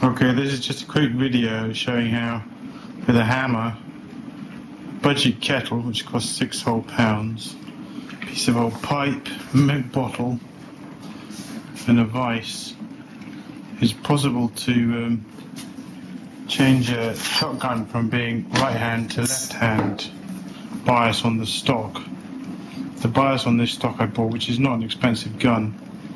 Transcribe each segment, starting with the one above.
Okay, this is just a quick video showing how, with a hammer, budget kettle, which costs 6 whole pounds, piece of old pipe, milk bottle, and a vice, it's possible to change a shotgun from being right hand to left hand bias on the stock. The bias on this stock I bought, which is not an expensive gun,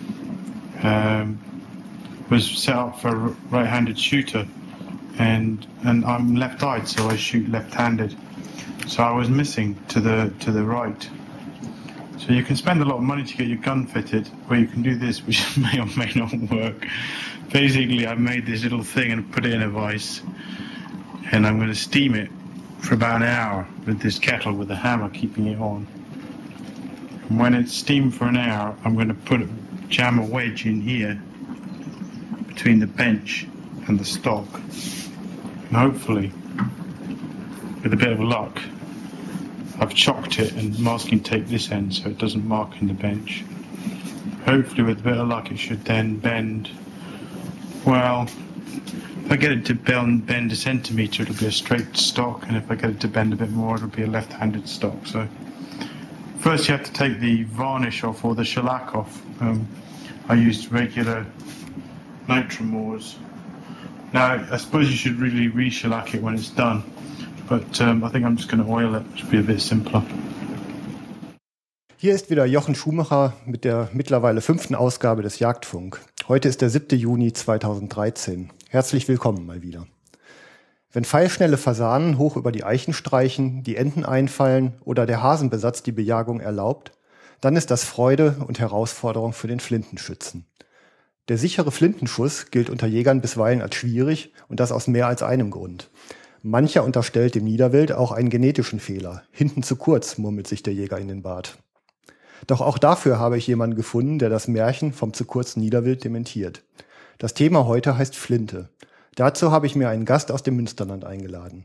was set up for a right-handed shooter, and I'm left-eyed, so I shoot left-handed. So I was missing to the right. So you can spend a lot of money to get your gun fitted, or you can do this, which may or may not work. Basically, I made this little thing and put it in a vice, and I'm going to steam it for about an hour with this kettle with a hammer keeping it on. And when it's steamed for an hour, I'm going to jam a wedge in here between the bench and the stock, and hopefully, with a bit of luck, I've chocked it and masking tape this end so it doesn't mark in the bench. Hopefully, with a bit of luck, it should then bend. Well, if I get it to bend a centimetre, it'll be a straight stock, and if I get it to bend a bit more, it'll be a left-handed stock. So first you have to take the varnish off, or the shellac off. I used regular Nitromors. Now, I suppose you should really re-shellac it when it's done, but I think I'm just going to oil it. It should be a bit simpler. Hier ist wieder Jochen Schumacher mit der mittlerweile 5. Ausgabe des Jagdfunk. Heute ist der 7. Juni 2013. Herzlich willkommen mal wieder. Wenn pfeilschnelle Fasanen hoch über die Eichen streichen, die Enten einfallen oder der Hasenbesatz die Bejagung erlaubt, dann ist das Freude und Herausforderung für den Flintenschützen. Der sichere Flintenschuss gilt unter Jägern bisweilen als schwierig, und das aus mehr als einem Grund. Mancher unterstellt dem Niederwild auch einen genetischen Fehler. Hinten zu kurz, murmelt sich der Jäger in den Bart. Doch auch dafür habe ich jemanden gefunden, der das Märchen vom zu kurzen Niederwild dementiert. Das Thema heute heißt Flinte. Dazu habe ich mir einen Gast aus dem Münsterland eingeladen.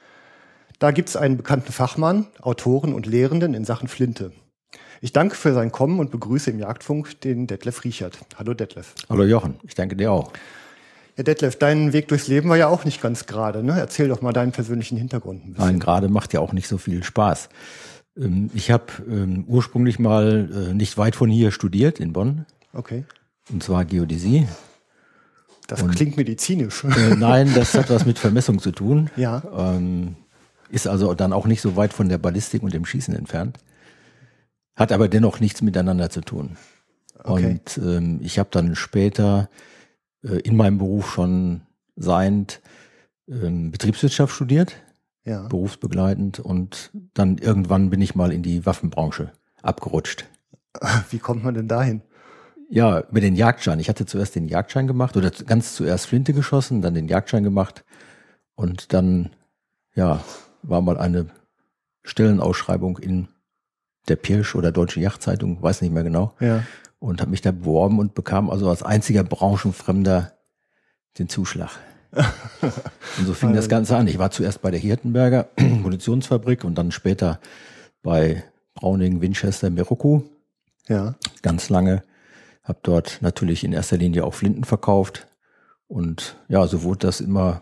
Da gibt's einen bekannten Fachmann, Autoren und Lehrenden in Sachen Flinte. Ich danke für sein Kommen und begrüße im Jagdfunk den Detlef Riechert. Hallo Detlef. Hallo Jochen, ich danke dir auch. Ja Detlef, dein Weg durchs Leben war ja auch nicht ganz gerade, ne? Erzähl doch mal deinen persönlichen Hintergrund ein bisschen. Nein, gerade macht ja auch nicht so viel Spaß. Ich habe ursprünglich mal nicht weit von hier studiert, in Bonn. Okay. Und zwar Geodäsie. Das klingt medizinisch. Nein, das hat was mit Vermessung zu tun. Ja. Ist also dann auch nicht so weit von der Ballistik und dem Schießen entfernt. Hat aber dennoch nichts miteinander zu tun. Okay. Und ich habe dann später in meinem Beruf schon seiend Betriebswirtschaft studiert, ja. Berufsbegleitend, und dann irgendwann bin ich mal in die Waffenbranche abgerutscht. Wie kommt man denn dahin? Ja, über den Jagdschein. Ich hatte zuerst den Jagdschein gemacht, oder ganz zuerst Flinte geschossen, dann den Jagdschein gemacht, und dann war mal eine Stellenausschreibung in der Pirsch oder Deutsche Jagdzeitung, weiß nicht mehr genau, und habe mich da beworben und bekam also als einziger Branchenfremder den Zuschlag. Und so fing das Ganze an. Ich war zuerst bei der Hirtenberger Munitionsfabrik und dann später bei Browning, Winchester, Miroku. Ja. Ganz lange. Habe dort natürlich in erster Linie auch Flinten verkauft, und ja, so wurde das immer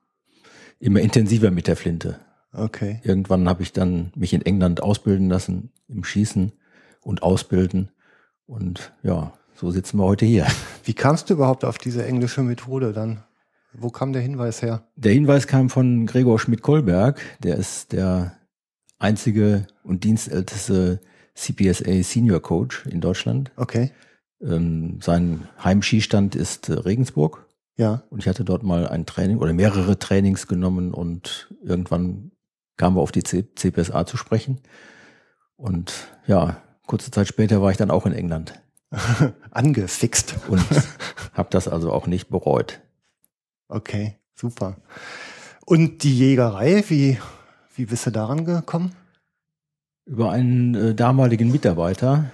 intensiver mit der Flinte. Okay. Irgendwann habe ich dann mich in England ausbilden lassen im Schießen und Ausbilden, und ja, so sitzen wir heute hier. Wie kamst du überhaupt auf diese englische Methode dann? Wo kam der Hinweis her? Der Hinweis kam von Gregor Schmidt-Kolberg. Der ist der einzige und dienstälteste CPSA Senior Coach in Deutschland. Okay. Sein Heimskistand ist Regensburg. Ja. Und ich hatte dort mal ein Training oder mehrere Trainings genommen, und irgendwann kamen wir auf die CPSA zu sprechen. Und ja, kurze Zeit später war ich dann auch in England. Angefixt. Und habe das also auch nicht bereut. Okay, super. Und die Jägerei, wie bist du daran gekommen? Über einen damaligen Mitarbeiter,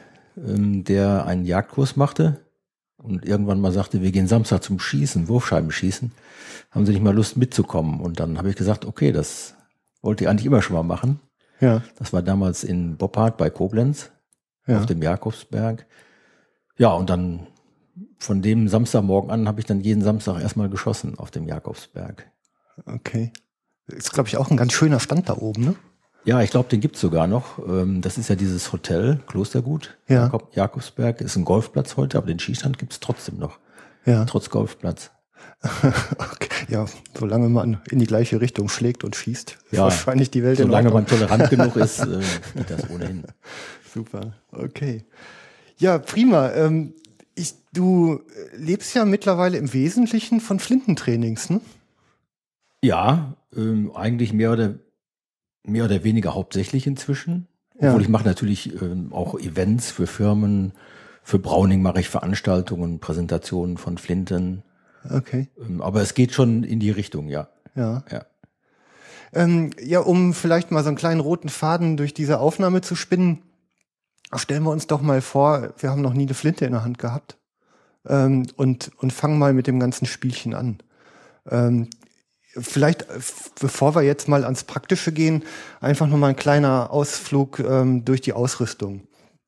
der einen Jagdkurs machte und irgendwann mal sagte, wir gehen Samstag zum Schießen, Wurfscheibenschießen. Haben Sie nicht mal Lust mitzukommen? Und dann habe ich gesagt, okay, das wollte ich eigentlich immer schon mal machen. Ja. Das war damals in Boppard bei Koblenz, auf dem Jakobsberg. Ja, und dann von dem Samstagmorgen an habe ich dann jeden Samstag erstmal geschossen auf dem Jakobsberg. Okay. Ist, glaube ich, auch ein ganz schöner Stand da oben, ne? Ja, ich glaube, den gibt's sogar noch. Das ist ja dieses Hotel, Klostergut. Ja. Jakobsberg ist ein Golfplatz heute, aber den Skistand gibt's trotzdem noch. Ja. Trotz Golfplatz. Okay. Ja, solange man in die gleiche Richtung schlägt und schießt, ist Ja, wahrscheinlich die Welt in solange Ordnung. man tolerant genug ist, geht das ohnehin. Super, okay. Ja, prima. Du lebst ja mittlerweile im Wesentlichen von Flintentrainings, ne? Ja, eigentlich mehr oder weniger hauptsächlich inzwischen. Ja. Obwohl ich mache natürlich auch Events für Firmen. Für Browning mache ich Veranstaltungen, Präsentationen von Flinten. Okay. Aber es geht schon in die Richtung, ja. Ja. Ja. Ja, um vielleicht mal so einen kleinen roten Faden durch diese Aufnahme zu spinnen, stellen wir uns doch mal vor, wir haben noch nie eine Flinte in der Hand gehabt und fangen mal mit dem ganzen Spielchen an. Vielleicht, bevor wir jetzt mal ans Praktische gehen, einfach noch mal ein kleiner Ausflug durch die Ausrüstung.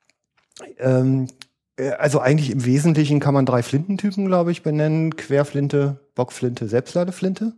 Also eigentlich im Wesentlichen kann man 3 Flintentypen, glaube ich, benennen. Querflinte, Bockflinte, Selbstladeflinte.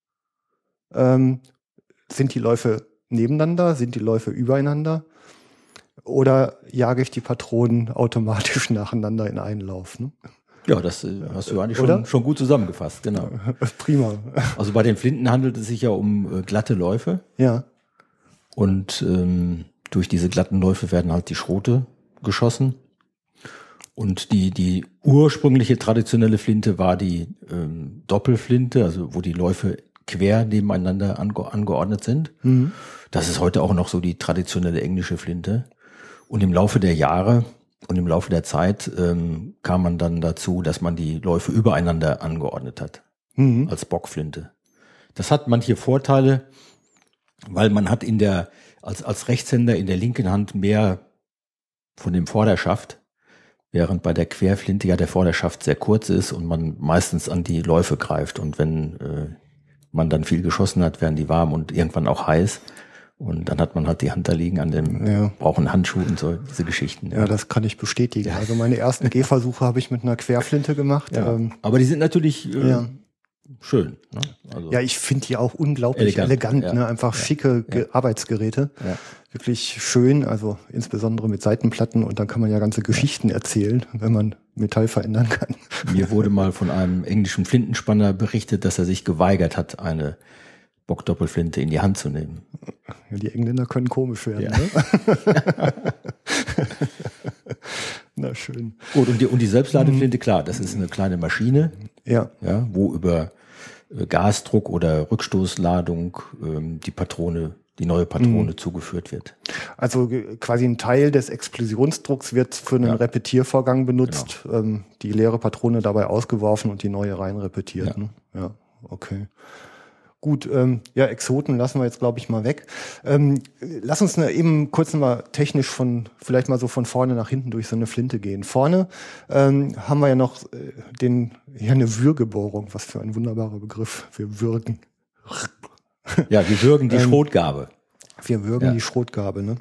Sind die Läufe nebeneinander? Sind die Läufe übereinander? Oder jage ich die Patronen automatisch nacheinander in einen Lauf? Ne? Ja, das hast du eigentlich Oder? schon gut zusammengefasst, genau. Prima. Also bei den Flinten handelt es sich ja um glatte Läufe. Ja. Und durch diese glatten Läufe werden halt die Schrote geschossen. Und die ursprüngliche traditionelle Flinte war die Doppelflinte, also wo die Läufe quer nebeneinander angeordnet sind. Mhm. Das ist heute auch noch so die traditionelle englische Flinte. Und im Laufe der Jahre und im Laufe der Zeit kam man dann dazu, dass man die Läufe übereinander angeordnet hat, als Bockflinte. Das hat manche Vorteile, weil man hat als Rechtshänder in der linken Hand mehr von dem Vorderschaft, während bei der Querflinte ja der Vorderschaft sehr kurz ist und man meistens an die Läufe greift. Und wenn man dann viel geschossen hat, werden die warm und irgendwann auch heiß. Und dann hat man halt die Hand da liegen braucht einen Handschuh und so, diese Geschichten. Ja, das kann ich bestätigen. Ja. Also meine ersten Gehversuche habe ich mit einer Querflinte gemacht. Ja. Aber die sind natürlich schön. Ne? Also ja, ich finde die auch unglaublich elegant, ja. Ne? Einfach schicke Arbeitsgeräte. Ja. Wirklich schön, also insbesondere mit Seitenplatten, und dann kann man ja ganze Geschichten erzählen, wenn man Metall verändern kann. Mir wurde mal von einem englischen Flintenspanner berichtet, dass er sich geweigert hat, eine Bockdoppelflinte in die Hand zu nehmen. Ja, die Engländer können komisch werden. Ja. Ne? Na schön. Gut, und die Selbstladeflinte, klar, das ist eine kleine Maschine, ja, wo über Gasdruck oder Rückstoßladung die neue Patrone zugeführt wird. Also quasi ein Teil des Explosionsdrucks wird für einen Repetiervorgang benutzt, genau. Die leere Patrone dabei ausgeworfen und die neue rein repetiert. Ja, ne? Ja, okay. Gut, Exoten lassen wir jetzt, glaube ich, mal weg. Lass uns eben kurz mal technisch vielleicht mal so von vorne nach hinten durch so eine Flinte gehen. Vorne haben wir ja noch eine Würgebohrung. Was für ein wunderbarer Begriff. Wir würgen. Ja, wir würgen die Schrotgabe. Wir würgen die Schrotgabe, ne?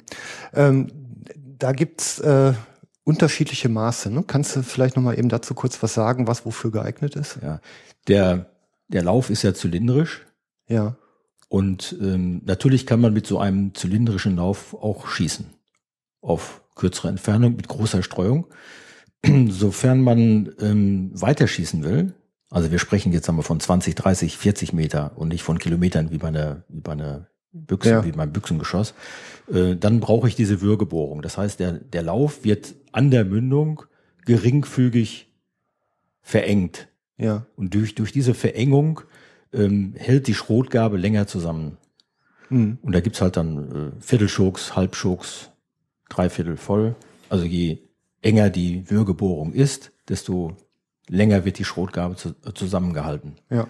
Da gibt's unterschiedliche Maße, ne? Kannst du vielleicht noch mal eben dazu kurz was sagen, was wofür geeignet ist? Ja, der Lauf ist ja zylindrisch. Ja. Und natürlich kann man mit so einem zylindrischen Lauf auch schießen. Auf kürzere Entfernung mit großer Streuung. Sofern man weiterschießen will, also wir sprechen jetzt einmal von 20, 30, 40 Meter und nicht von Kilometern wie bei einer Büchse, wie beim Büchsengeschoss, dann brauche ich diese Würgebohrung. Das heißt, der Lauf wird an der Mündung geringfügig verengt. Ja. Und durch diese Verengung hält die Schrotgabe länger zusammen. Und da gibt's halt dann Viertelschucks, Halbschucks, Dreiviertel voll. Also je enger die Würgebohrung ist, desto länger wird die Schrotgabe zusammengehalten. Ja.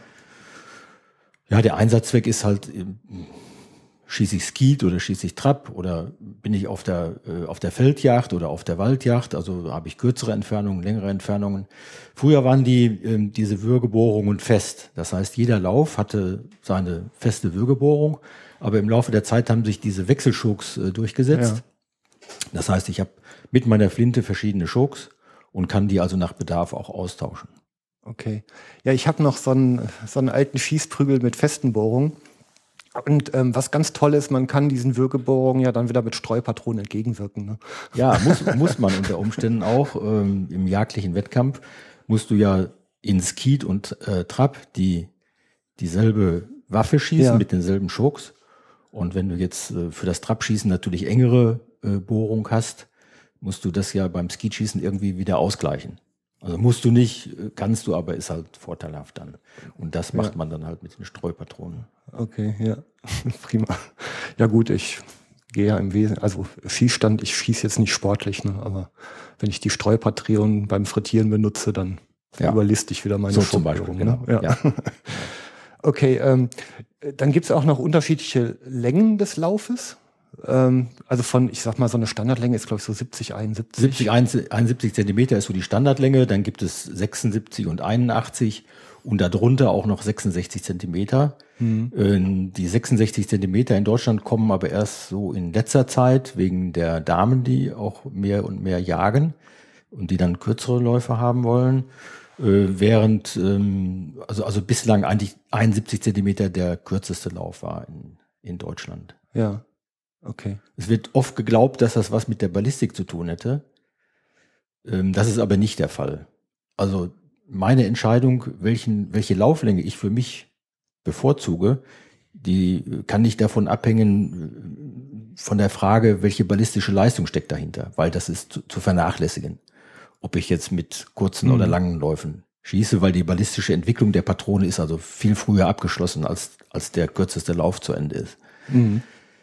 Ja, der Einsatzzweck ist halt, schieße ich Skeet oder schieße ich Trap oder bin ich auf der Feldjagd oder auf der Waldjagd, also habe ich kürzere Entfernungen, längere Entfernungen. Früher waren diese Würgebohrungen fest. Das heißt, jeder Lauf hatte seine feste Würgebohrung, aber im Laufe der Zeit haben sich diese Wechselschucks durchgesetzt. Ja. Das heißt, ich habe mit meiner Flinte verschiedene Schucks und kann die also nach Bedarf auch austauschen. Okay. Ja, ich habe noch so einen alten Schießprügel mit festen Bohrungen. Und was ganz toll ist, man kann diesen Würgebohrungen ja dann wieder mit Streupatronen entgegenwirken. Ne? Ja, muss man unter Umständen auch. Im jagdlichen Wettkampf musst du ja in Skeet und Trap dieselbe Waffe schießen mit denselben Schocks. Und wenn du jetzt für das Trapschießen natürlich engere Bohrung hast, musst du das ja beim Skeetschießen irgendwie wieder ausgleichen. Also musst du nicht, kannst du, aber ist halt vorteilhaft dann. Und das macht man dann halt mit den Streupatronen. Okay, ja, prima. Ja gut, ich gehe ja im Wesentlichen, also Schießstand, ich schieße jetzt nicht sportlich, ne, aber wenn ich die Streupatronen beim Frittieren benutze, dann überliste ich wieder meine so zum Beispiel, ne? Ja. Okay, dann gibt es auch noch unterschiedliche Längen des Laufes. Also von, ich sag mal, so eine Standardlänge ist, glaube ich, so 71. 71 Zentimeter ist so die Standardlänge, dann gibt es 76 und 81 und darunter auch noch 66 Zentimeter. Die 66 Zentimeter in Deutschland kommen aber erst so in letzter Zeit wegen der Damen, die auch mehr und mehr jagen und die dann kürzere Läufe haben wollen. Während also bislang eigentlich 71 Zentimeter der kürzeste Lauf war in Deutschland. Ja, okay. Es wird oft geglaubt, dass das was mit der Ballistik zu tun hätte. Das ist aber nicht der Fall. Also meine Entscheidung, welche Lauflänge ich für mich bevorzuge, die kann nicht davon abhängen von der Frage, welche ballistische Leistung steckt dahinter, weil das ist zu vernachlässigen. Ob ich jetzt mit kurzen oder langen Läufen schieße, weil die ballistische Entwicklung der Patrone ist also viel früher abgeschlossen, als der kürzeste Lauf zu Ende ist. Mhm.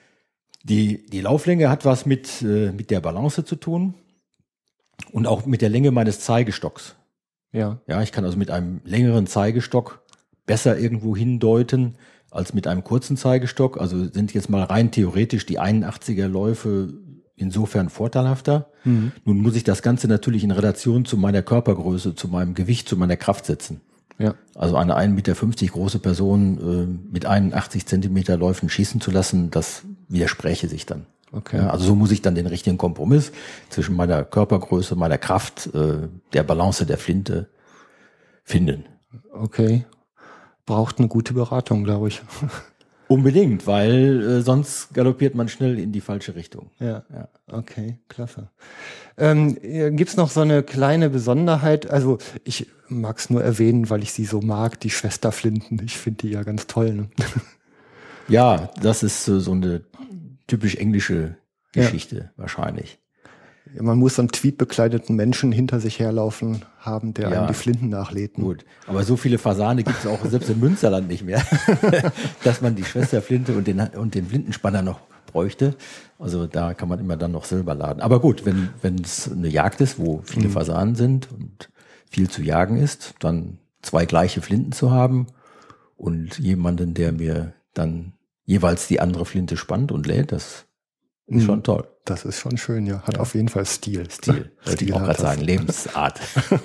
Die Lauflänge hat was mit der Balance zu tun und auch mit der Länge meines Zeigestocks. Ja, ich kann also mit einem längeren Zeigestock besser irgendwo hindeuten als mit einem kurzen Zeigestock. Also sind jetzt mal rein theoretisch die 81er Läufe insofern vorteilhafter. Mhm. Nun muss ich das Ganze natürlich in Relation zu meiner Körpergröße, zu meinem Gewicht, zu meiner Kraft setzen. Ja. Also eine 1,50 Meter große Person mit 81 Zentimeter Läufen schießen zu lassen, das widerspräche sich dann. Okay. Ja, also so muss ich dann den richtigen Kompromiss zwischen meiner Körpergröße, meiner Kraft, der Balance der Flinte finden. Okay. Braucht eine gute Beratung, glaube ich. Unbedingt, weil sonst galoppiert man schnell in die falsche Richtung. Ja. Okay, klasse. Gibt's noch so eine kleine Besonderheit? Also ich mag es nur erwähnen, weil ich sie so mag, die Schwesterflinten. Ich finde die ja ganz toll. Ne? Ja, das ist so eine typisch englische Geschichte wahrscheinlich. Ja, man muss so einen tweetbekleideten Menschen hinter sich herlaufen haben, der einem die Flinten nachlädt. Gut, aber so viele Fasane gibt es auch selbst im Münsterland nicht mehr, dass man die Schwesterflinte und den Flintenspanner noch bräuchte. Also da kann man immer dann noch selber laden. Aber gut, wenn es eine Jagd ist, wo viele Fasanen sind und viel zu jagen ist, dann 2 gleiche Flinten zu haben und jemanden, der mir dann jeweils die andere Flinte spannt und lädt, das ist schon toll. Das ist schon schön, ja. Hat auf jeden Fall Stil. Wollte ich auch gerade sagen, Lebensart.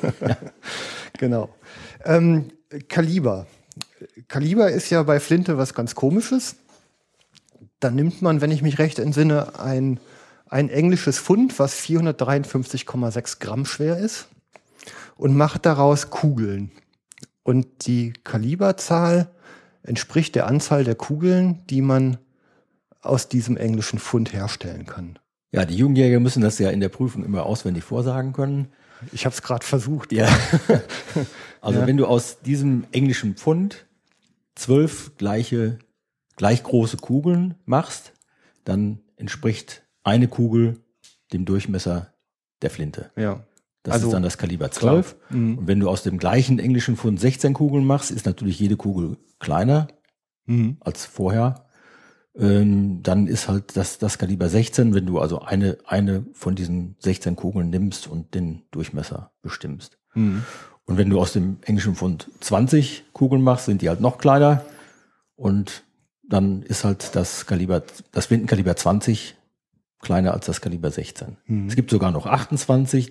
Genau. Kaliber. Kaliber ist ja bei Flinte was ganz Komisches. Da nimmt man, wenn ich mich recht entsinne, ein englisches Pfund, was 453,6 Gramm schwer ist, und macht daraus Kugeln. Und die Kaliberzahl entspricht der Anzahl der Kugeln, die man aus diesem englischen Pfund herstellen kann. Ja, die Jugendjäger müssen das ja in der Prüfung immer auswendig vorsagen können. Ich habe es gerade versucht. Ja. Also wenn du aus diesem englischen Pfund 12 gleich große Kugeln machst, dann entspricht eine Kugel dem Durchmesser der Flinte. Ja. Das ist dann das Kaliber 12. Und wenn du aus dem gleichen englischen Pfund 16 Kugeln machst, ist natürlich jede Kugel kleiner als vorher. Dann ist halt das Kaliber 16, wenn du also eine von diesen 16 Kugeln nimmst und den Durchmesser bestimmst. Und wenn du aus dem englischen Pfund 20 Kugeln machst, sind die halt noch kleiner und dann ist halt das Flintenkaliber 20 kleiner als das Kaliber 16. Es gibt sogar noch 28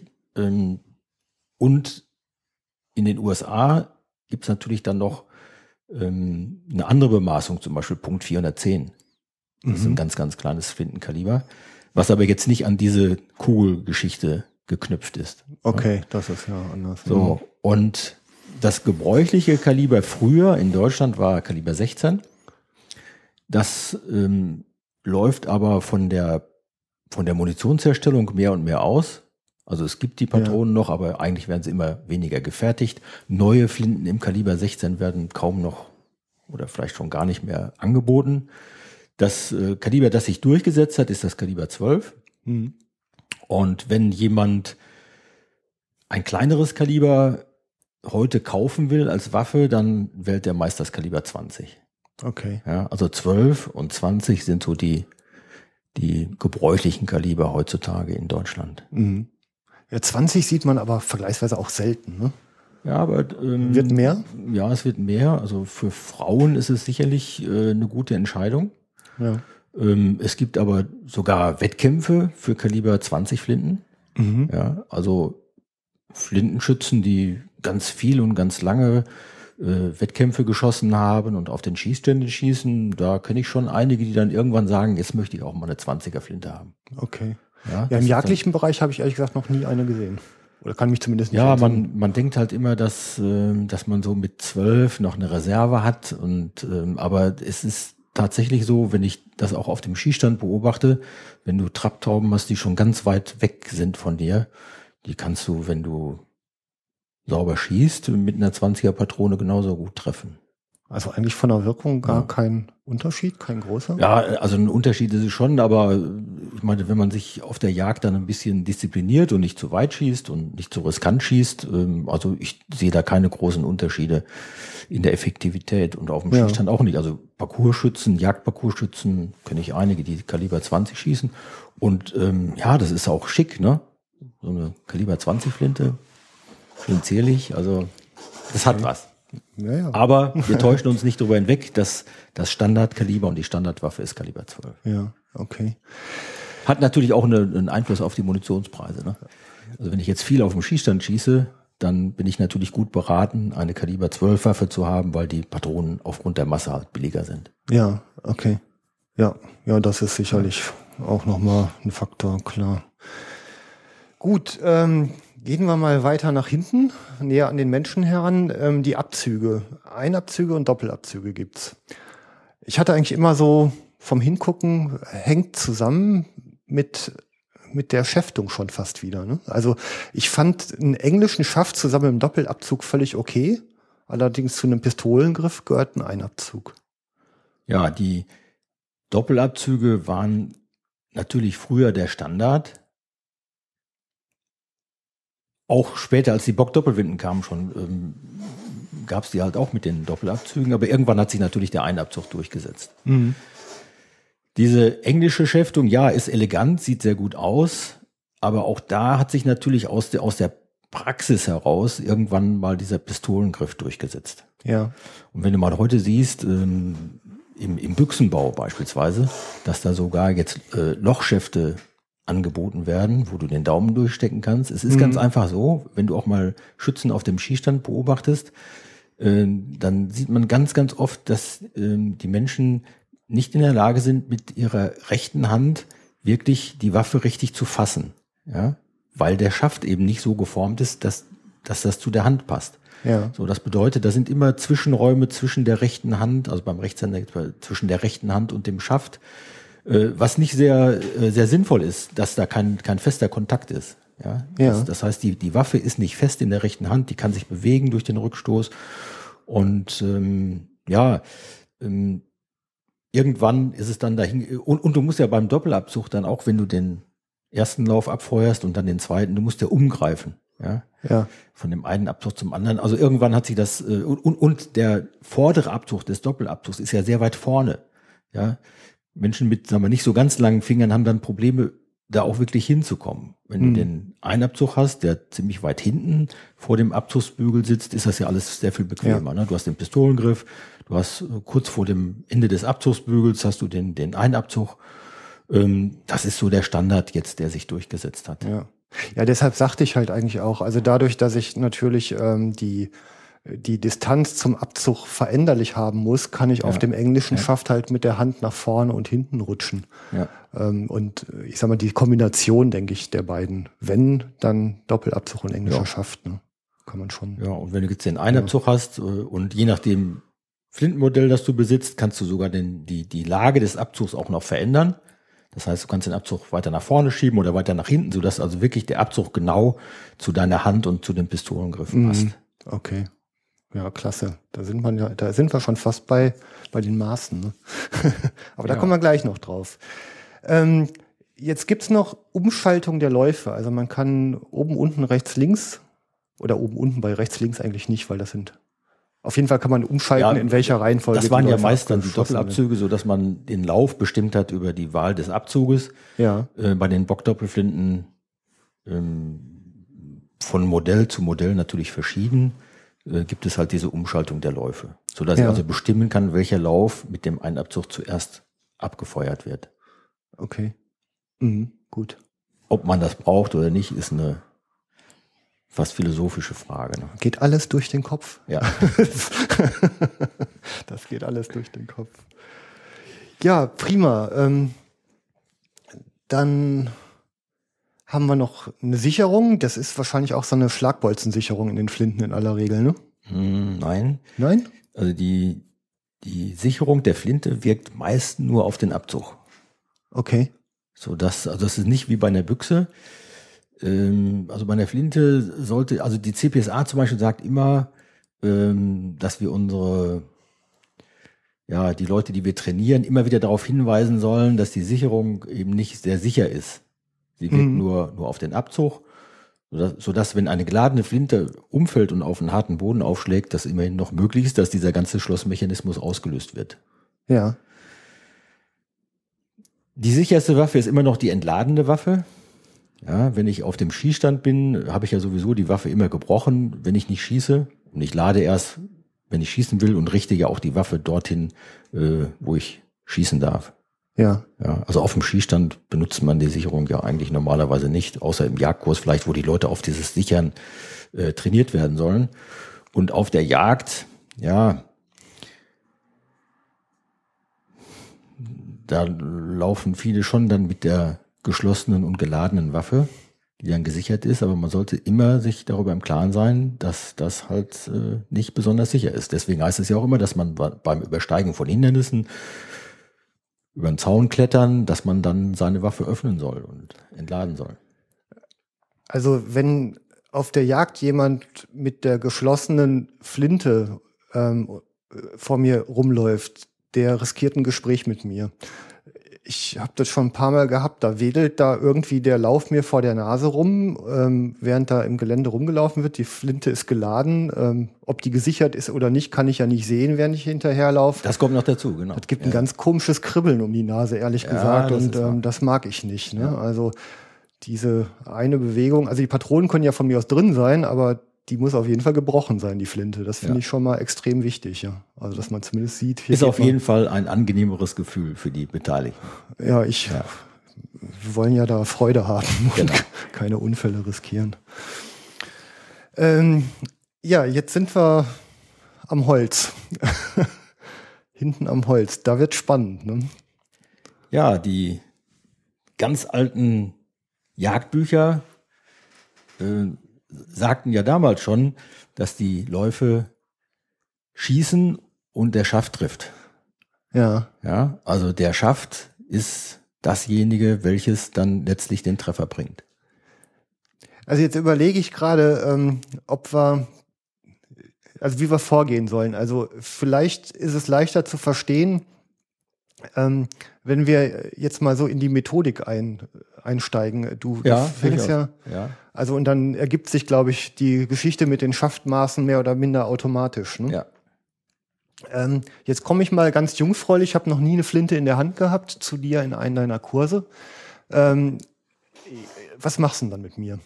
und in den USA gibt es natürlich dann noch eine andere Bemaßung, zum Beispiel Punkt 410. Das ist ein ganz, ganz kleines Flintenkaliber, was aber jetzt nicht an diese Kugelgeschichte geknüpft ist. Okay, das ist ja anders. So, und das gebräuchliche Kaliber früher in Deutschland war Kaliber 16. Das läuft aber von der Munitionsherstellung mehr und mehr aus. Also es gibt die Patronen noch, aber eigentlich werden sie immer weniger gefertigt. Neue Flinten im Kaliber 16 werden kaum noch oder vielleicht schon gar nicht mehr angeboten. Das Kaliber, das sich durchgesetzt hat, ist das Kaliber 12. Mhm. Und wenn jemand ein kleineres Kaliber heute kaufen will als Waffe, dann wählt der meist das Kaliber 20. Okay. Ja, also 12 und 20 sind so die gebräuchlichen Kaliber heutzutage in Deutschland. Mhm. Ja, 20 sieht man aber vergleichsweise auch selten, ne? Ja, aber wird mehr? Ja, es wird mehr. Also für Frauen ist es sicherlich eine gute Entscheidung. Ja. Es gibt aber sogar Wettkämpfe für Kaliber 20 Flinten. Mhm. Ja, also Flintenschützen, die ganz viel und ganz lange Wettkämpfe geschossen haben und auf den Schießständen schießen. Da kenne ich schon einige, die dann irgendwann sagen, jetzt möchte ich auch mal eine 20er Flinte haben. Okay. Ja, Ja, im jagdlichen Bereich habe ich ehrlich gesagt noch nie eine gesehen. Oder kann mich zumindest nicht Ja, erinnern. man denkt halt immer, dass man so mit 12 noch eine Reserve hat. Aber es ist tatsächlich so, wenn ich das auch auf dem Schießstand beobachte, wenn du Trapptauben hast, die schon ganz weit weg sind von dir, die kannst du, wenn du sauber schießt, mit einer 20er Patrone genauso gut treffen. Also eigentlich von der Wirkung gar kein Unterschied, kein großer? Ja, also ein Unterschied ist es schon, aber ich meine, wenn man sich auf der Jagd dann ein bisschen diszipliniert und nicht zu weit schießt und nicht zu riskant schießt, also ich sehe da keine großen Unterschiede in der Effektivität und auf dem Schießstand auch nicht. Also Parcourschützen, Jagdparcourschützen, kenne ich einige, die Kaliber 20 schießen und das ist auch schick, ne? So eine Kaliber 20 Flinte, schön zierlich, also das hat was. Ja. Aber wir täuschen uns nicht darüber hinweg, dass das Standardkaliber und die Standardwaffe ist Kaliber 12. Ja, okay. Hat natürlich auch einen Einfluss auf die Munitionspreise. Ne? Also wenn ich jetzt viel auf dem Schießstand schieße, dann bin ich natürlich gut beraten, eine Kaliber 12 Waffe zu haben, weil die Patronen aufgrund der Masse halt billiger sind. Ja, okay. Ja, das ist sicherlich auch nochmal ein Faktor, klar. Gut, gehen wir mal weiter nach hinten, näher an den Menschen heran. Die Abzüge. Einabzüge und Doppelabzüge gibt's. Ich hatte eigentlich immer so vom Hingucken, hängt zusammen mit der Schäftung schon fast wieder. Ne? Also ich fand einen englischen Schaft zusammen mit dem Doppelabzug völlig okay. Allerdings zu einem Pistolengriff gehört ein Einabzug. Ja, die Doppelabzüge waren natürlich früher der Standard. Auch später, als die Bock-Doppelwinden kamen schon, gab es die halt auch mit den Doppelabzügen. Aber irgendwann hat sich natürlich der Einabzug durchgesetzt. Mhm. Diese englische Schäftung, ja, ist elegant, sieht sehr gut aus. Aber auch da hat sich natürlich aus der Praxis heraus irgendwann mal dieser Pistolengriff durchgesetzt. Ja. Und wenn du mal heute siehst, im Büchsenbau beispielsweise, dass da sogar jetzt Lochschäfte angeboten werden, wo du den Daumen durchstecken kannst. Es ist ganz einfach so, wenn du auch mal Schützen auf dem Schießstand beobachtest, dann sieht man ganz, ganz oft, dass die Menschen nicht in der Lage sind, mit ihrer rechten Hand wirklich die Waffe richtig zu fassen. Ja? Weil der Schaft eben nicht so geformt ist, dass das zu der Hand passt. Ja. So, das bedeutet, da sind immer Zwischenräume zwischen der rechten Hand, also beim Rechtshänder zwischen der rechten Hand und dem Schaft, was nicht sehr, sehr sinnvoll ist, dass da kein fester Kontakt ist. Ja? Das heißt, die Waffe ist nicht fest in der rechten Hand, die kann sich bewegen durch den Rückstoß. Und irgendwann ist es dann dahin. Und du musst ja beim Doppelabzug dann auch, wenn du den ersten Lauf abfeuerst und dann den zweiten, du musst ja umgreifen. Ja. Von dem einen Abzug zum anderen. Also irgendwann hat sich das, und der vordere Abzug des Doppelabzugs ist ja sehr weit vorne. Ja. Menschen mit, sagen wir, nicht so ganz langen Fingern haben dann Probleme, da auch wirklich hinzukommen. Wenn du den Einabzug hast, der ziemlich weit hinten vor dem Abzugsbügel sitzt, ist das ja alles sehr viel bequemer. Ne? Du hast den Pistolengriff, du hast kurz vor dem Ende des Abzugsbügels hast du den Einabzug. Das ist so der Standard jetzt, der sich durchgesetzt hat. Ja, deshalb sagte ich halt eigentlich auch, also dadurch, dass ich natürlich die die Distanz zum Abzug veränderlich haben muss, kann ich auf dem englischen Schaft halt mit der Hand nach vorne und hinten rutschen. Ja. Und ich sag mal, die Kombination, denke ich, der beiden, wenn, dann Doppelabzug und englischer Schaft, ne? Kann man schon. Ja, und wenn du jetzt den Einabzug hast und je nach dem Flintenmodell, das du besitzt, kannst du sogar die Lage des Abzugs auch noch verändern. Das heißt, du kannst den Abzug weiter nach vorne schieben oder weiter nach hinten, sodass also wirklich der Abzug genau zu deiner Hand und zu den Pistolengriffen passt. Okay. Ja, klasse. Da sind wir schon fast bei den Maßen. Ne? Aber da kommen wir gleich noch drauf. Jetzt gibt's noch Umschaltung der Läufe. Also man kann oben, unten, rechts, links oder oben, unten bei rechts, links eigentlich nicht, weil das sind. Auf jeden Fall kann man umschalten, in welcher Reihenfolge. Das waren ja meist dann die Doppelabzüge, so dass man den Lauf bestimmt hat über die Wahl des Abzuges. Ja. Bei den Bockdoppelflinten von Modell zu Modell natürlich verschieden, gibt es halt diese Umschaltung der Läufe, sodass ich also bestimmen kann, welcher Lauf mit dem Einabzug zuerst abgefeuert wird. Okay. Gut. Ob man das braucht oder nicht, ist eine fast philosophische Frage. Ne? Geht alles durch den Kopf? Ja. Das geht alles durch den Kopf. Ja, prima. Dann haben wir noch eine Sicherung. Das ist wahrscheinlich auch so eine Schlagbolzensicherung in den Flinten in aller Regel, ne? Nein. Nein? Also die Sicherung der Flinte wirkt meist nur auf den Abzug. Okay. Also das ist nicht wie bei einer Büchse. Also bei einer Flinte also die CPSA zum Beispiel sagt immer, dass wir die Leute, die wir trainieren, immer wieder darauf hinweisen sollen, dass die Sicherung eben nicht sehr sicher ist. Sie wirkt nur auf den Abzug, sodass, wenn eine geladene Flinte umfällt und auf einen harten Boden aufschlägt, das immerhin noch möglich ist, dass dieser ganze Schlossmechanismus ausgelöst wird. Ja. Die sicherste Waffe ist immer noch die entladene Waffe. Ja, wenn ich auf dem Schießstand bin, habe ich ja sowieso die Waffe immer gebrochen, wenn ich nicht schieße. Und ich lade erst, wenn ich schießen will, und richte ja auch die Waffe dorthin, wo ich schießen darf. Ja. Ja, also auf dem Schießstand benutzt man die Sicherung ja eigentlich normalerweise nicht, außer im Jagdkurs vielleicht, wo die Leute auf dieses Sichern trainiert werden sollen. Und auf der Jagd, ja, da laufen viele schon dann mit der geschlossenen und geladenen Waffe, die dann gesichert ist, aber man sollte immer sich darüber im Klaren sein, dass das halt nicht besonders sicher ist. Deswegen heißt es ja auch immer, dass man beim Übersteigen von Hindernissen, über den Zaun klettern, dass man dann seine Waffe öffnen soll und entladen soll. Also wenn auf der Jagd jemand mit der geschlossenen Flinte vor mir rumläuft, der riskiert ein Gespräch mit mir. Ich habe das schon ein paar Mal gehabt, da wedelt da irgendwie der Lauf mir vor der Nase rum, während da im Gelände rumgelaufen wird. Die Flinte ist geladen. Ob die gesichert ist oder nicht, kann ich ja nicht sehen, während ich hinterherlaufe. Das kommt noch dazu, genau. Das gibt ein ganz komisches Kribbeln um die Nase, ehrlich gesagt. Und das mag ich nicht. Ne? Ja. Also diese eine Bewegung, also die Patronen können ja von mir aus drin sein, aber die muss auf jeden Fall gebrochen sein, die Flinte. Das finde ich schon mal extrem wichtig, ja. Also, dass man zumindest sieht. Hier ist auf jeden Fall ein angenehmeres Gefühl für die Beteiligten. Ja, wir wollen ja da Freude haben und keine Unfälle riskieren. Jetzt sind wir am Holz. Hinten am Holz. Da wird spannend, ne? Ja, die ganz alten Jagdbücher sagten ja damals schon, dass die Läufe schießen und der Schaft trifft. Ja. Ja, also der Schaft ist dasjenige, welches dann letztlich den Treffer bringt. Also jetzt überlege ich gerade, wie wir vorgehen sollen. Also vielleicht ist es leichter zu verstehen, wenn wir jetzt mal so in die Methodik einsteigen. Du fängst ja. Also und dann ergibt sich, glaube ich, die Geschichte mit den Schaftmaßen mehr oder minder automatisch. Ne? Ja. Jetzt komme ich mal ganz jungfräulich, ich habe noch nie eine Flinte in der Hand gehabt, zu dir in einen deiner Kurse. Was machst du denn dann mit mir?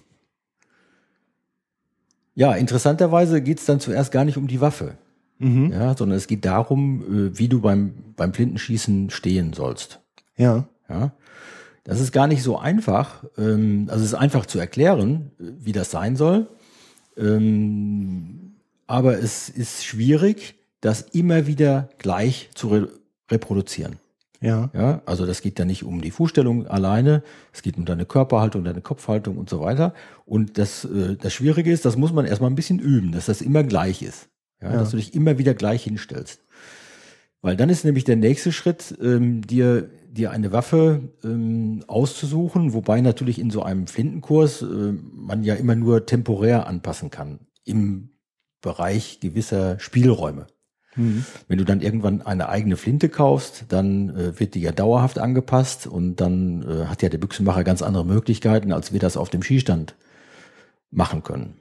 Ja, interessanterweise geht es dann zuerst gar nicht um die Waffe. Ja, sondern es geht darum, wie du beim Flintenschießen stehen sollst. Ja. Ja. Das ist gar nicht so einfach. Also es ist einfach zu erklären, wie das sein soll. aber es ist schwierig, das immer wieder gleich zu reproduzieren. Ja. Ja, also das geht ja nicht um die Fußstellung alleine, es geht um deine Körperhaltung, deine Kopfhaltung und so weiter. Und das Schwierige ist, das muss man erstmal ein bisschen üben, dass das immer gleich ist. Ja, dass du dich immer wieder gleich hinstellst. Weil dann ist nämlich der nächste Schritt, dir eine Waffe auszusuchen, wobei natürlich in so einem Flintenkurs man ja immer nur temporär anpassen kann im Bereich gewisser Spielräume. Wenn du dann irgendwann eine eigene Flinte kaufst, dann wird die ja dauerhaft angepasst und dann hat ja der Büchsenmacher ganz andere Möglichkeiten, als wir das auf dem Schießstand machen können.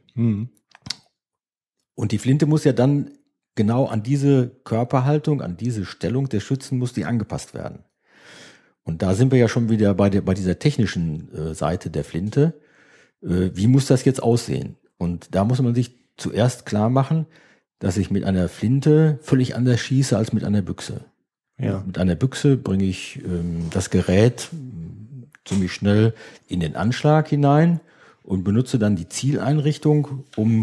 Und die Flinte muss ja dann genau an diese Körperhaltung, an diese Stellung des Schützen muss die angepasst werden. Und da sind wir ja schon wieder bei dieser technischen Seite der Flinte. Wie muss das jetzt aussehen? Und da muss man sich zuerst klar machen, dass ich mit einer Flinte völlig anders schieße als mit einer Büchse. Ja. Mit einer Büchse bringe ich das Gerät ziemlich schnell in den Anschlag hinein und benutze dann die Zieleinrichtung, um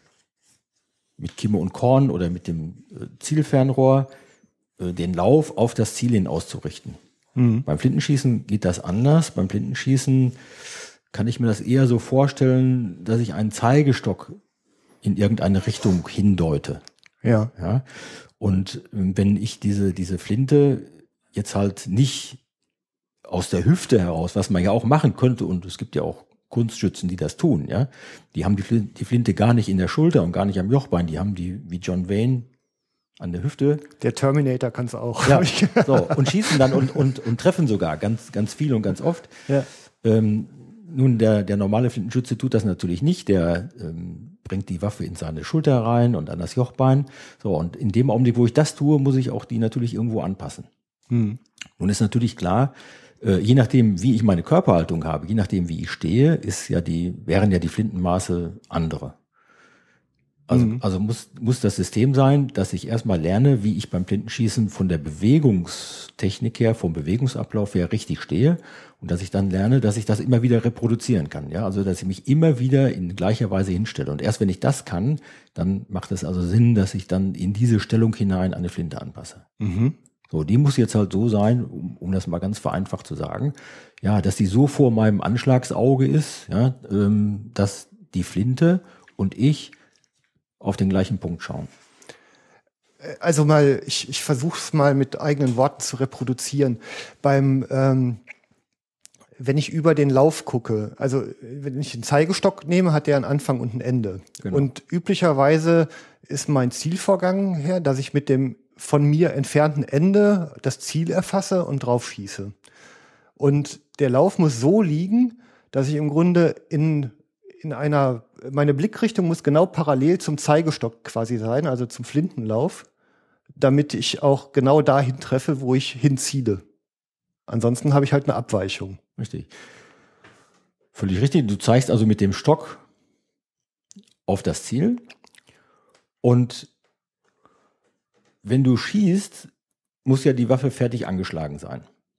mit Kimme und Korn oder mit dem Zielfernrohr den Lauf auf das Ziel hin auszurichten. Beim Flintenschießen geht das anders. Beim Flintenschießen kann ich mir das eher so vorstellen, dass ich einen Zeigestock in irgendeine Richtung hindeute. Ja. Ja? Und wenn ich diese Flinte jetzt halt nicht aus der Hüfte heraus, was man ja auch machen könnte, und es gibt ja auch Kunstschützen, die das tun, ja, die haben die Flinte gar nicht in der Schulter und gar nicht am Jochbein, die haben die wie John Wayne an der Hüfte. Der Terminator kann es auch. Ja, so, und schießen dann und treffen sogar ganz, ganz viel und ganz oft. Ja. Nun, der normale Flintenschütze tut das natürlich nicht, der bringt die Waffe in seine Schulter rein und an das Jochbein. So, und in dem Augenblick, wo ich das tue, muss ich auch die natürlich irgendwo anpassen. Nun ist natürlich klar, je nachdem, wie ich meine Körperhaltung habe, je nachdem, wie ich stehe, wären ja die Flintenmaße andere. Also muss das System sein, dass ich erstmal lerne, wie ich beim Flintenschießen von der Bewegungstechnik her, vom Bewegungsablauf her richtig stehe und dass ich dann lerne, dass ich das immer wieder reproduzieren kann. Ja, also dass ich mich immer wieder in gleicher Weise hinstelle. Und erst wenn ich das kann, dann macht es also Sinn, dass ich dann in diese Stellung hinein eine Flinte anpasse. So, die muss jetzt halt so sein, um das mal ganz vereinfacht zu sagen, ja, dass die so vor meinem Anschlagsauge ist, ja, dass die Flinte und ich auf den gleichen Punkt schauen. Also ich versuche es mal mit eigenen Worten zu reproduzieren. Wenn ich über den Lauf gucke, also wenn ich einen Zeigestock nehme, hat der einen Anfang und ein Ende. Genau. Und üblicherweise ist mein Zielvorgang her, dass ich mit dem von mir entfernten Ende das Ziel erfasse und drauf schieße. Und der Lauf muss so liegen, dass ich im Grunde meine Blickrichtung muss genau parallel zum Zeigestock quasi sein, also zum Flintenlauf, damit ich auch genau dahin treffe, wo ich hinziele. Ansonsten habe ich halt eine Abweichung. Richtig. Völlig richtig. Du zeigst also mit dem Stock auf das Ziel und wenn du schießt, muss ja die Waffe fertig angeschlagen sein.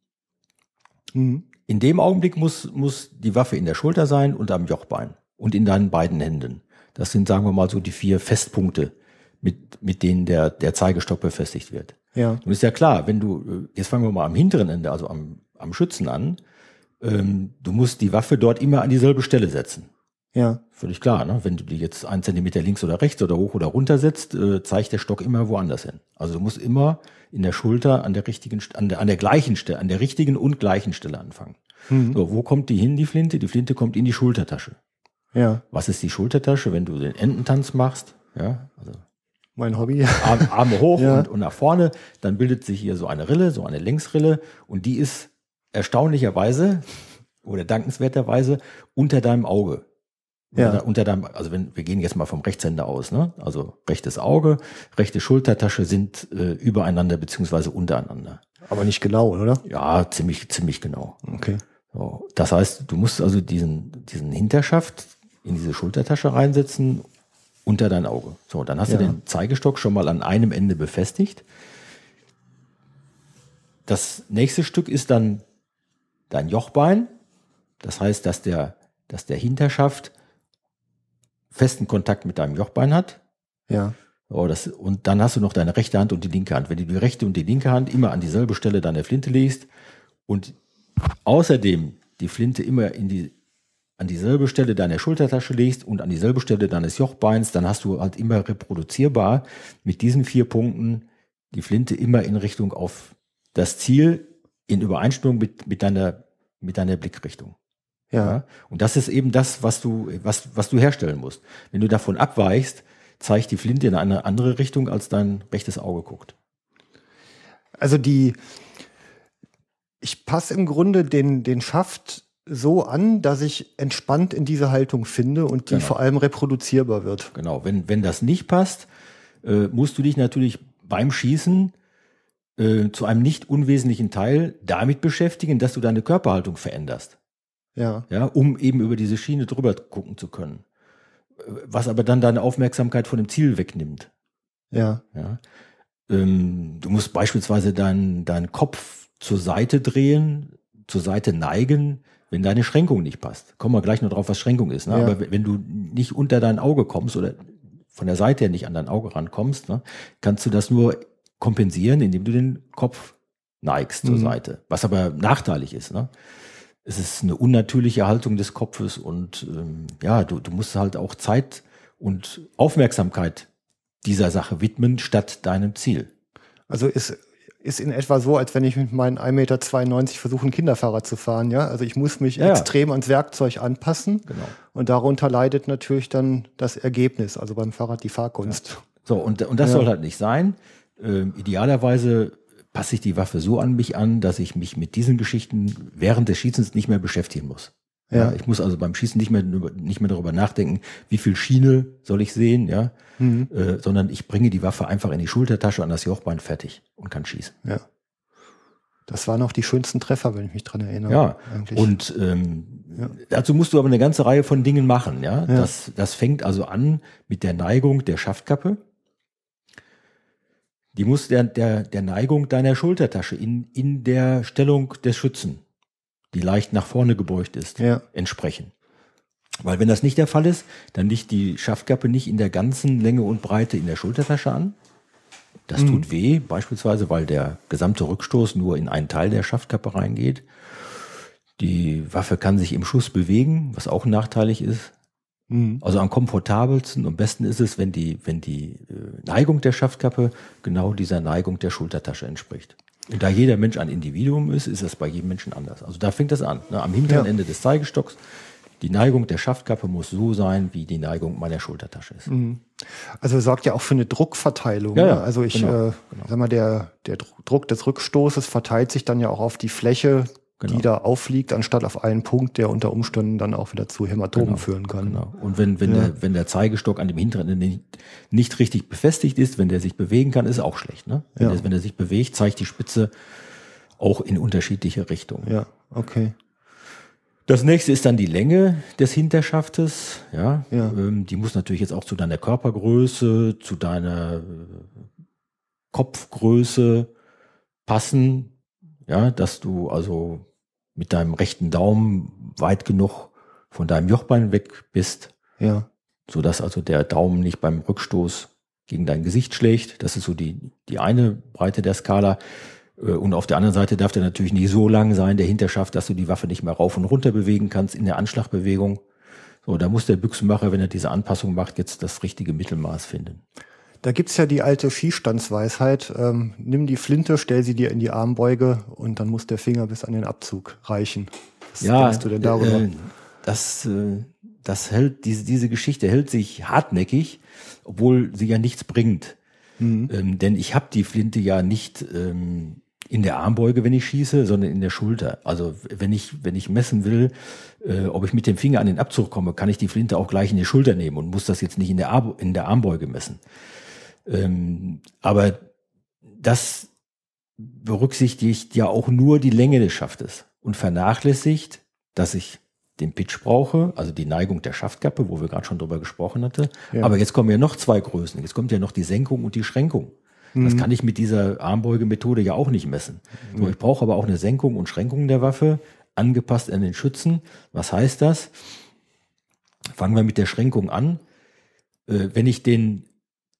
In dem Augenblick muss die Waffe in der Schulter sein und am Jochbein und in deinen beiden Händen. Das sind, sagen wir mal, so die 4 Festpunkte, mit denen der Zeigestock befestigt wird. Ja. Und ist ja klar, wenn du, jetzt fangen wir mal am hinteren Ende, also am Schützen an, du musst die Waffe dort immer an dieselbe Stelle setzen. Ja. Völlig klar, ne? Wenn du die jetzt 1 Zentimeter links oder rechts oder hoch oder runter setzt, zeigt der Stock immer woanders hin. Also du musst immer in der Schulter an der richtigen und gleichen Stelle anfangen. So, wo kommt die hin, die Flinte? Die Flinte kommt in die Schultertasche. Ja. Was ist die Schultertasche, wenn du den Ententanz machst? Ja, also mein Hobby. Arme hoch Ja. und nach vorne, dann bildet sich hier so eine Rille, so eine Längsrille und die ist erstaunlicherweise oder dankenswerterweise unter deinem Auge. Ja. Also wir gehen jetzt mal vom Rechtshänder aus, ne? Also rechtes Auge, rechte Schultertasche sind übereinander beziehungsweise untereinander. Aber nicht genau, oder? Ja, ziemlich genau. Okay. So, das heißt, du musst also diesen Hinterschaft in diese Schultertasche reinsetzen unter dein Auge. So, dann hast du den Zeigestock schon mal an einem Ende befestigt. Das nächste Stück ist dann dein Jochbein. Das heißt, dass der Hinterschaft festen Kontakt mit deinem Jochbein hat. Ja. Und dann hast du noch deine rechte Hand und die linke Hand. Wenn du die rechte und die linke Hand immer an dieselbe Stelle deiner Flinte legst und außerdem die Flinte immer an dieselbe Stelle deiner Schultertasche legst und an dieselbe Stelle deines Jochbeins, dann hast du halt immer reproduzierbar mit diesen 4 Punkten die Flinte immer in Richtung auf das Ziel in Übereinstimmung mit deiner Blickrichtung. Ja. Und das ist eben das, was du herstellen musst. Wenn du davon abweichst, zeigt die Flinte in eine andere Richtung, als dein rechtes Auge guckt. Also ich passe im Grunde den Schaft so an, dass ich entspannt in diese Haltung finde und die vor allem reproduzierbar wird. Genau, wenn das nicht passt, musst du dich natürlich beim Schießen zu einem nicht unwesentlichen Teil damit beschäftigen, dass du deine Körperhaltung veränderst. Ja, um eben über diese Schiene drüber gucken zu können. Was aber dann deine Aufmerksamkeit von dem Ziel wegnimmt. Ja. Du musst beispielsweise deinen Kopf zur Seite drehen, zur Seite neigen, wenn deine Schränkung nicht passt. Kommen wir gleich noch drauf, was Schränkung ist. Ne? Ja. Aber wenn du nicht unter dein Auge kommst oder von der Seite her nicht an dein Auge rankommst, ne, kannst du das nur kompensieren, indem du den Kopf neigst zur Seite. Was aber nachteilig ist. Ne? Es ist eine unnatürliche Haltung des Kopfes und du musst halt auch Zeit und Aufmerksamkeit dieser Sache widmen, statt deinem Ziel. Also ist in etwa so, als wenn ich mit meinen 1,92 Meter versuche, ein Kinderfahrrad zu fahren. Ja? Also ich muss mich extrem ans Werkzeug anpassen. Genau. Und darunter leidet natürlich dann das Ergebnis, also beim Fahrrad die Fahrkunst. Ja. So, und das soll halt nicht sein. Idealerweise passe ich die Waffe so an mich an, dass ich mich mit diesen Geschichten während des Schießens nicht mehr beschäftigen muss. Ja. Ich muss also beim Schießen nicht mehr darüber nachdenken, wie viel Schiene soll ich sehen, sondern ich bringe die Waffe einfach in die Schultertasche an das Jochbein fertig und kann schießen. Ja. Das waren auch die schönsten Treffer, wenn ich mich dran erinnere. Ja, eigentlich. Und dazu musst du aber eine ganze Reihe von Dingen machen. Ja? Das fängt also an mit der Neigung der Schaftkappe. Die muss der Neigung deiner Schultertasche in der Stellung des Schützen, die leicht nach vorne gebeugt ist, entsprechen. Weil wenn das nicht der Fall ist, dann liegt die Schaftkappe nicht in der ganzen Länge und Breite in der Schultertasche an. Das tut weh, beispielsweise, weil der gesamte Rückstoß nur in einen Teil der Schaftkappe reingeht. Die Waffe kann sich im Schuss bewegen, was auch nachteilig ist. Also am komfortabelsten und besten ist es, wenn die Neigung der Schaftkappe genau dieser Neigung der Schultertasche entspricht. Und da jeder Mensch ein Individuum ist das bei jedem Menschen anders. Also da fängt das an. Ne? Am hinteren Ende des Zeigestocks, die Neigung der Schaftkappe muss so sein, wie die Neigung meiner Schultertasche ist. Also sorgt ja auch für eine Druckverteilung. Ja, ne? Also sag mal, der Druck des Rückstoßes verteilt sich dann ja auch auf die Fläche, die da aufliegt, anstatt auf einen Punkt, der unter Umständen dann auch wieder zu Hämatomen führen kann. Genau. Und wenn der Zeigestock an dem hinteren Ende nicht richtig befestigt ist, wenn der sich bewegen kann, ist auch schlecht. Ne? Wenn er sich bewegt, zeigt die Spitze auch in unterschiedliche Richtungen. Ja, okay. Das nächste ist dann die Länge des Hinterschaftes. Die muss natürlich jetzt auch zu deiner Körpergröße, zu deiner Kopfgröße passen. Ja, dass du also mit deinem rechten Daumen weit genug von deinem Jochbein weg bist. Ja. Sodass also der Daumen nicht beim Rückstoß gegen dein Gesicht schlägt. Das ist so die eine Breite der Skala. Und auf der anderen Seite darf der natürlich nicht so lang sein, der Hinterschaft, dass du die Waffe nicht mehr rauf und runter bewegen kannst in der Anschlagbewegung. So, da muss der Büchsenmacher, wenn er diese Anpassung macht, jetzt das richtige Mittelmaß finden. Da gibt's ja die alte Schießstandsweisheit, nimm die Flinte, stell sie dir in die Armbeuge und dann muss der Finger bis an den Abzug reichen. Was denkst du denn darüber? Das hält, diese Geschichte hält sich hartnäckig, obwohl sie ja nichts bringt. Denn ich habe die Flinte ja nicht in der Armbeuge, wenn ich schieße, sondern in der Schulter. Also wenn ich messen will, ob ich mit dem Finger an den Abzug komme, kann ich die Flinte auch gleich in die Schulter nehmen und muss das jetzt nicht in der Armbeuge messen. Aber das berücksichtigt ja auch nur die Länge des Schaftes und vernachlässigt, dass ich den Pitch brauche, also die Neigung der Schaftkappe, wo wir gerade schon drüber gesprochen hatten. Ja. Aber jetzt kommen ja noch 2 Größen. Jetzt kommt ja noch die Senkung und die Schränkung. Das kann ich mit dieser Armbeugemethode ja auch nicht messen. So, ich brauche aber auch eine Senkung und Schränkung der Waffe, angepasst an den Schützen. Was heißt das? Fangen wir mit der Schränkung an. Wenn ich den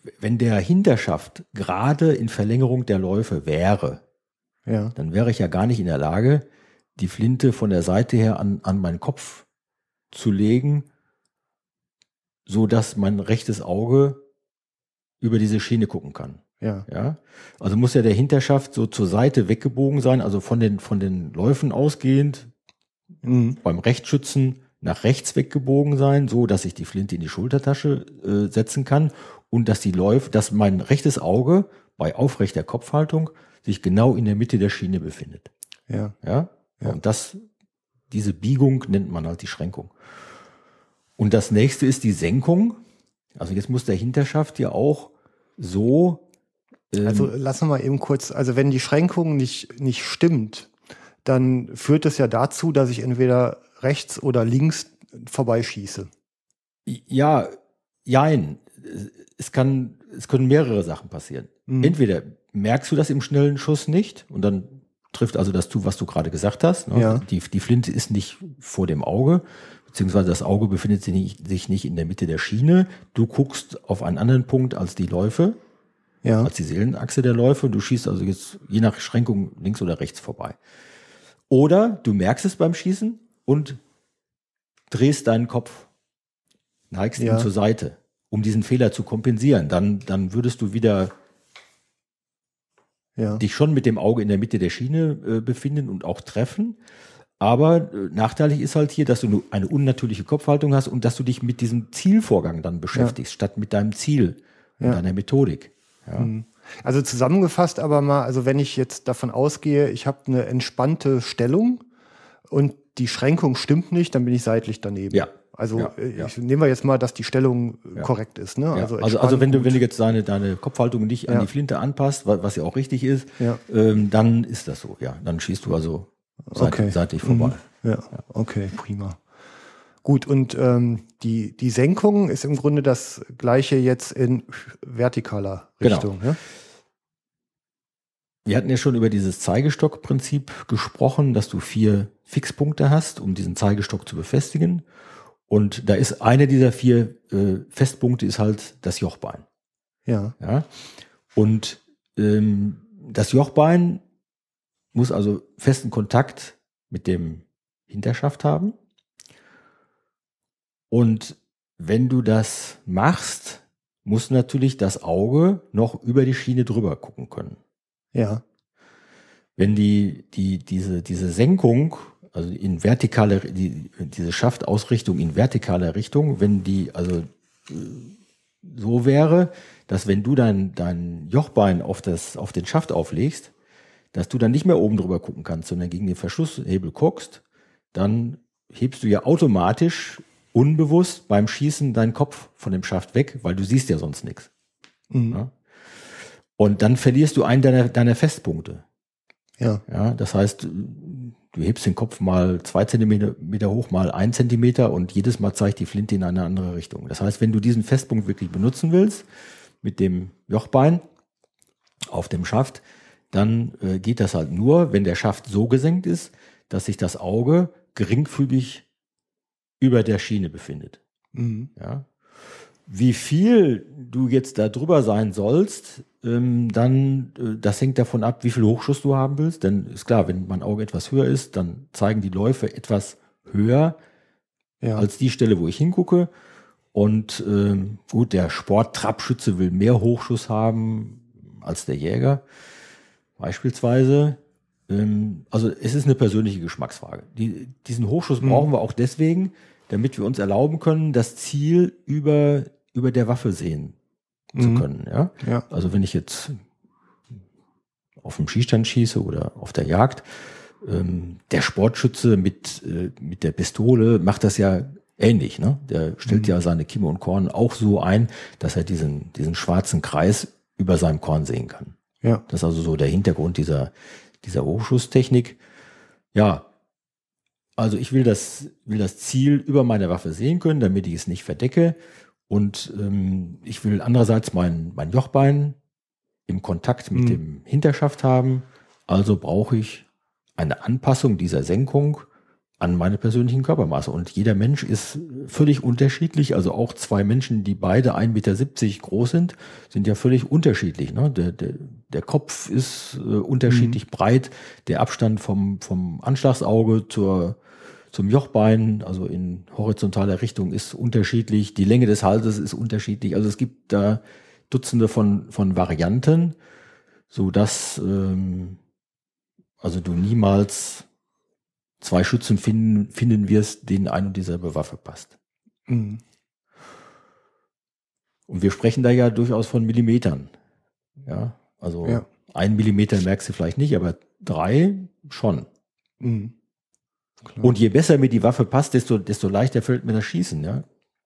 wenn der Hinterschaft gerade in Verlängerung der Läufe wäre, dann wäre ich ja gar nicht in der Lage, die Flinte von der Seite her an meinen Kopf zu legen, so dass mein rechtes Auge über diese Schiene gucken kann. Ja? Also muss ja der Hinterschaft so zur Seite weggebogen sein, also von den Läufen ausgehend, beim Rechtsschützen nach rechts weggebogen sein, so dass ich die Flinte in die Schultertasche setzen kann und dass mein rechtes Auge bei aufrechter Kopfhaltung sich genau in der Mitte der Schiene befindet. Ja? Und diese Biegung nennt man halt die Schränkung. Und das nächste ist die Senkung. Also jetzt muss der Hinterschaft ja auch so. Also lassen wir mal eben kurz, also wenn die Schränkung nicht stimmt, dann führt es ja dazu, dass ich entweder rechts oder links vorbeischieße. Ja, jein. Es können mehrere Sachen passieren. Entweder merkst du das im schnellen Schuss nicht und dann trifft also das zu, was du gerade gesagt hast. Ne? Ja. Die Flinte ist nicht vor dem Auge, beziehungsweise das Auge befindet sich nicht in der Mitte der Schiene. Du guckst auf einen anderen Punkt als die Läufe, als die Seelenachse der Läufe. Du schießt also jetzt je nach Schränkung links oder rechts vorbei. Oder du merkst es beim Schießen und drehst deinen Kopf, neigst ihn zur Seite, um diesen Fehler zu kompensieren. Dann würdest du wieder dich schon mit dem Auge in der Mitte der Schiene befinden und auch treffen. Aber nachteilig ist halt hier, dass du eine unnatürliche Kopfhaltung hast und dass du dich mit diesem Zielvorgang dann beschäftigst, statt mit deinem Ziel und deiner Methodik. Ja. Also zusammengefasst aber mal, also wenn ich jetzt davon ausgehe, ich habe eine entspannte Stellung und die Schränkung stimmt nicht, dann bin ich seitlich daneben. Ja. Also nehmen wir jetzt mal, dass die Stellung korrekt ist. Ne? Ja. Also wenn du jetzt deine Kopfhaltung nicht an die Flinte anpasst, was ja auch richtig ist, dann ist das so. Ja, dann schießt du also seitlich vorbei. Okay, prima. Gut, und die Senkung ist im Grunde das gleiche jetzt in vertikaler Richtung. Genau. Ja? Wir hatten ja schon über dieses Zeigestockprinzip gesprochen, dass du 4 Fixpunkte hast, um diesen Zeigestock zu befestigen. Und da ist einer dieser 4 Festpunkte ist halt das Jochbein. Ja. Und das Jochbein muss also festen Kontakt mit dem Hinterschaft haben. Und wenn du das machst, muss natürlich das Auge noch über die Schiene drüber gucken können. Ja. Wenn diese Senkung, also in diese Schaftausrichtung in vertikaler Richtung, wenn die also so wäre, dass wenn du dein Jochbein auf den Schaft auflegst, dass du dann nicht mehr oben drüber gucken kannst, sondern gegen den Verschlusshebel guckst, dann hebst du ja automatisch unbewusst beim Schießen deinen Kopf von dem Schaft weg, weil du siehst ja sonst nichts. Ja? Und dann verlierst du einen deiner Festpunkte. Ja, das heißt, du hebst den Kopf mal 2 Zentimeter hoch, mal 1 Zentimeter und jedes Mal zeigt die Flinte in eine andere Richtung. Das heißt, wenn du diesen Festpunkt wirklich benutzen willst, mit dem Jochbein auf dem Schaft, dann geht das halt nur, wenn der Schaft so gesenkt ist, dass sich das Auge geringfügig über der Schiene befindet. Ja. Wie viel du jetzt da drüber sein sollst, das hängt davon ab, wie viel Hochschuss du haben willst. Denn ist klar, wenn mein Auge etwas höher ist, dann zeigen die Läufe etwas höher als die Stelle, wo ich hingucke. Und gut, der Sporttrabschütze will mehr Hochschuss haben als der Jäger, beispielsweise. Also es ist eine persönliche Geschmacksfrage. Diesen Hochschuss brauchen wir auch deswegen, damit wir uns erlauben können, das Ziel über der Waffe sehen zu können. Ja? Also wenn ich jetzt auf dem Schießstand schieße oder auf der Jagd, der Sportschütze mit der Pistole macht das ja ähnlich. Ne? Der stellt ja seine Kimme und Korn auch so ein, dass er diesen schwarzen Kreis über seinem Korn sehen kann. Ja. Das ist also so der Hintergrund dieser Hochschusstechnik. Ja, also ich will das Ziel über meine Waffe sehen können, damit ich es nicht verdecke. Und ich will andererseits mein Jochbein im Kontakt mit dem Hinterschaft haben. Also brauche ich eine Anpassung dieser Senkung an meine persönlichen Körpermaße. Und jeder Mensch ist völlig unterschiedlich. Also auch zwei Menschen, die beide 1,70 Meter groß sind ja völlig unterschiedlich. Ne? Der Kopf ist unterschiedlich breit. Der Abstand vom Anschlagsauge zum Jochbein, also in horizontaler Richtung, ist unterschiedlich. Die Länge des Halses ist unterschiedlich. Also es gibt da Dutzende von Varianten, sodass also du niemals zwei Schützen finden wirst, denen ein und dieselbe Waffe passt. Mhm. Und wir sprechen da ja durchaus von Millimetern. Ja, also 1 Millimeter merkst du vielleicht nicht, aber 3 schon. Mhm. Und je besser mir die Waffe passt, desto leichter fällt mir das Schießen, ja.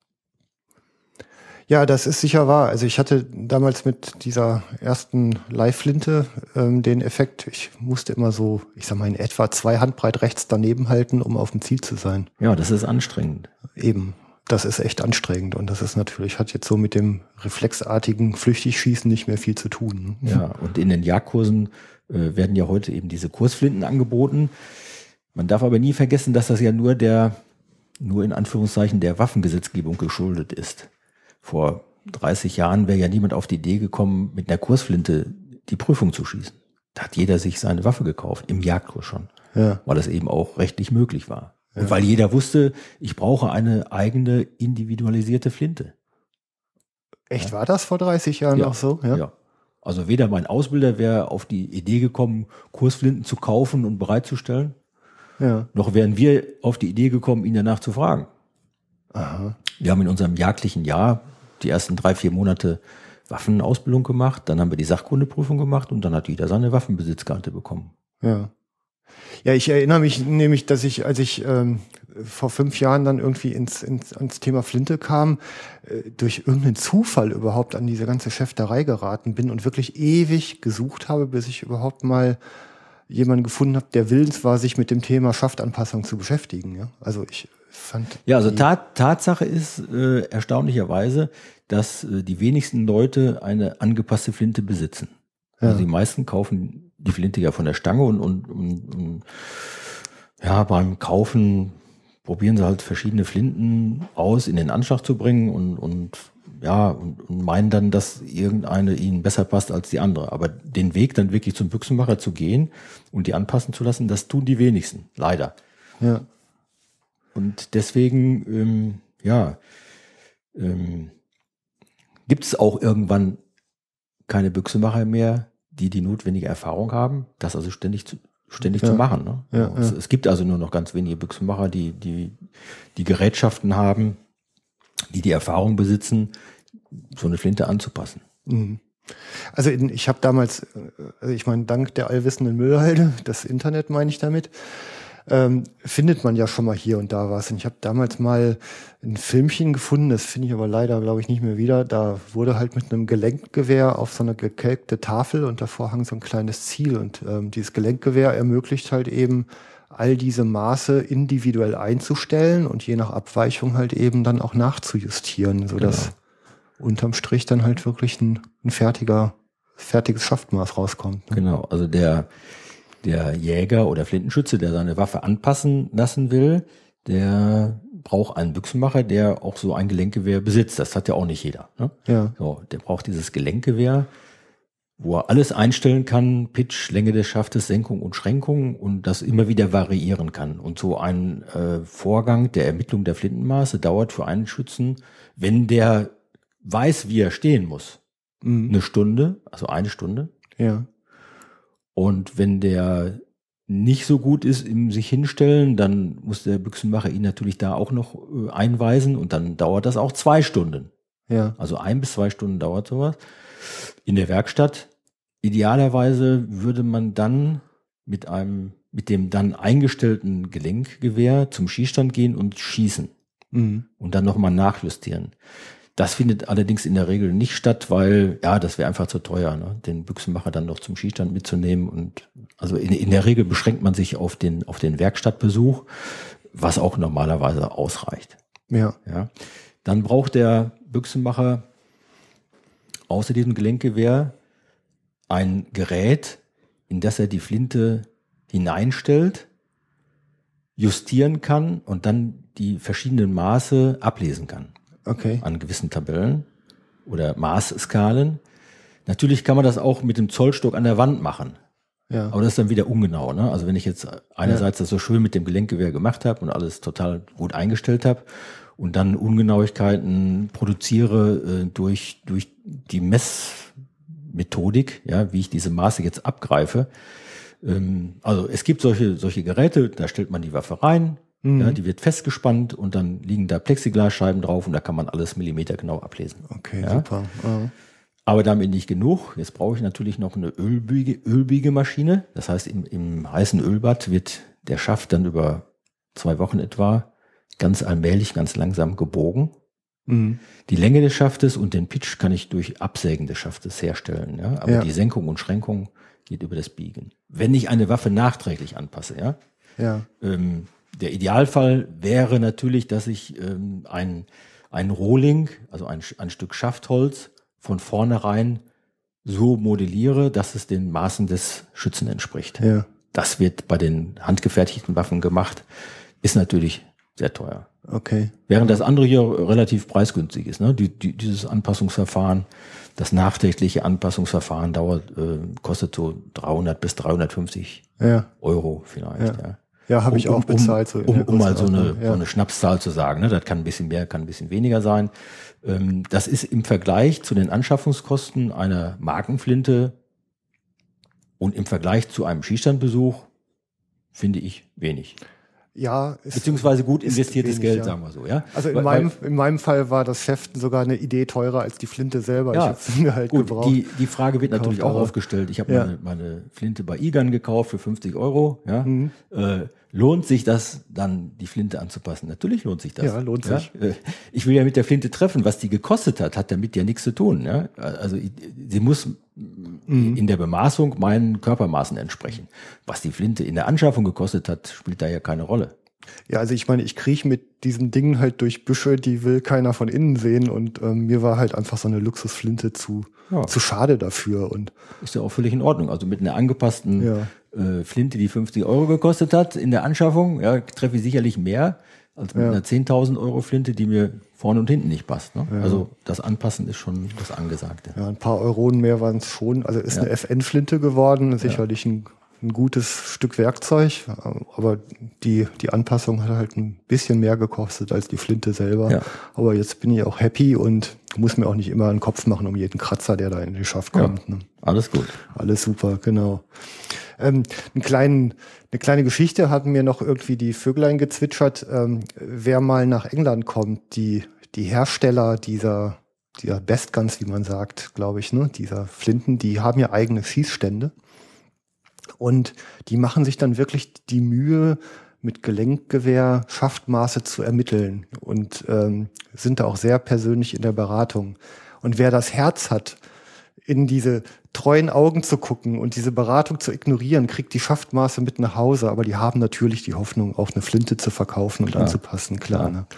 Ja, das ist sicher wahr. Also ich hatte damals mit dieser ersten Leihflinte den Effekt, ich musste immer so, ich sag mal, in etwa 2 Handbreit rechts daneben halten, um auf dem Ziel zu sein. Ja, das ist anstrengend. Eben, das ist echt anstrengend. Und das ist natürlich, hat jetzt so mit dem reflexartigen Flüchtigschießen nicht mehr viel zu tun. Ja, und in den Jagdkursen werden ja heute eben diese Kursflinten angeboten. Man darf aber nie vergessen, dass das ja nur in Anführungszeichen der Waffengesetzgebung geschuldet ist. Vor 30 Jahren wäre ja niemand auf die Idee gekommen, mit einer Kursflinte die Prüfung zu schießen. Da hat jeder sich seine Waffe gekauft, im Jagdkurs schon, weil das eben auch rechtlich möglich war. Ja. Und weil jeder wusste, ich brauche eine eigene individualisierte Flinte. Echt, war das vor 30 Jahren noch so? Ja. Also weder mein Ausbilder wäre auf die Idee gekommen, Kursflinten zu kaufen und bereitzustellen, noch wären wir auf die Idee gekommen, ihn danach zu fragen. Aha. Wir haben in unserem jagdlichen Jahr die ersten 3-4 Monate Waffenausbildung gemacht, dann haben wir die Sachkundeprüfung gemacht und dann hat jeder seine Waffenbesitzkarte bekommen. Ja. Ja, ich erinnere mich nämlich, dass ich, als ich vor 5 Jahren dann irgendwie ans Thema Flinte kam, durch irgendeinen Zufall überhaupt an diese ganze Schäfterei geraten bin und wirklich ewig gesucht habe, bis ich überhaupt mal jemanden gefunden habe, der willens war, sich mit dem Thema Schaftanpassung zu beschäftigen. Ja? Also ich fand... Ja, also Tatsache ist erstaunlicherweise, dass die wenigsten Leute eine angepasste Flinte besitzen. Ja. Also die meisten kaufen die Flinte ja von der Stange und beim Kaufen probieren sie halt verschiedene Flinten aus, in den Anschlag zu bringen und meinen dann, dass irgendeine ihnen besser passt als die andere. Aber den Weg dann wirklich zum Büchsenmacher zu gehen und die anpassen zu lassen, das tun die wenigsten, leider. Ja. Und deswegen, gibt es auch irgendwann keine Büchsenmacher mehr, die notwendige Erfahrung haben, das also ständig zu machen. Ne? Ja, es gibt also nur noch ganz wenige Büchsenmacher, die Gerätschaften haben, die Erfahrung besitzen, so eine Flinte anzupassen. Mhm. Also ich habe damals, ich meine, dank der allwissenden Müllhalde, das Internet meine ich damit, findet man ja schon mal hier und da was. Und ich habe damals mal ein Filmchen gefunden, das finde ich aber leider, glaube ich, nicht mehr wieder. Da wurde halt mit einem Gelenkgewehr auf so eine gekelkte Tafel und davor hang so ein kleines Ziel. Und dieses Gelenkgewehr ermöglicht halt eben, all diese Maße individuell einzustellen und je nach Abweichung halt eben dann auch nachzujustieren, sodass unterm Strich dann halt wirklich ein fertiges Schaftmaß rauskommt. Ne? Genau, also der Jäger oder Flintenschütze, der seine Waffe anpassen lassen will, der braucht einen Büchsenmacher, der auch so ein Gelenkgewehr besitzt. Das hat ja auch nicht jeder. Ne? Ja. So, der braucht dieses Gelenkgewehr, wo er alles einstellen kann, Pitch, Länge des Schaftes, Senkung und Schränkung und das immer wieder variieren kann. Und so ein Vorgang der Ermittlung der Flintenmaße dauert für einen Schützen, wenn der weiß, wie er stehen muss, eine Stunde, also 1 Stunde. Ja. Und wenn der nicht so gut ist im sich hinstellen, dann muss der Büchsenmacher ihn natürlich da auch noch einweisen und dann dauert das auch 2 Stunden. Ja. Also 1 bis 2 Stunden dauert sowas. In der Werkstatt, idealerweise würde man dann mit dem dann eingestellten Gelenkgewehr zum Schießstand gehen und schießen. Und dann nochmal nachjustieren. Das findet allerdings in der Regel nicht statt, weil, das wäre einfach zu teuer, ne? Den Büchsenmacher dann noch zum Schießstand mitzunehmen. Und also in der Regel beschränkt man sich auf den Werkstattbesuch, was auch normalerweise ausreicht. Ja. Dann braucht der Büchsenmacher außer diesem Gelenkgewehr ein Gerät, in das er die Flinte hineinstellt, justieren kann und dann die verschiedenen Maße ablesen kann. Okay. An gewissen Tabellen oder Maßskalen. Natürlich kann man das auch mit dem Zollstock an der Wand machen. Ja. Aber das ist dann wieder ungenau. Ne? Also wenn ich jetzt einerseits das so schön mit dem Gelenkgewehr gemacht habe und alles total gut eingestellt habe und dann Ungenauigkeiten produziere durch die Messmethodik, ja, wie ich diese Maße jetzt abgreife. Also es gibt solche Geräte, da stellt man die Waffe rein, ja, die wird festgespannt und dann liegen da Plexiglasscheiben drauf und da kann man alles millimetergenau ablesen. Okay, ja? super. Ja. Aber damit nicht genug. Jetzt brauche ich natürlich noch eine Ölbiegemaschine. Das heißt, im heißen Ölbad wird der Schaft dann über 2 Wochen etwa ganz allmählich, ganz langsam gebogen. Mhm. Die Länge des Schaftes und den Pitch kann ich durch Absägen des Schaftes herstellen. Ja? Aber die Senkung und Schränkung geht über das Biegen. Wenn ich eine Waffe nachträglich anpasse, der Idealfall wäre natürlich, dass ich ein Rohling, also ein Stück Schaftholz, von vornherein so modelliere, dass es den Maßen des Schützen entspricht. Ja. Das wird bei den handgefertigten Waffen gemacht, ist natürlich sehr teuer. Okay. Während das andere hier relativ preisgünstig ist. Ne? Dieses Anpassungsverfahren, das nachträgliche Anpassungsverfahren kostet so 300 bis 350 Euro vielleicht. Ja. Ja, habe ich auch bezahlt. Um mal so eine Schnapszahl zu sagen. Ne? Das kann ein bisschen mehr, kann ein bisschen weniger sein. Das ist im Vergleich zu den Anschaffungskosten einer Markenflinte und im Vergleich zu einem Schießstandbesuch, finde ich, wenig. Ja, beziehungsweise gut investiertes Geld, sagen wir so. Ja? Also in meinem Fall war das Schäften sogar eine Idee teurer als die Flinte selber. Ja, ich habe sie mir halt gut, gebraucht. Die Frage wird natürlich auch aufgestellt. Ich habe meine Flinte bei Igan gekauft für 50 Euro. Ja? Lohnt sich das dann, die Flinte anzupassen? Natürlich lohnt sich das. Ja, lohnt sich. Ich will ja mit der Flinte treffen. Was die gekostet hat damit ja nichts zu tun. Ja? Also sie muss in der Bemaßung meinen Körpermaßen entsprechen. Was die Flinte in der Anschaffung gekostet hat, spielt da ja keine Rolle. Ja, also ich meine, ich krieche mit diesen Dingen halt durch Büsche, die will keiner von innen sehen und mir war halt einfach so eine Luxusflinte zu schade dafür. Und ist ja auch völlig in Ordnung. Also mit einer angepassten Flinte, die 50 Euro gekostet hat in der Anschaffung, treffe ich sicherlich mehr als mit einer 10.000 Euro Flinte, die mir vorne und hinten nicht passt. Ne? Ja. Also das Anpassen ist schon das Angesagte. Ja, ein paar Euronen mehr waren es schon. Also ist eine FN-Flinte geworden, sicherlich ein gutes Stück Werkzeug, aber die Anpassung hat halt ein bisschen mehr gekostet als die Flinte selber. Ja. Aber jetzt bin ich auch happy und muss mir auch nicht immer einen Kopf machen um jeden Kratzer, der da in die Schaft kommt. Ja, ne? Alles gut. Alles super, genau. Eine kleine Geschichte hatten mir noch irgendwie die Vöglein gezwitschert. Wer mal nach England kommt, die Hersteller dieser Best Guns, wie man sagt, glaube ich, ne, dieser Flinten, die haben ja eigene Schießstände. Und die machen sich dann wirklich die Mühe, mit Gelenkgewehr Schaftmaße zu ermitteln und sind da auch sehr persönlich in der Beratung. Und wer das Herz hat, in diese treuen Augen zu gucken und diese Beratung zu ignorieren, kriegt die Schaftmaße mit nach Hause. Aber die haben natürlich die Hoffnung, auch eine Flinte zu verkaufen und anzupassen. Klar.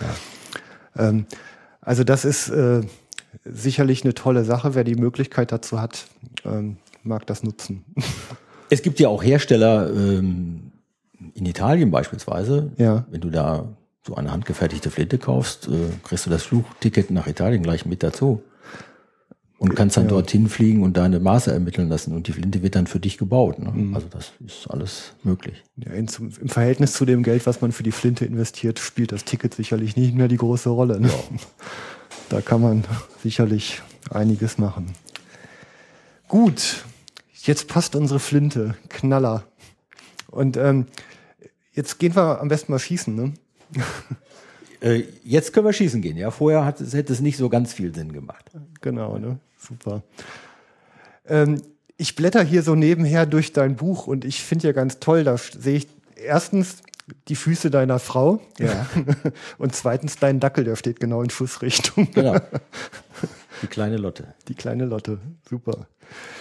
Also das ist sicherlich eine tolle Sache. Wer die Möglichkeit dazu hat, mag das nutzen. Es gibt ja auch Hersteller in Italien beispielsweise. Ja. Wenn du da so eine handgefertigte Flinte kaufst, kriegst du das Flugticket nach Italien gleich mit dazu. Und kannst dann dorthin fliegen und deine Maße ermitteln lassen. Und die Flinte wird dann für dich gebaut. Ne? Also das ist alles möglich. Ja, im Verhältnis zu dem Geld, was man für die Flinte investiert, spielt das Ticket sicherlich nicht mehr die große Rolle. Ne? Ja. Da kann man sicherlich einiges machen. Gut. Jetzt passt unsere Flinte. Knaller. Und jetzt gehen wir am besten mal schießen, ne? Jetzt können wir schießen gehen, ja. Vorher hätte es nicht so ganz viel Sinn gemacht. Genau, ne? Super. Ich blätter hier so nebenher durch dein Buch und ich finde ja ganz toll, da sehe ich erstens die Füße deiner Frau und zweitens deinen Dackel, der steht genau in Schussrichtung. Genau. Die kleine Lotte. Die kleine Lotte, super.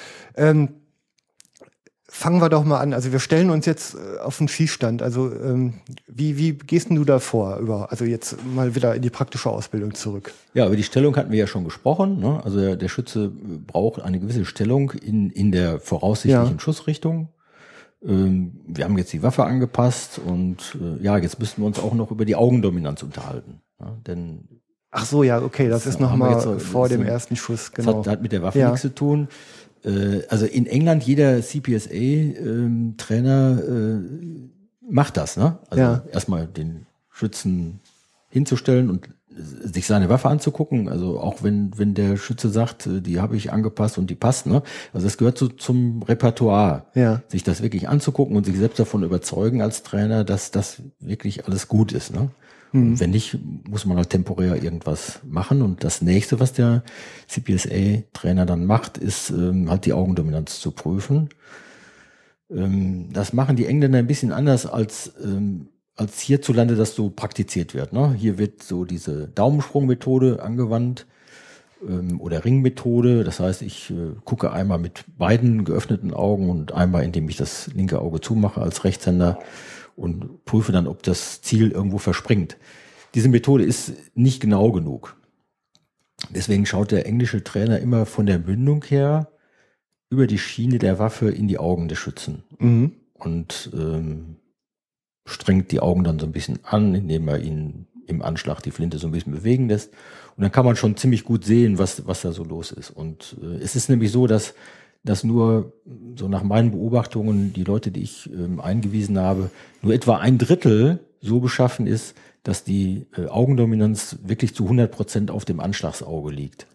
Fangen wir doch mal an. Also wir stellen uns jetzt auf den Schießstand. Also wie gehst denn du da vor? Also jetzt mal wieder in die praktische Ausbildung zurück. Ja, über die Stellung hatten wir ja schon gesprochen. Ne? Also der Schütze braucht eine gewisse Stellung in der voraussichtlichen Schussrichtung. wir haben jetzt die Waffe angepasst und jetzt müssten wir uns auch noch über die Augendominanz unterhalten. Ja, denn ach so, ja, okay, das ist nochmal vor dem ersten Schuss, genau. Das hat mit der Waffe nichts zu tun. Also in England, jeder CPSA-Trainer macht das, ne? Also erstmal den Schützen hinzustellen und sich seine Waffe anzugucken, also auch wenn der Schütze sagt, die habe ich angepasst und die passt, ne? Also das gehört so zum Repertoire, sich das wirklich anzugucken und sich selbst davon überzeugen als Trainer, dass das wirklich alles gut ist, ne? Und wenn nicht, muss man halt temporär irgendwas machen. Und das nächste, was der CPSA-Trainer dann macht, ist halt die Augendominanz zu prüfen. Das machen die Engländer ein bisschen anders als hierzulande das so praktiziert wird. Ne? Hier wird so diese Daumensprungmethode angewandt oder Ringmethode. Das heißt, ich gucke einmal mit beiden geöffneten Augen und einmal, indem ich das linke Auge zumache als Rechtshänder und prüfe dann, ob das Ziel irgendwo verspringt. Diese Methode ist nicht genau genug. Deswegen schaut der englische Trainer immer von der Mündung her über die Schiene der Waffe in die Augen des Schützen und strengt die Augen dann so ein bisschen an, indem er ihn im Anschlag die Flinte so ein bisschen bewegen lässt. Und dann kann man schon ziemlich gut sehen, was da so los ist. Und es ist nämlich so, dass nur so nach meinen Beobachtungen, die Leute, die ich eingewiesen habe, nur etwa 1/3 so beschaffen ist, dass die Augendominanz wirklich zu 100% auf dem Anschlagsauge liegt.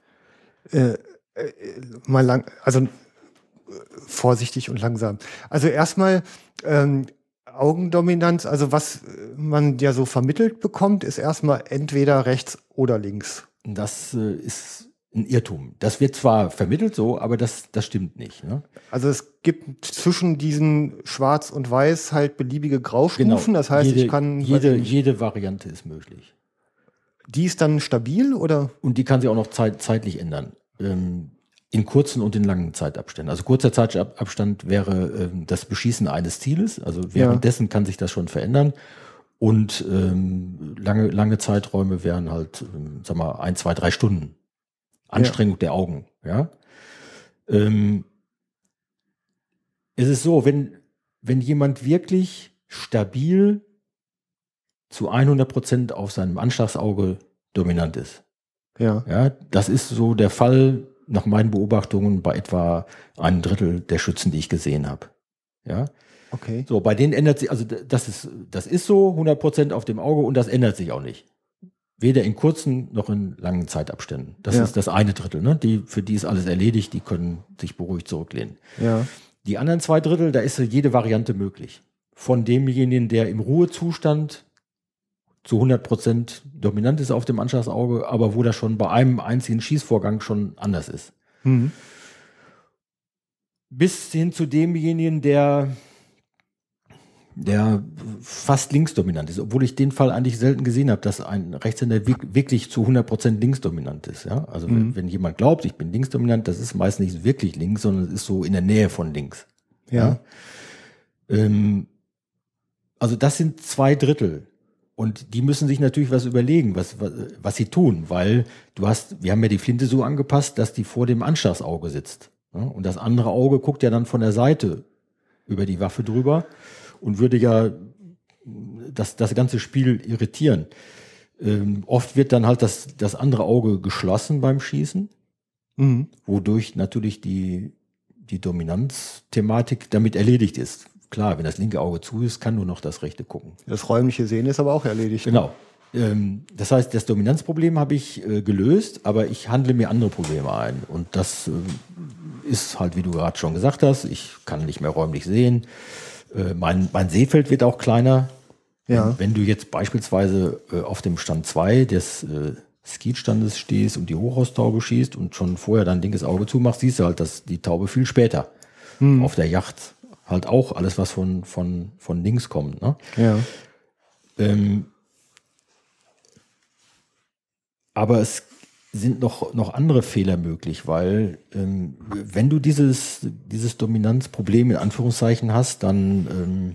Vorsichtig und langsam. Also erstmal Augendominanz, also was man ja so vermittelt bekommt, ist erstmal entweder rechts oder links. Das ist ein Irrtum. Das wird zwar vermittelt so, aber das stimmt nicht. Ne? Also es gibt zwischen diesen Schwarz und Weiß halt beliebige Graustufen. Genau. Das heißt, ich kann jede Variante ist möglich. Die ist dann stabil oder? Und die kann sich auch noch zeitlich ändern. In kurzen und in langen Zeitabständen. Also kurzer Zeitabstand wäre das Beschießen eines Zieles. Also währenddessen kann sich das schon verändern. Und lange Zeiträume wären halt, 1, 2, 3 Stunden. Anstrengung der Augen. Ja. Es ist so, wenn jemand wirklich stabil zu 100% auf seinem Anschlagsauge dominant ist. Ja, das ist so der Fall nach meinen Beobachtungen bei etwa 1/3 der Schützen, die ich gesehen habe. Ja. Okay. So, bei denen ändert sich, also das ist so 100% auf dem Auge und das ändert sich auch nicht. Weder in kurzen noch in langen Zeitabständen. Das ist das 1/3, ne? Für die ist alles erledigt, die können sich beruhigt zurücklehnen. Ja. Die anderen 2/3, da ist jede Variante möglich. Von demjenigen, der im Ruhezustand zu 100% dominant ist auf dem Anschlagsauge, aber wo das schon bei einem einzigen Schießvorgang schon anders ist. Bis hin zu demjenigen, der fast linksdominant ist, obwohl ich den Fall eigentlich selten gesehen habe, dass ein Rechtshänder wirklich zu 100% linksdominant ist. Ja? Also wenn jemand glaubt, ich bin linksdominant, das ist meist nicht wirklich links, sondern es ist so in der Nähe von links. Ja. Also das sind 2/3. Und die müssen sich natürlich was überlegen, was sie tun, weil wir haben ja die Flinte so angepasst, dass die vor dem Anschlagsauge sitzt. Ja? Und das andere Auge guckt ja dann von der Seite über die Waffe drüber und würde ja das ganze Spiel irritieren. Oft wird dann halt das andere Auge geschlossen beim Schießen, wodurch natürlich die Dominanzthematik damit erledigt ist. Klar, wenn das linke Auge zu ist, kann nur noch das rechte gucken. Das räumliche Sehen ist aber auch erledigt. Genau. Das heißt, das Dominanzproblem habe ich gelöst, aber ich handle mir andere Probleme ein. Und das ist halt, wie du gerade schon gesagt hast, ich kann nicht mehr räumlich sehen. Mein Sehfeld wird auch kleiner. Ja. Wenn du jetzt beispielsweise auf dem Stand 2 des Skeet-Standes stehst und die Hochhaustaube schießt und schon vorher dein linkes Auge zumachst, siehst du halt, dass die Taube viel später auf der Yacht halt auch alles, was von links kommt. Ne? Ja. Aber es sind noch andere Fehler möglich, weil wenn du dieses Dominanzproblem in Anführungszeichen hast, dann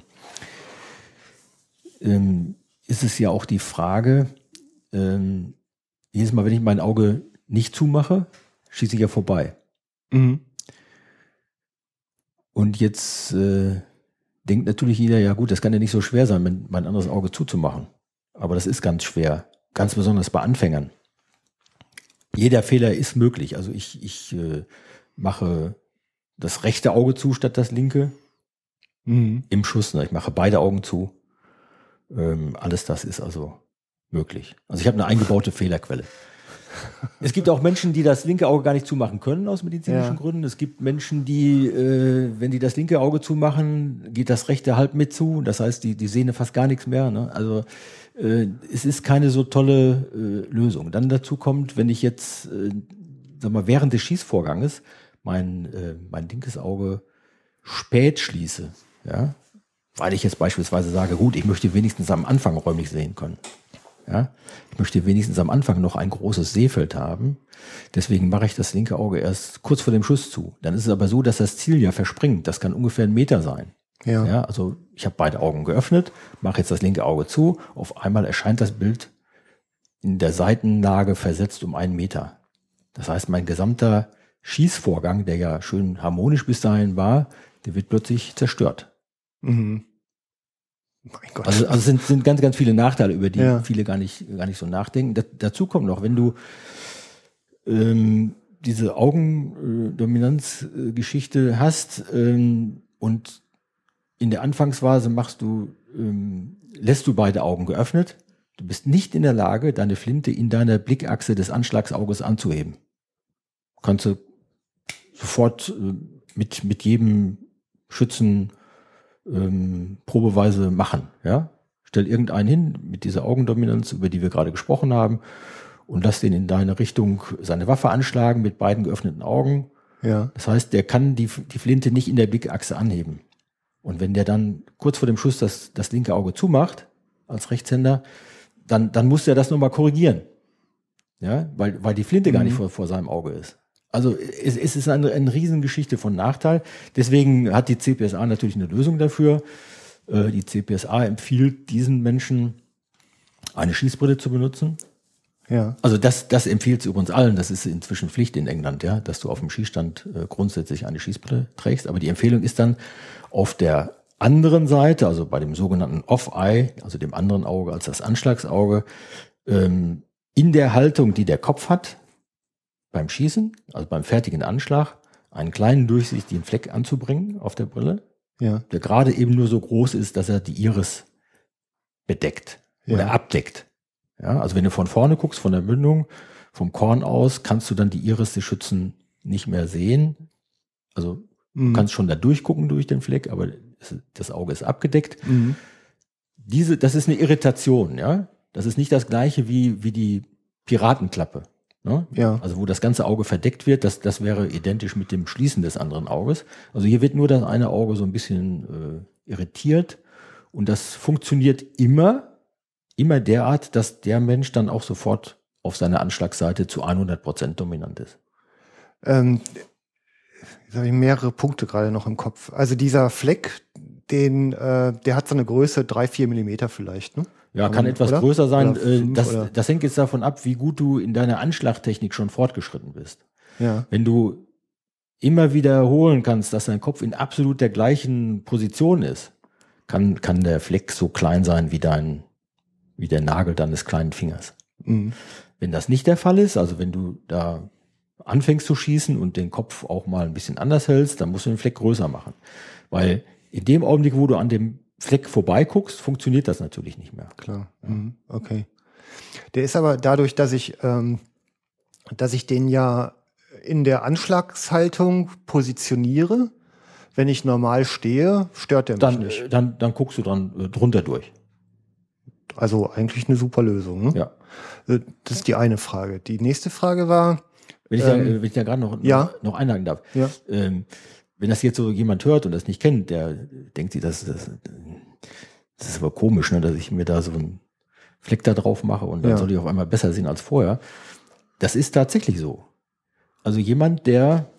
ist es ja auch die Frage, jedes Mal, wenn ich mein Auge nicht zumache, schieße ich ja vorbei. Und jetzt denkt natürlich jeder, ja gut, das kann ja nicht so schwer sein, mein anderes Auge zuzumachen. Aber das ist ganz schwer, ganz besonders bei Anfängern. Jeder Fehler ist möglich. Also ich mache das rechte Auge zu statt das linke im Schuss. Ich mache beide Augen zu. Alles das ist also möglich. Also ich habe eine eingebaute Fehlerquelle. Es gibt auch Menschen, die das linke Auge gar nicht zumachen können aus medizinischen Gründen. Es gibt Menschen, die, wenn die das linke Auge zumachen, geht das rechte halb mit zu. Das heißt, die sehen fast gar nichts mehr. Ne? Also es ist keine so tolle Lösung. Dann dazu kommt, wenn ich jetzt, sag mal, während des Schießvorganges mein linkes Auge spät schließe, ja, weil ich jetzt beispielsweise sage, gut, ich möchte wenigstens am Anfang räumlich sehen können. Ja, ich möchte wenigstens am Anfang noch ein großes Sehfeld haben. Deswegen mache ich das linke Auge erst kurz vor dem Schuss zu. Dann ist es aber so, dass das Ziel ja verspringt. Das kann ungefähr 1 Meter sein. Ja, also ich habe beide Augen geöffnet, mache jetzt das linke Auge zu. Auf einmal erscheint das Bild in der Seitenlage versetzt um 1 Meter. Das heißt, mein gesamter Schießvorgang, der ja schön harmonisch bis dahin war, der wird plötzlich zerstört. Mhm. Mein Gott. Also sind ganz, ganz viele Nachteile, über die viele gar nicht so nachdenken. Dazu kommt noch, wenn du diese Augendominanzgeschichte hast und in der Anfangsphase lässt du beide Augen geöffnet, du bist nicht in der Lage, deine Flinte in deiner Blickachse des Anschlagsauges anzuheben. Kannst du sofort mit jedem Schützen probeweise machen. Ja? Stell irgendeinen hin mit dieser Augendominanz, über die wir gerade gesprochen haben, und lass den in deine Richtung seine Waffe anschlagen mit beiden geöffneten Augen. Ja. Das heißt, der kann die Flinte nicht in der Blickachse anheben. Und wenn der dann kurz vor dem Schuss das linke Auge zumacht, als Rechtshänder, dann muss der das nochmal korrigieren. Ja? Weil die Flinte gar nicht vor seinem Auge ist. Also es ist eine Riesengeschichte von Nachteil. Deswegen hat die CPSA natürlich eine Lösung dafür. Die CPSA empfiehlt diesen Menschen, eine Schießbrille zu benutzen. Ja. Also das empfiehlt sie übrigens allen. Das ist inzwischen Pflicht in England, ja, dass du auf dem Schießstand grundsätzlich eine Schießbrille trägst. Aber die Empfehlung ist dann auf der anderen Seite, also bei dem sogenannten Off-Eye, also dem anderen Auge als das Anschlagsauge, in der Haltung, die der Kopf hat, beim Schießen, also beim fertigen Anschlag, einen kleinen durchsichtigen Fleck anzubringen auf der Brille, der gerade eben nur so groß ist, dass er die Iris bedeckt oder abdeckt. Ja, also wenn du von vorne guckst, von der Mündung, vom Korn aus, kannst du dann die Iris des Schützen nicht mehr sehen. Also du kannst schon da durchgucken durch den Fleck, aber das Auge ist abgedeckt. Das ist eine Irritation, ja. Das ist nicht das gleiche wie die Piratenklappe. Ne? Ja. Also wo das ganze Auge verdeckt wird, das wäre identisch mit dem Schließen des anderen Auges. Also hier wird nur das eine Auge so ein bisschen irritiert und das funktioniert immer derart, dass der Mensch dann auch sofort auf seiner Anschlagsseite zu 100% dominant ist. Jetzt habe ich mehrere Punkte gerade noch im Kopf. Also dieser Fleck, der hat so eine Größe 3-4 Millimeter vielleicht, ne? Ja, kann etwas größer sein. Oder Das hängt jetzt davon ab, wie gut du in deiner Anschlagtechnik schon fortgeschritten bist. Ja. Wenn du immer wiederholen kannst, dass dein Kopf in absolut der gleichen Position ist, kann der Fleck so klein sein wie der Nagel deines kleinen Fingers. Wenn das nicht der Fall ist, also wenn du da anfängst zu schießen und den Kopf auch mal ein bisschen anders hältst, dann musst du den Fleck größer machen. Weil in dem Augenblick, wo du an dem Fleck vorbeiguckst, funktioniert das natürlich nicht mehr. Klar, okay. Der ist aber dadurch, dass ich den ja in der Anschlagshaltung positioniere, wenn ich normal stehe, stört der mich nicht. Dann guckst du drunter durch. Also eigentlich eine super Lösung, ne? Ja. Das ist die eine Frage. Die nächste Frage war... Wenn ich da gerade noch einhaken darf. Ja. Wenn das jetzt so jemand hört und das nicht kennt, der denkt sich, das ist aber komisch, ne, dass ich mir da so einen Fleck da drauf mache und dann soll ich auf einmal besser sehen als vorher. Das ist tatsächlich so. Also jemand, der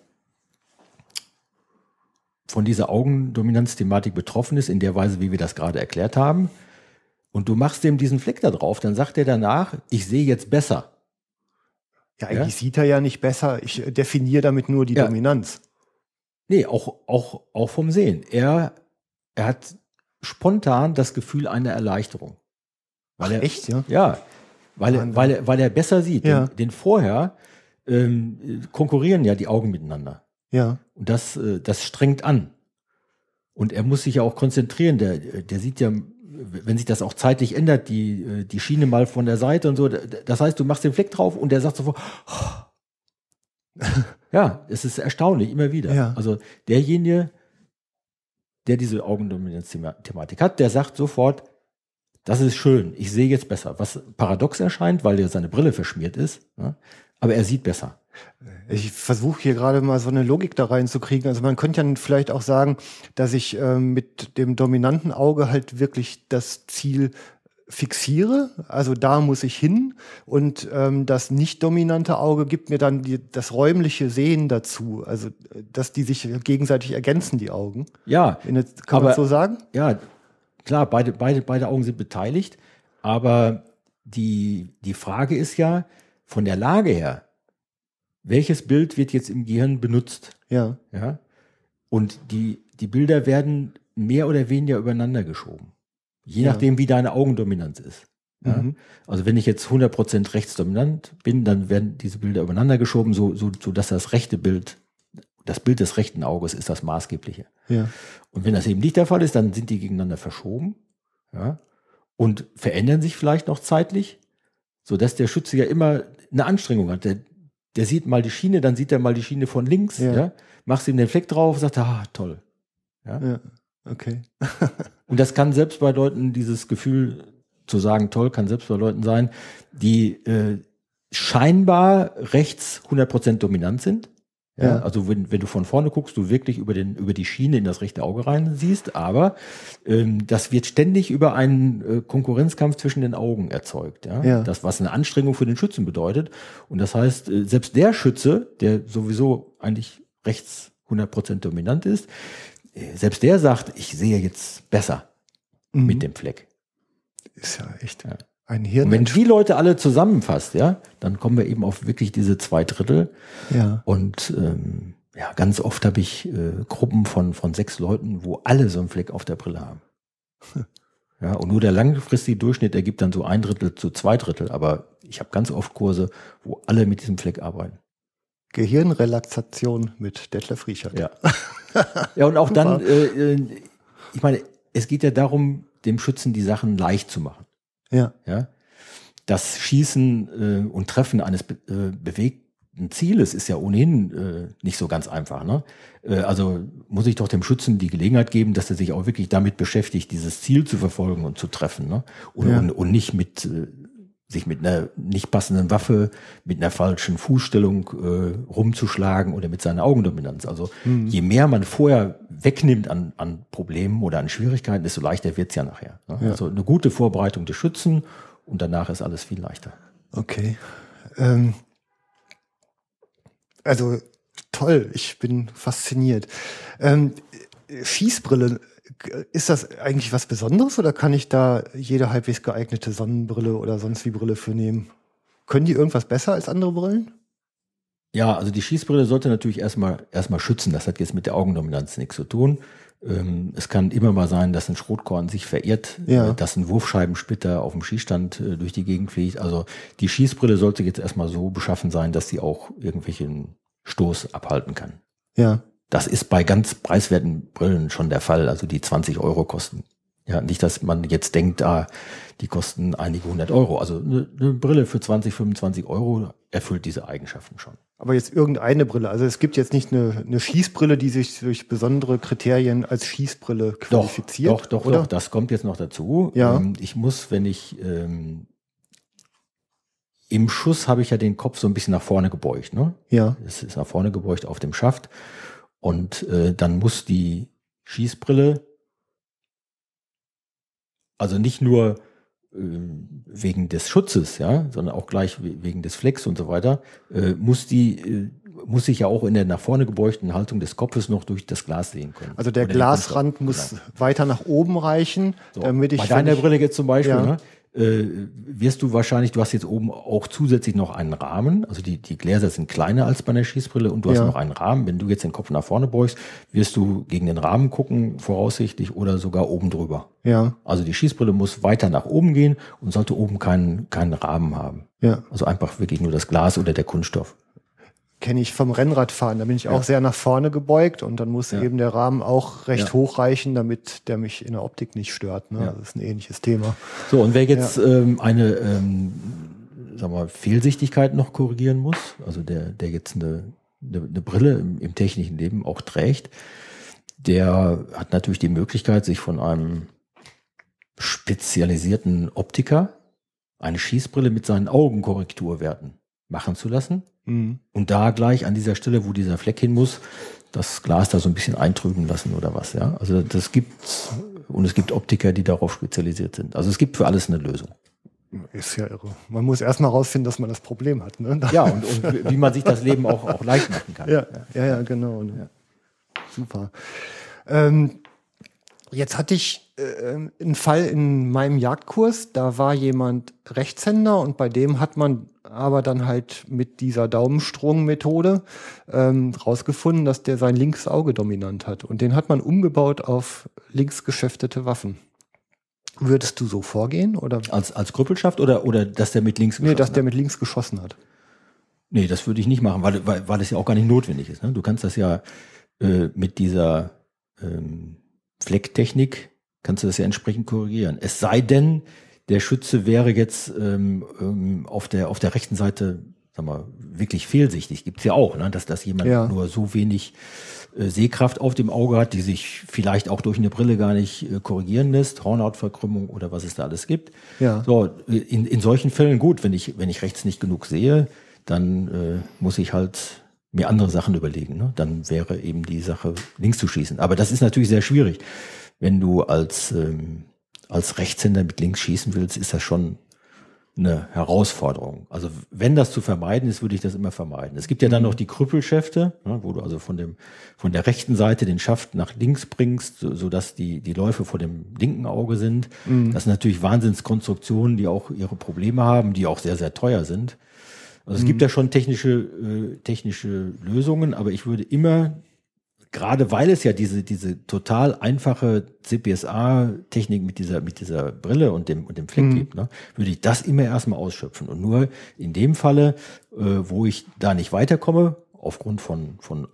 von dieser Augendominanzthematik betroffen ist, in der Weise, wie wir das gerade erklärt haben, und du machst dem diesen Fleck da drauf, dann sagt er danach, ich sehe jetzt besser. Ja, eigentlich sieht er ja nicht besser. Ich definiere damit nur die Dominanz. Nee, auch vom Sehen. Er er hat spontan das Gefühl einer Erleichterung. Weil er, echt, ja? Ja, weil er besser sieht. Ja. Denn vorher konkurrieren ja die Augen miteinander. Ja. Und das strengt an. Und er muss sich ja auch konzentrieren. Der sieht ja, wenn sich das auch zeitlich ändert, die Schiene mal von der Seite und so. Das heißt, du machst den Fleck drauf und der sagt sofort, oh. Ja, es ist erstaunlich, immer wieder. Ja. Also derjenige, der diese Augendominanz-Thematik hat, der sagt sofort, das ist schön, ich sehe jetzt besser. Was paradox erscheint, weil ja seine Brille verschmiert ist, ne? Aber er sieht besser. Ich versuche hier gerade mal so eine Logik da reinzukriegen. Also man könnte ja vielleicht auch sagen, dass ich mit dem dominanten Auge halt wirklich das Ziel fixiere. Also da muss ich hin. Und das nicht dominante Auge gibt mir dann das räumliche Sehen dazu. Also dass die sich gegenseitig ergänzen, die Augen. Ja. Kann man das so sagen? Ja, klar, beide Augen sind beteiligt. Aber die Frage ist ja, von der Lage her, welches Bild wird jetzt im Gehirn benutzt? Ja. Ja? Und die Bilder werden mehr oder weniger übereinander geschoben. Je nachdem, wie deine Augendominanz ist. Ja? Mhm. Also wenn ich jetzt 100% rechtsdominant bin, dann werden diese Bilder übereinander geschoben, so dass das rechte Bild, das Bild des rechten Auges ist das maßgebliche. Ja. Und wenn das eben nicht der Fall ist, dann sind die gegeneinander verschoben, ja, und verändern sich vielleicht noch zeitlich, sodass der Schütze ja immer eine Anstrengung hat. Der sieht mal die Schiene, dann sieht er mal die Schiene von links, ja, machst ihm den Fleck drauf, sagt, toll. Ja, okay. Und das kann selbst bei Leuten, dieses Gefühl zu sagen, toll, kann selbst bei Leuten sein, die scheinbar rechts 100% dominant sind. Ja, also wenn du von vorne guckst, du wirklich über die Schiene in das rechte Auge rein siehst, aber das wird ständig über einen Konkurrenzkampf zwischen den Augen erzeugt. Ja? Das, was eine Anstrengung für den Schützen bedeutet. Und das heißt, selbst der Schütze, der sowieso eigentlich rechts 100% dominant ist, selbst der sagt, ich sehe jetzt besser mit dem Fleck. Ist ja echt ein Hirn. Und wenn die Leute alle zusammenfasst, ja, dann kommen wir eben auf wirklich diese 2/3. Ja. Und ganz oft habe ich Gruppen von 6 Leuten, wo alle so einen Fleck auf der Brille haben. Ja, und nur der langfristige Durchschnitt ergibt dann so 1/3 zu 2/3. Aber ich habe ganz oft Kurse, wo alle mit diesem Fleck arbeiten. Gehirnrelaxation mit Detlef Riechert. Ja. Ja, und auch dann, ich meine, es geht ja darum, dem Schützen die Sachen leicht zu machen. Ja. Ja. Das Schießen und Treffen eines bewegten Zieles ist ja ohnehin nicht so ganz einfach. Ne? Also muss ich doch dem Schützen die Gelegenheit geben, dass er sich auch wirklich damit beschäftigt, dieses Ziel zu verfolgen und zu treffen. Ne? Und nicht sich mit einer nicht passenden Waffe, mit einer falschen Fußstellung rumzuschlagen oder mit seiner Augendominanz. Also je mehr man vorher wegnimmt an Problemen oder an Schwierigkeiten, desto leichter wird's ja nachher. Ne? Ja. Also eine gute Vorbereitung des Schützen und danach ist alles viel leichter. Okay. Also toll, ich bin fasziniert. Schießbrille, ist das eigentlich was Besonderes oder kann ich da jede halbwegs geeignete Sonnenbrille oder sonst wie Brille für nehmen? Können die irgendwas besser als andere Brillen? Ja, also die Schießbrille sollte natürlich erstmal schützen. Das hat jetzt mit der Augendominanz nichts zu tun. Es kann immer mal sein, dass ein Schrotkorn sich verirrt, dass ein Wurfscheibensplitter auf dem Schießstand durch die Gegend fliegt. Also die Schießbrille sollte jetzt erstmal so beschaffen sein, dass sie auch irgendwelchen Stoß abhalten kann. Ja. Das ist bei ganz preiswerten Brillen schon der Fall, also die 20 € kosten. Ja, nicht, dass man jetzt denkt, die kosten einige 100 €. Also eine Brille für 20, 25 € erfüllt diese Eigenschaften schon. Aber jetzt irgendeine Brille. Also es gibt jetzt nicht eine Schießbrille, die sich durch besondere Kriterien als Schießbrille qualifiziert. Doch, das kommt jetzt noch dazu. Ja. Ich muss, wenn ich im Schuss habe ich ja den Kopf so ein bisschen nach vorne gebeugt. Ne? Ja. Es ist nach vorne gebeugt auf dem Schaft. Und dann muss die Schießbrille, also nicht nur wegen des Schutzes, ja, sondern auch gleich wegen des Flecks und so weiter, muss sich ja auch in der nach vorne gebeugten Haltung des Kopfes noch durch das Glas sehen können. Also der Glasrand muss weiter nach oben reichen, so, damit ich... Bei deiner Brille jetzt zum Beispiel, wirst du wahrscheinlich, du hast jetzt oben auch zusätzlich noch einen Rahmen, also die Gläser sind kleiner als bei einer Schießbrille und du hast noch einen Rahmen. Wenn du jetzt den Kopf nach vorne beugst, wirst du gegen den Rahmen gucken, voraussichtlich, oder sogar oben drüber. Ja. Also die Schießbrille muss weiter nach oben gehen und sollte oben keinen Rahmen haben. Ja. Also einfach wirklich nur das Glas oder der Kunststoff. Kenne ich vom Rennradfahren. Da bin ich auch sehr nach vorne gebeugt und dann muss eben der Rahmen auch recht hoch reichen, damit der mich in der Optik nicht stört. Ne? Ja. Das ist ein ähnliches Thema. So, und wer jetzt eine Fehlsichtigkeit noch korrigieren muss, also der jetzt eine Brille im technischen Leben auch trägt, der hat natürlich die Möglichkeit, sich von einem spezialisierten Optiker eine Schießbrille mit seinen Augenkorrekturwerten machen zu lassen. Und da gleich an dieser Stelle, wo dieser Fleck hin muss, das Glas da so ein bisschen eintrüben lassen oder was, ja. Also das gibt's, und es gibt Optiker, die darauf spezialisiert sind. Also es gibt für alles eine Lösung. Ist ja irre. Man muss erst mal rausfinden, dass man das Problem hat. Ne? Ja, und wie man sich das Leben auch leicht machen kann. Ja, genau. Ne? Ja. Super. Jetzt hatte ich einen Fall in meinem Jagdkurs, da war jemand Rechtshänder und bei dem hat man aber dann halt mit dieser Daumenstrung-Methode rausgefunden, dass der sein linkes Auge dominant hat. Und den hat man umgebaut auf links geschäftete Waffen. Würdest du so vorgehen? Oder? Als Krüppelschaft oder dass der mit links geschossen hat? Nee, dass der mit links geschossen hat. Nee, das würde ich nicht machen, weil es ja auch gar nicht notwendig ist. Ne? Du kannst das ja mit dieser Flecktechnik, kannst du das ja entsprechend korrigieren. Es sei denn, der Schütze wäre jetzt auf der rechten Seite, sag mal, wirklich fehlsichtig. Gibt's ja auch, ne? Dass jemand nur so wenig Sehkraft auf dem Auge hat, die sich vielleicht auch durch eine Brille gar nicht korrigieren lässt, Hornhautverkrümmung oder was es da alles gibt. Ja. So, in solchen Fällen gut, wenn ich rechts nicht genug sehe, dann muss ich halt mir andere Sachen überlegen. Ne? Dann wäre eben die Sache, links zu schießen. Aber das ist natürlich sehr schwierig. Wenn du als Rechtshänder mit links schießen willst, ist das schon eine Herausforderung. Also wenn das zu vermeiden ist, würde ich das immer vermeiden. Es gibt ja dann noch die Krüppelschäfte, ne, wo du also von der rechten Seite den Schaft nach links bringst, sodass die Läufe vor dem linken Auge sind. Das sind natürlich Wahnsinnskonstruktionen, die auch ihre Probleme haben, die auch sehr, sehr teuer sind. Also es gibt ja schon technische Lösungen, aber ich würde immer, gerade weil es ja diese total einfache CPSA-Technik mit dieser Brille und dem Fleck gibt, ne, würde ich das immer erstmal ausschöpfen. Und nur in dem Falle, wo ich da nicht weiterkomme, aufgrund von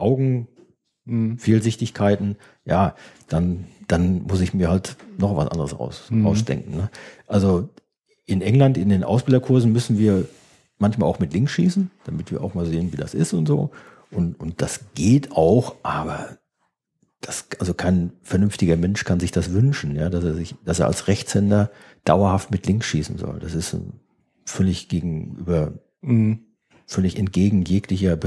Augenfehlsichtigkeiten, ja, dann muss ich mir halt noch was anderes ausdenken. Ne? Also in England, in den Ausbilderkursen müssen wir manchmal auch mit links schießen, damit wir auch mal sehen, wie das ist und so. Und das geht auch, aber also kein vernünftiger Mensch kann sich das wünschen, ja, dass er als Rechtshänder dauerhaft mit links schießen soll. Das ist völlig völlig entgegen jeglicher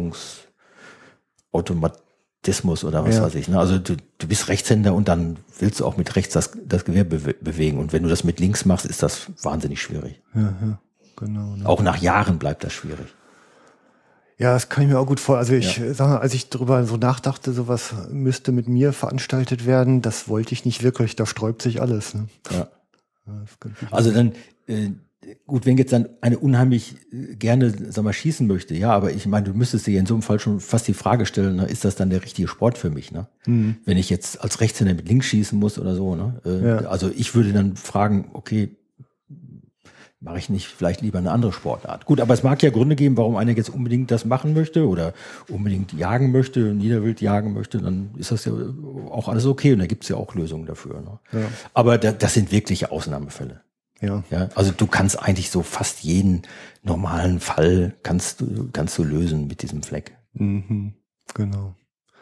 Bewegungsautomatismus oder was weiß ich. Ne? Also du bist Rechtshänder und dann willst du auch mit rechts das Gewehr bewegen. Und wenn du das mit links machst, ist das wahnsinnig schwierig. Ja, genau. Ne? Auch nach Jahren bleibt das schwierig. Ja, das kann ich mir auch gut vorstellen. Also ich sag mal, als ich darüber so nachdachte, sowas müsste mit mir veranstaltet werden, das wollte ich nicht wirklich. Da sträubt sich alles. Ne? Ja. Also dann, gut, wenn jetzt dann eine unheimlich gerne, sag mal, schießen möchte, ja, aber ich meine, du müsstest dir in so einem Fall schon fast die Frage stellen, ne, ist das dann der richtige Sport für mich, ne? Wenn ich jetzt als Rechtshänder mit links schießen muss oder so, ne? Also ich würde dann fragen, okay, mache ich nicht vielleicht lieber eine andere Sportart? Gut, aber es mag ja Gründe geben, warum einer jetzt unbedingt das machen möchte oder unbedingt jagen möchte, Niederwild jagen möchte, dann ist das ja auch alles okay und da gibt es ja auch Lösungen dafür. Ne? Ja. Aber das sind wirkliche Ausnahmefälle. Ja. Also du kannst eigentlich so fast jeden normalen Fall kannst du lösen mit diesem Fleck. Genau.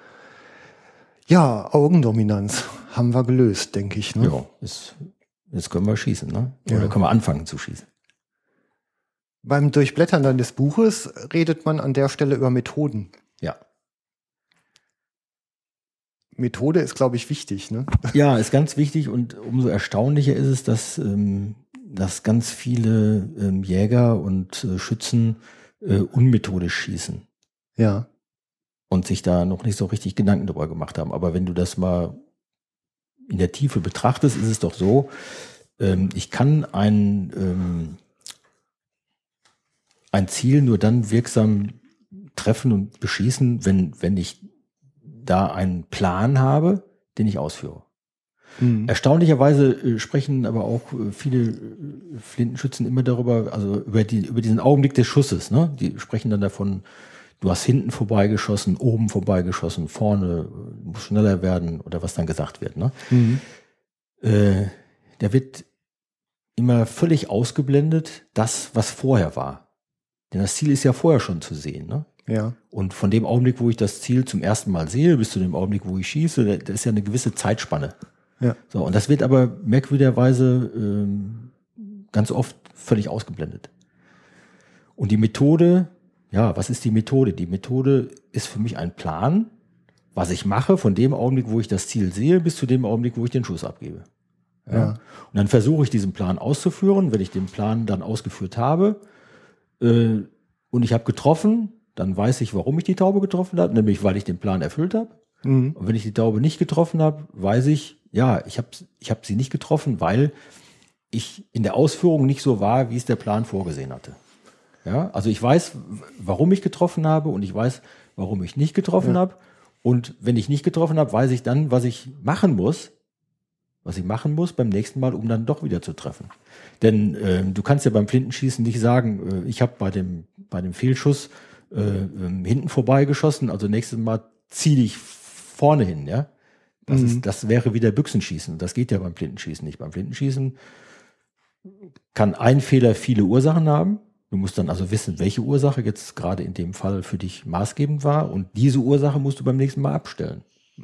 Ja, Augendominanz haben wir gelöst, denke ich. Ne? Ja, jetzt können wir schießen, ne? Oder können wir anfangen zu schießen. Beim Durchblättern dann des Buches redet man an der Stelle über Methoden. Ja. Methode ist, glaube ich, wichtig, ne? Ja, ist ganz wichtig und umso erstaunlicher ist es, dass ganz viele Jäger und Schützen unmethodisch schießen. Ja. Und sich da noch nicht so richtig Gedanken darüber gemacht haben. Aber wenn du das mal in der Tiefe betrachtest, ist es doch so, Ich kann ein Ziel nur dann wirksam treffen und beschießen, wenn ich da einen Plan habe, den ich ausführe. Erstaunlicherweise sprechen aber auch viele Flintenschützen immer darüber, also über diesen Augenblick des Schusses. Ne? Die sprechen dann davon, du hast hinten vorbeigeschossen, oben vorbeigeschossen, vorne, muss schneller werden oder was dann gesagt wird. Ne? Da wird immer völlig ausgeblendet, das, was vorher war. Denn das Ziel ist ja vorher schon zu sehen. Ne? Ja. Und von dem Augenblick, wo ich das Ziel zum ersten Mal sehe, bis zu dem Augenblick, wo ich schieße, das ist ja eine gewisse Zeitspanne. Ja. So, und das wird aber merkwürdigerweise ganz oft völlig ausgeblendet. Und die Methode, ja, was ist die Methode? Die Methode ist für mich ein Plan, was ich mache von dem Augenblick, wo ich das Ziel sehe, bis zu dem Augenblick, wo ich den Schuss abgebe. Ja. Und dann versuche ich diesen Plan auszuführen. Wenn ich den Plan dann ausgeführt habe und ich habe getroffen, dann weiß ich, warum ich die Taube getroffen habe, nämlich weil ich den Plan erfüllt habe. Und wenn ich die Taube nicht getroffen habe, weiß ich, ja, ich hab sie nicht getroffen, weil ich in der Ausführung nicht so war, wie es der Plan vorgesehen hatte. Ja, also ich weiß, warum ich getroffen habe und ich weiß, warum ich nicht getroffen habe. Und wenn ich nicht getroffen habe, weiß ich dann, was ich machen muss beim nächsten Mal, um dann doch wieder zu treffen. Denn du kannst ja beim Flintenschießen nicht sagen, ich habe bei dem Fehlschuss hinten vorbeigeschossen, also nächstes Mal zieh dich vorne hin, ja. Das wäre wieder Büchsenschießen. Das geht ja beim Flintenschießen nicht. Beim Flintenschießen kann ein Fehler viele Ursachen haben. Du musst dann also wissen, welche Ursache jetzt gerade in dem Fall für dich maßgebend war. Und diese Ursache musst du beim nächsten Mal abstellen.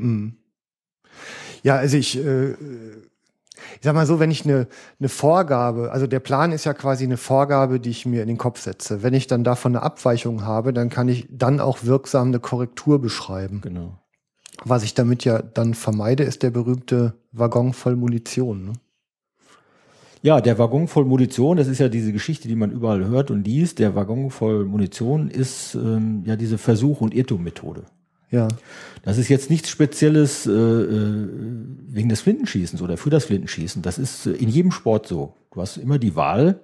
Ja, also ich sag mal so, wenn ich eine Vorgabe, also der Plan ist ja quasi eine Vorgabe, die ich mir in den Kopf setze. Wenn ich dann davon eine Abweichung habe, dann kann ich dann auch wirksam eine Korrektur beschreiben. Genau. Was ich damit ja dann vermeide, ist der berühmte Waggon voll Munition. Ne? Ja, der Waggon voll Munition, das ist ja diese Geschichte, die man überall hört und liest. Der Waggon voll Munition ist ja diese Versuch- und Irrtum-Methode. Ja. Das ist jetzt nichts Spezielles wegen des Flintenschießens oder für das Flintenschießen. Das ist in jedem Sport so. Du hast immer die Wahl,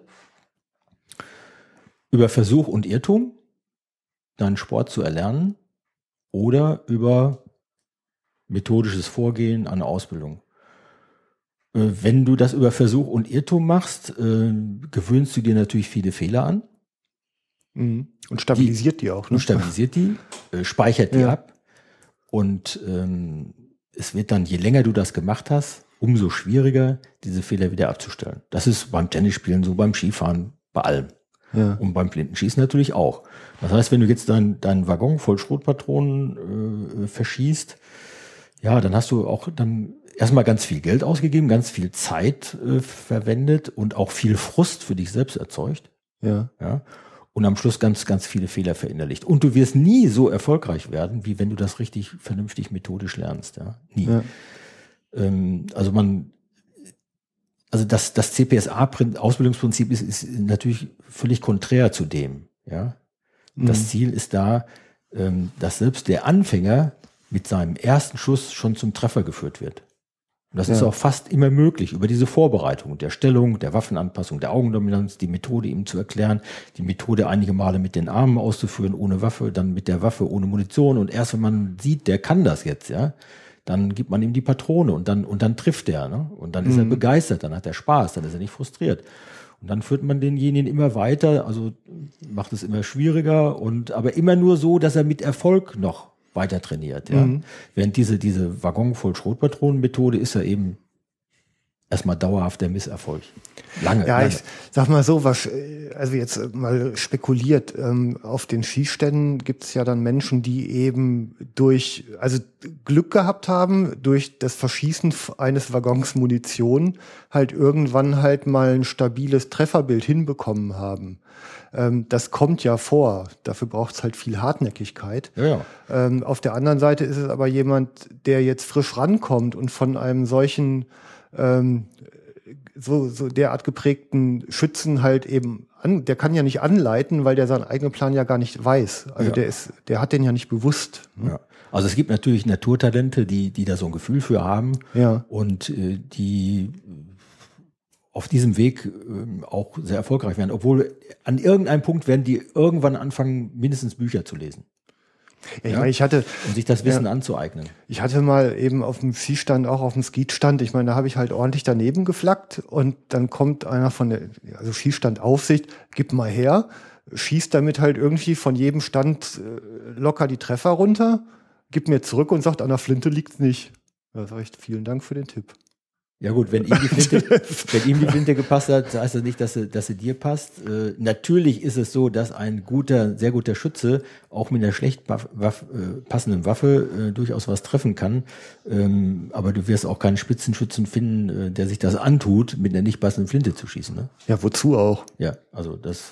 über Versuch und Irrtum deinen Sport zu erlernen oder über methodisches Vorgehen, eine Ausbildung. Wenn du das über Versuch und Irrtum machst, gewöhnst du dir natürlich viele Fehler an. Und stabilisiert die auch. Ne? Und stabilisiert die, speichert die ab. Und es wird dann, je länger du das gemacht hast, umso schwieriger, diese Fehler wieder abzustellen. Das ist beim Tennisspielen so, beim Skifahren, bei allem. Ja. Und beim Flintenschießen natürlich auch. Das heißt, wenn du jetzt deinen Waggon voll Schrotpatronen verschießt, ja, dann hast du auch dann erstmal ganz viel Geld ausgegeben, ganz viel Zeit verwendet und auch viel Frust für dich selbst erzeugt. Ja. Und am Schluss ganz, ganz viele Fehler verinnerlicht. Und du wirst nie so erfolgreich werden, wie wenn du das richtig vernünftig methodisch lernst. Ja? Nie. Ja. Also das CPSA-Ausbildungsprinzip ist natürlich völlig konträr zu dem. Ja? Das Ziel ist da, dass selbst der Anfänger mit seinem ersten Schuss schon zum Treffer geführt wird. Und das ist auch fast immer möglich, über diese Vorbereitung der Stellung, der Waffenanpassung, der Augendominanz, die Methode ihm zu erklären, die Methode einige Male mit den Armen auszuführen, ohne Waffe, dann mit der Waffe ohne Munition. Und erst wenn man sieht, der kann das jetzt, ja, dann gibt man ihm die Patrone und dann trifft er, ne? Und dann ist er begeistert, dann hat er Spaß, dann ist er nicht frustriert. Und dann führt man denjenigen immer weiter, also macht es immer schwieriger aber immer nur so, dass er mit Erfolg noch weiter trainiert. Ja. Während diese Waggon voll Schrotpatronen-Methode ist ja eben erstmal dauerhafter Misserfolg. Lange. Ich sag mal so, also jetzt mal spekuliert, auf den Schießständen gibt es ja dann Menschen, die eben also Glück gehabt haben, durch das Verschießen eines Waggons Munition halt irgendwann halt mal ein stabiles Trefferbild hinbekommen haben. Das kommt ja vor. Dafür braucht es halt viel Hartnäckigkeit. Ja. Auf der anderen Seite ist es aber jemand, der jetzt frisch rankommt und von einem solchen so derart geprägten Schützen halt eben der kann ja nicht anleiten, weil der seinen eigenen Plan ja gar nicht weiß. Also der hat den ja nicht bewusst. Ne? Ja. Also es gibt natürlich Naturtalente, die da so ein Gefühl für haben ja. und die auf diesem Weg auch sehr erfolgreich werden. Obwohl an irgendeinem Punkt werden die irgendwann anfangen, mindestens Bücher zu lesen. Ja, ich meine, ich hatte, um sich das Wissen anzueignen. Ich hatte mal eben auf dem Skistand, auch auf dem Skistand, ich meine, da habe ich halt ordentlich daneben geflaggt und dann kommt einer von der Skistandaufsicht, gib mal her, schießt damit halt irgendwie von jedem Stand locker die Treffer runter, gibt mir zurück und sagt, an der Flinte liegt's nicht. Da sage ich, vielen Dank für den Tipp. Ja gut, wenn ihm die Flinte gepasst hat, heißt das nicht, dass sie dir passt. Natürlich ist es so, dass ein sehr guter Schütze auch mit einer schlecht passenden Waffe durchaus was treffen kann. Aber du wirst auch keinen Spitzenschützen finden, der sich das antut, mit einer nicht passenden Flinte zu schießen. Ne? Ja, wozu auch? Ja, also das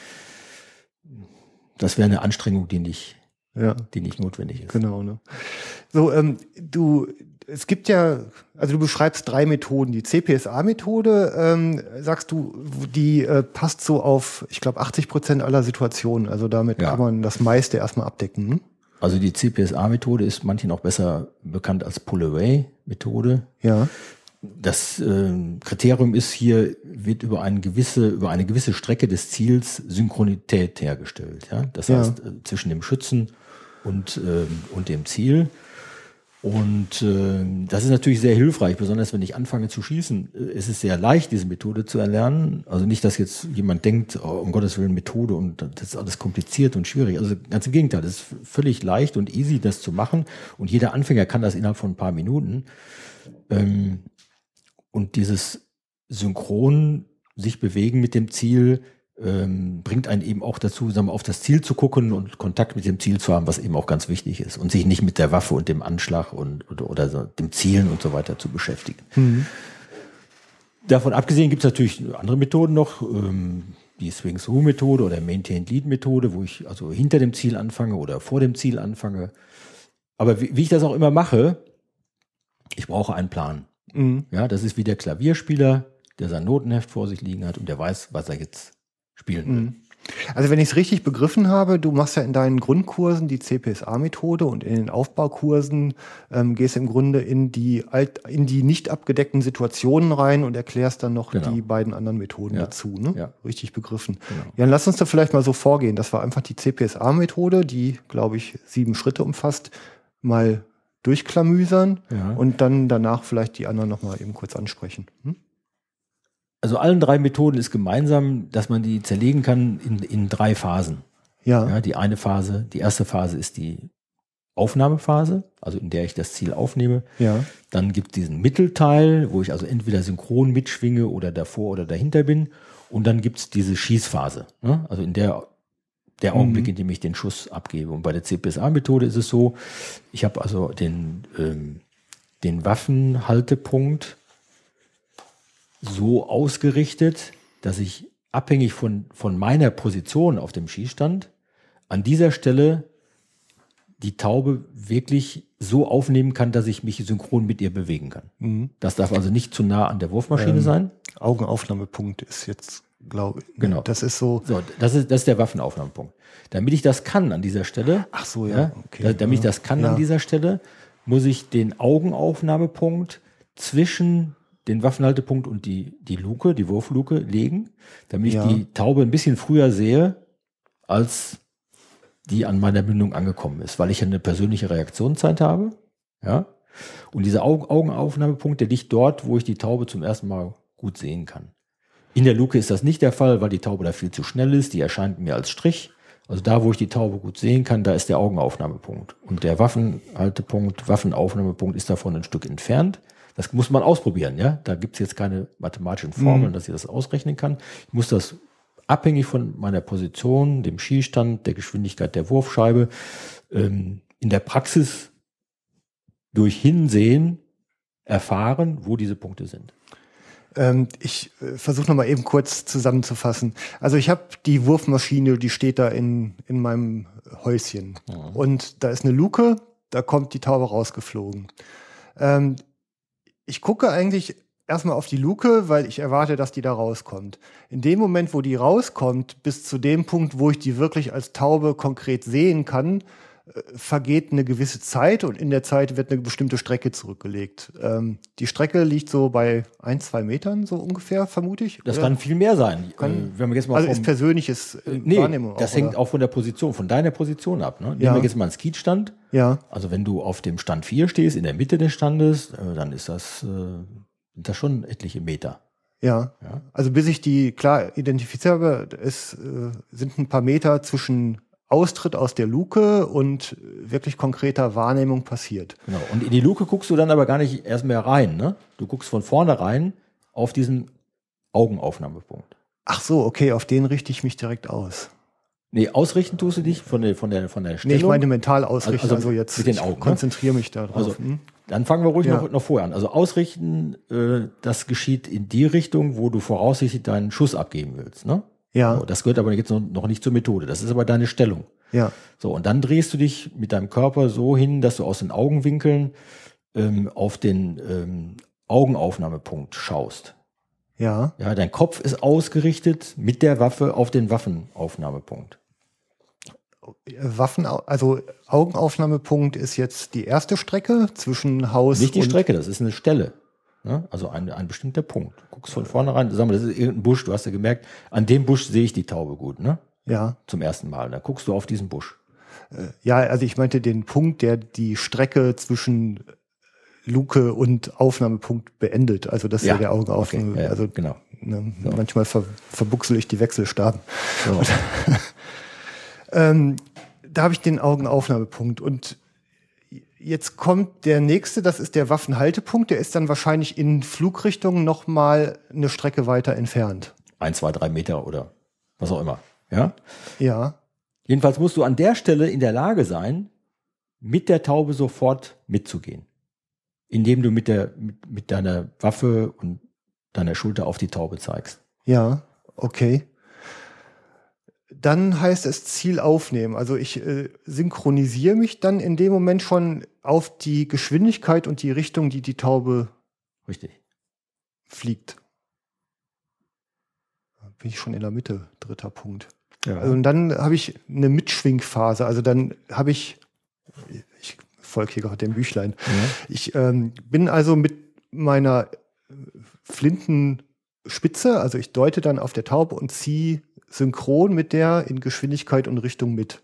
wäre eine Anstrengung, die nicht notwendig ist. Genau, ne? So, es gibt ja, also du beschreibst 3 Methoden. Die CPSA-Methode, sagst du, die passt so auf, ich glaube, 80% aller Situationen. Also damit kann man das meiste erstmal abdecken. Hm? Also die CPSA-Methode ist manchen auch besser bekannt als Pull-Away-Methode. Ja. Das Kriterium ist hier, wird über eine gewisse Strecke des Ziels Synchronität hergestellt. Ja? Das heißt, zwischen dem Schützen und dem Ziel. Und das ist natürlich sehr hilfreich, besonders wenn ich anfange zu schießen. Es ist sehr leicht, diese Methode zu erlernen. Also nicht, dass jetzt jemand denkt, oh, um Gottes Willen Methode und das ist alles kompliziert und schwierig. Also ganz im Gegenteil, es ist völlig leicht und easy, das zu machen. Und jeder Anfänger kann das innerhalb von ein paar Minuten. Und dieses synchron sich bewegen mit dem Ziel bringt einen eben auch dazu, sagen wir, auf das Ziel zu gucken und Kontakt mit dem Ziel zu haben, was eben auch ganz wichtig ist. Und sich nicht mit der Waffe und dem Anschlag oder so, dem Zielen und so weiter zu beschäftigen. Mhm. Davon abgesehen gibt es natürlich andere Methoden noch, die Swing-Through-Methode oder Maintained-Lead-Methode, wo ich also hinter dem Ziel anfange oder vor dem Ziel anfange. Aber wie ich das auch immer mache, ich brauche einen Plan. Mhm. Ja, das ist wie der Klavierspieler, der sein Notenheft vor sich liegen hat und der weiß, was er jetzt spielen will. Also wenn ich es richtig begriffen habe, du machst ja in deinen Grundkursen die CPSA-Methode und in den Aufbaukursen gehst im Grunde in die nicht abgedeckten Situationen rein und erklärst dann noch die beiden anderen Methoden dazu. Ne? Ja. Richtig begriffen. Genau. Ja, dann lass uns da vielleicht mal so vorgehen. Das war einfach die CPSA-Methode, die, glaube ich, 7 Schritte umfasst, mal durchklamüsern und dann danach vielleicht die anderen nochmal eben kurz ansprechen. Also allen 3 Methoden ist gemeinsam, dass man die zerlegen kann in 3 Phasen. Ja, die erste Phase ist die Aufnahmephase, also in der ich das Ziel aufnehme. Ja. Dann gibt es diesen Mittelteil, wo ich also entweder synchron mitschwinge oder davor oder dahinter bin. Und dann gibt es diese Schießphase, ne? Also in der Augenblick, in dem ich den Schuss abgebe. Und bei der CPSA-Methode ist es so, ich habe also den Waffenhaltepunkt so ausgerichtet, dass ich abhängig von meiner Position auf dem Schießstand an dieser Stelle die Taube wirklich so aufnehmen kann, dass ich mich synchron mit ihr bewegen kann. Mhm. Das darf also nicht zu nah an der Wurfmaschine sein. Augenaufnahmepunkt ist jetzt, glaube ich, genau. Das ist so. Das ist der Waffenaufnahmepunkt. Damit ich das kann an dieser Stelle, damit ich das kann an dieser Stelle, muss ich den Augenaufnahmepunkt zwischen den Waffenhaltepunkt und die Luke, die Wurfluke legen, damit ich die Taube ein bisschen früher sehe, als die an meiner Mündung angekommen ist, weil ich eine persönliche Reaktionszeit habe. Ja? Und dieser Augenaufnahmepunkt, der liegt dort, wo ich die Taube zum ersten Mal gut sehen kann. In der Luke ist das nicht der Fall, weil die Taube da viel zu schnell ist, die erscheint mir als Strich. Also da, wo ich die Taube gut sehen kann, da ist der Augenaufnahmepunkt. Und der Waffenaufnahmepunkt ist davon ein Stück entfernt. Das muss man ausprobieren, ja. Da gibt es jetzt keine mathematischen Formeln, dass ich das ausrechnen kann. Ich muss das abhängig von meiner Position, dem Schießstand, der Geschwindigkeit der Wurfscheibe, in der Praxis durch Hinsehen erfahren, wo diese Punkte sind. Ich versuche nochmal eben kurz zusammenzufassen. Also ich habe die Wurfmaschine, die steht da in meinem Häuschen. Ja. Und da ist eine Luke, da kommt die Taube rausgeflogen. Ich gucke eigentlich erstmal auf die Luke, weil ich erwarte, dass die da rauskommt. In dem Moment, wo die rauskommt, bis zu dem Punkt, wo ich die wirklich als Taube konkret sehen kann, vergeht eine gewisse Zeit und in der Zeit wird eine bestimmte Strecke zurückgelegt. Die Strecke liegt so bei 1-2 Metern so ungefähr, vermute ich. Das oder? kann viel mehr sein. Wenn wir jetzt mal also ist persönliches Wahrnehmung. Das auch, hängt oder? auch von der Position, von deiner Position ab. Ne? Ja. Nehmen wir jetzt mal einen Skistand. Ja. Also wenn du auf dem Stand 4 stehst, in der Mitte des Standes, dann ist sind das schon etliche Meter. Ja. Also bis ich die klar identifiziert habe, es sind ein paar Meter zwischen Austritt aus der Luke und wirklich konkreter Wahrnehmung passiert. Genau. Und in die Luke guckst du dann aber gar nicht erst mehr rein. Ne? Du guckst von vorne rein auf diesen Augenaufnahmepunkt. Ach so, okay, auf den richte ich mich direkt aus. Nee, ausrichten tust du dich von der Stellung. Nee, ich meine mental ausrichten, also jetzt mit den Augen, konzentriere mich darauf. Also, dann fangen wir ruhig noch vorher an. Also ausrichten, das geschieht in die Richtung, wo du voraussichtlich deinen Schuss abgeben willst. Ne? Ja. So, das gehört aber jetzt noch nicht zur Methode. Das ist aber deine Stellung. Ja. So, und dann drehst du dich mit deinem Körper so hin, dass du aus den Augenwinkeln auf den Augenaufnahmepunkt schaust. Ja. Ja, dein Kopf ist ausgerichtet mit der Waffe auf den Waffenaufnahmepunkt. Also Augenaufnahmepunkt ist jetzt die erste Strecke zwischen Haus Nicht die und Strecke, das ist eine Stelle. Ne? Also ein bestimmter Punkt. Du guckst von vornherein, sag mal, das ist irgendein Busch, du hast ja gemerkt, an dem Busch sehe ich die Taube gut, ne? Ja. Zum ersten Mal. Dann guckst du auf diesen Busch. Ja, also ich meinte den Punkt, der die Strecke zwischen Luke und Aufnahmepunkt beendet. Also das ist ja der Augenaufnahme. Okay. Ja, also genau. Ne, So. Manchmal verbuchsel ich die Wechselstaben. So. Da habe ich den Augenaufnahmepunkt und jetzt kommt der nächste, das ist der Waffenhaltepunkt, der ist dann wahrscheinlich in Flugrichtung nochmal eine Strecke weiter entfernt. 1, 2, 3 Meter oder was auch immer. Ja? Ja. Jedenfalls musst du an der Stelle in der Lage sein, mit der Taube sofort mitzugehen. Indem du mit deiner Waffe und deiner Schulter auf die Taube zeigst. Ja, okay. Dann heißt es Ziel aufnehmen. Also ich synchronisiere mich dann in dem Moment schon auf die Geschwindigkeit und die Richtung, die die Taube Richtig. fliegt. Da bin ich schon in der Mitte, 3. Punkt. Ja. Also, und dann habe ich eine Mitschwingphase. Also dann habe ich folge hier gerade dem Büchlein. Ja. Ich bin also mit meiner Flintenspitze, also ich deute dann auf der Taube und ziehe synchron mit der in Geschwindigkeit und Richtung mit.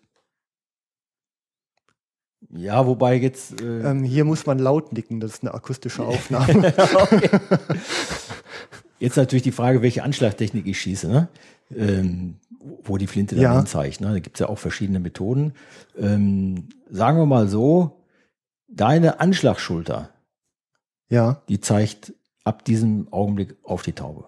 Ja, wobei jetzt... Hier muss man laut nicken, das ist eine akustische Aufnahme. Okay. Jetzt natürlich die Frage, welche Anschlagtechnik ich schieße, ne? Wo die Flinte dann hinzeigt. Ne? Da gibt es ja auch verschiedene Methoden. Sagen wir mal so, deine Anschlagschulter, die zeigt ab diesem Augenblick auf die Taube.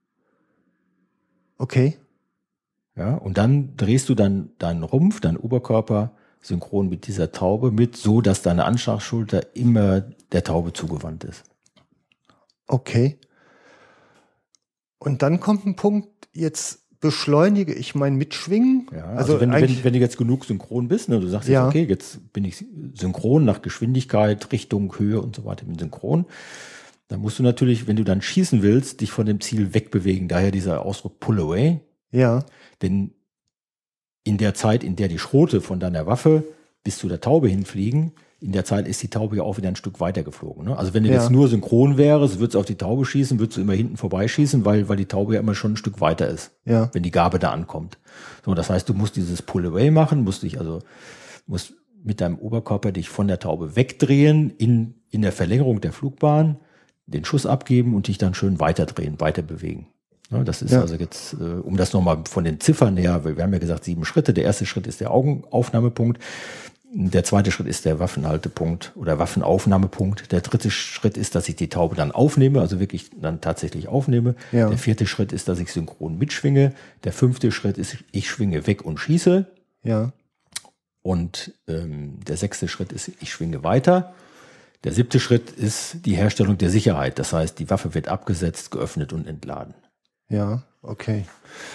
Okay. Ja, und dann drehst du dann deinen Rumpf, deinen Oberkörper synchron mit dieser Taube mit, so dass deine Anschlagschulter immer der Taube zugewandt ist. Okay. Und dann kommt ein Punkt, jetzt beschleunige ich mein Mitschwingen. Ja, also wenn du jetzt genug synchron bist, ne, du sagst jetzt, okay, jetzt bin ich synchron nach Geschwindigkeit, Richtung, Höhe und so weiter, bin synchron. Dann musst du natürlich, wenn du dann schießen willst, dich von dem Ziel wegbewegen. Daher dieser Ausdruck Pull Away. Ja. Denn in der Zeit, in der die Schrote von deiner Waffe bis zu der Taube hinfliegen, in der Zeit ist die Taube ja auch wieder ein Stück weiter geflogen. Ne? Also wenn du jetzt nur synchron wärst, würdest du auf die Taube schießen, würdest du immer hinten vorbeischießen, weil die Taube ja immer schon ein Stück weiter ist, wenn die Gabe da ankommt. So, das heißt, du musst dieses Pull-Away machen, musst mit deinem Oberkörper dich von der Taube wegdrehen, in der Verlängerung der Flugbahn, den Schuss abgeben und dich dann schön weiterdrehen, weiter bewegen. Ja, das ist also jetzt, um das nochmal von den Ziffern her, wir haben ja gesagt 7 Schritte. Der erste Schritt ist der Augenaufnahmepunkt. Der zweite Schritt ist der Waffenhaltepunkt oder Waffenaufnahmepunkt. Der dritte Schritt ist, dass ich die Taube dann aufnehme, also wirklich dann tatsächlich aufnehme. Ja. Der vierte Schritt ist, dass ich synchron mitschwinge. Der 5. Schritt ist, ich schwinge weg und schieße. Ja. Und der 6. Schritt ist, ich schwinge weiter. Der 7. Schritt ist die Herstellung der Sicherheit. Das heißt, die Waffe wird abgesetzt, geöffnet und entladen. Ja, okay.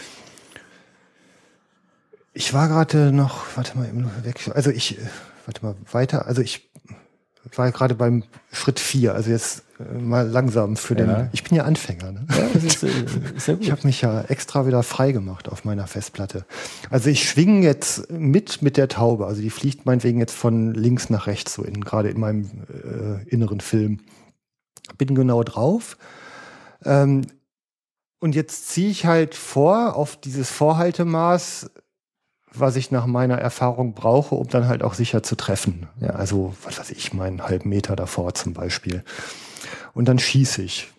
Ich war gerade noch, weiter. Also ich war gerade beim Schritt 4. Also jetzt mal langsam für den. Ja. Ich bin ja Anfänger. Ne? Ja, das ist sehr gut. Ich habe mich ja extra wieder frei gemacht auf meiner Festplatte. Also ich schwinge jetzt mit der Taube. Also die fliegt meinetwegen jetzt von links nach rechts, so gerade in meinem inneren Film. Bin genau drauf. Und jetzt ziehe ich halt vor auf dieses Vorhaltemaß, was ich nach meiner Erfahrung brauche, um dann halt auch sicher zu treffen. Ja. Also, was weiß ich, meinen halben Meter davor zum Beispiel. Und dann schieße ich.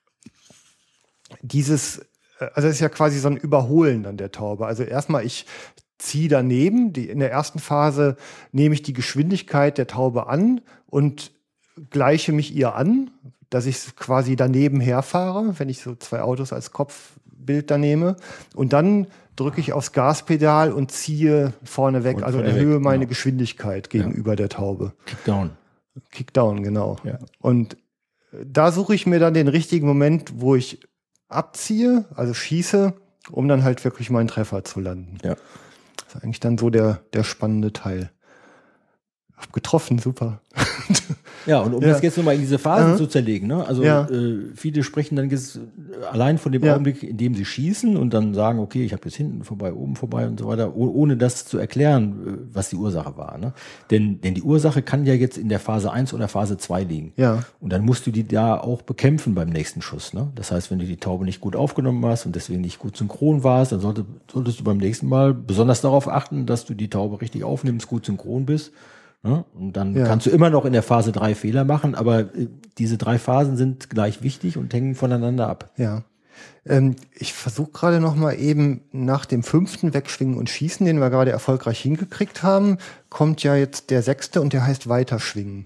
Also das ist ja quasi so ein Überholen dann der Taube. Also erstmal, ich ziehe daneben. In der ersten Phase nehme ich die Geschwindigkeit der Taube an und gleiche mich ihr an, dass ich quasi daneben herfahre, wenn ich so 2 Autos als Kopfbild da nehme. Und dann drücke ich aufs Gaspedal und ziehe vorne weg, also erhöhe meine Geschwindigkeit gegenüber der Taube. Kickdown, genau. Ja. Und da suche ich mir dann den richtigen Moment, wo ich abziehe, also schieße, um dann halt wirklich meinen Treffer zu landen. Ja. Das ist eigentlich dann so der spannende Teil. Hab getroffen, super. Ja, und um das jetzt nochmal in diese Phasen zu zerlegen, ne? Also viele sprechen dann allein von dem Augenblick, in dem sie schießen und dann sagen, okay, ich habe jetzt hinten vorbei, oben vorbei und so weiter, ohne das zu erklären, was die Ursache war. Ne? Denn die Ursache kann ja jetzt in der Phase 1 oder Phase 2 liegen. Ja. Und dann musst du die da auch bekämpfen beim nächsten Schuss. Ne? Das heißt, wenn du die Taube nicht gut aufgenommen hast und deswegen nicht gut synchron warst, dann solltest du beim nächsten Mal besonders darauf achten, dass du die Taube richtig aufnimmst, gut synchron bist. Und dann kannst du immer noch in der Phase 3 Fehler machen, aber diese 3 Phasen sind gleich wichtig und hängen voneinander ab. Ja. Ich versuche gerade noch mal eben nach dem 5. Wegschwingen und Schießen, den wir gerade erfolgreich hingekriegt haben, kommt ja jetzt der 6. und der heißt Weiterschwingen.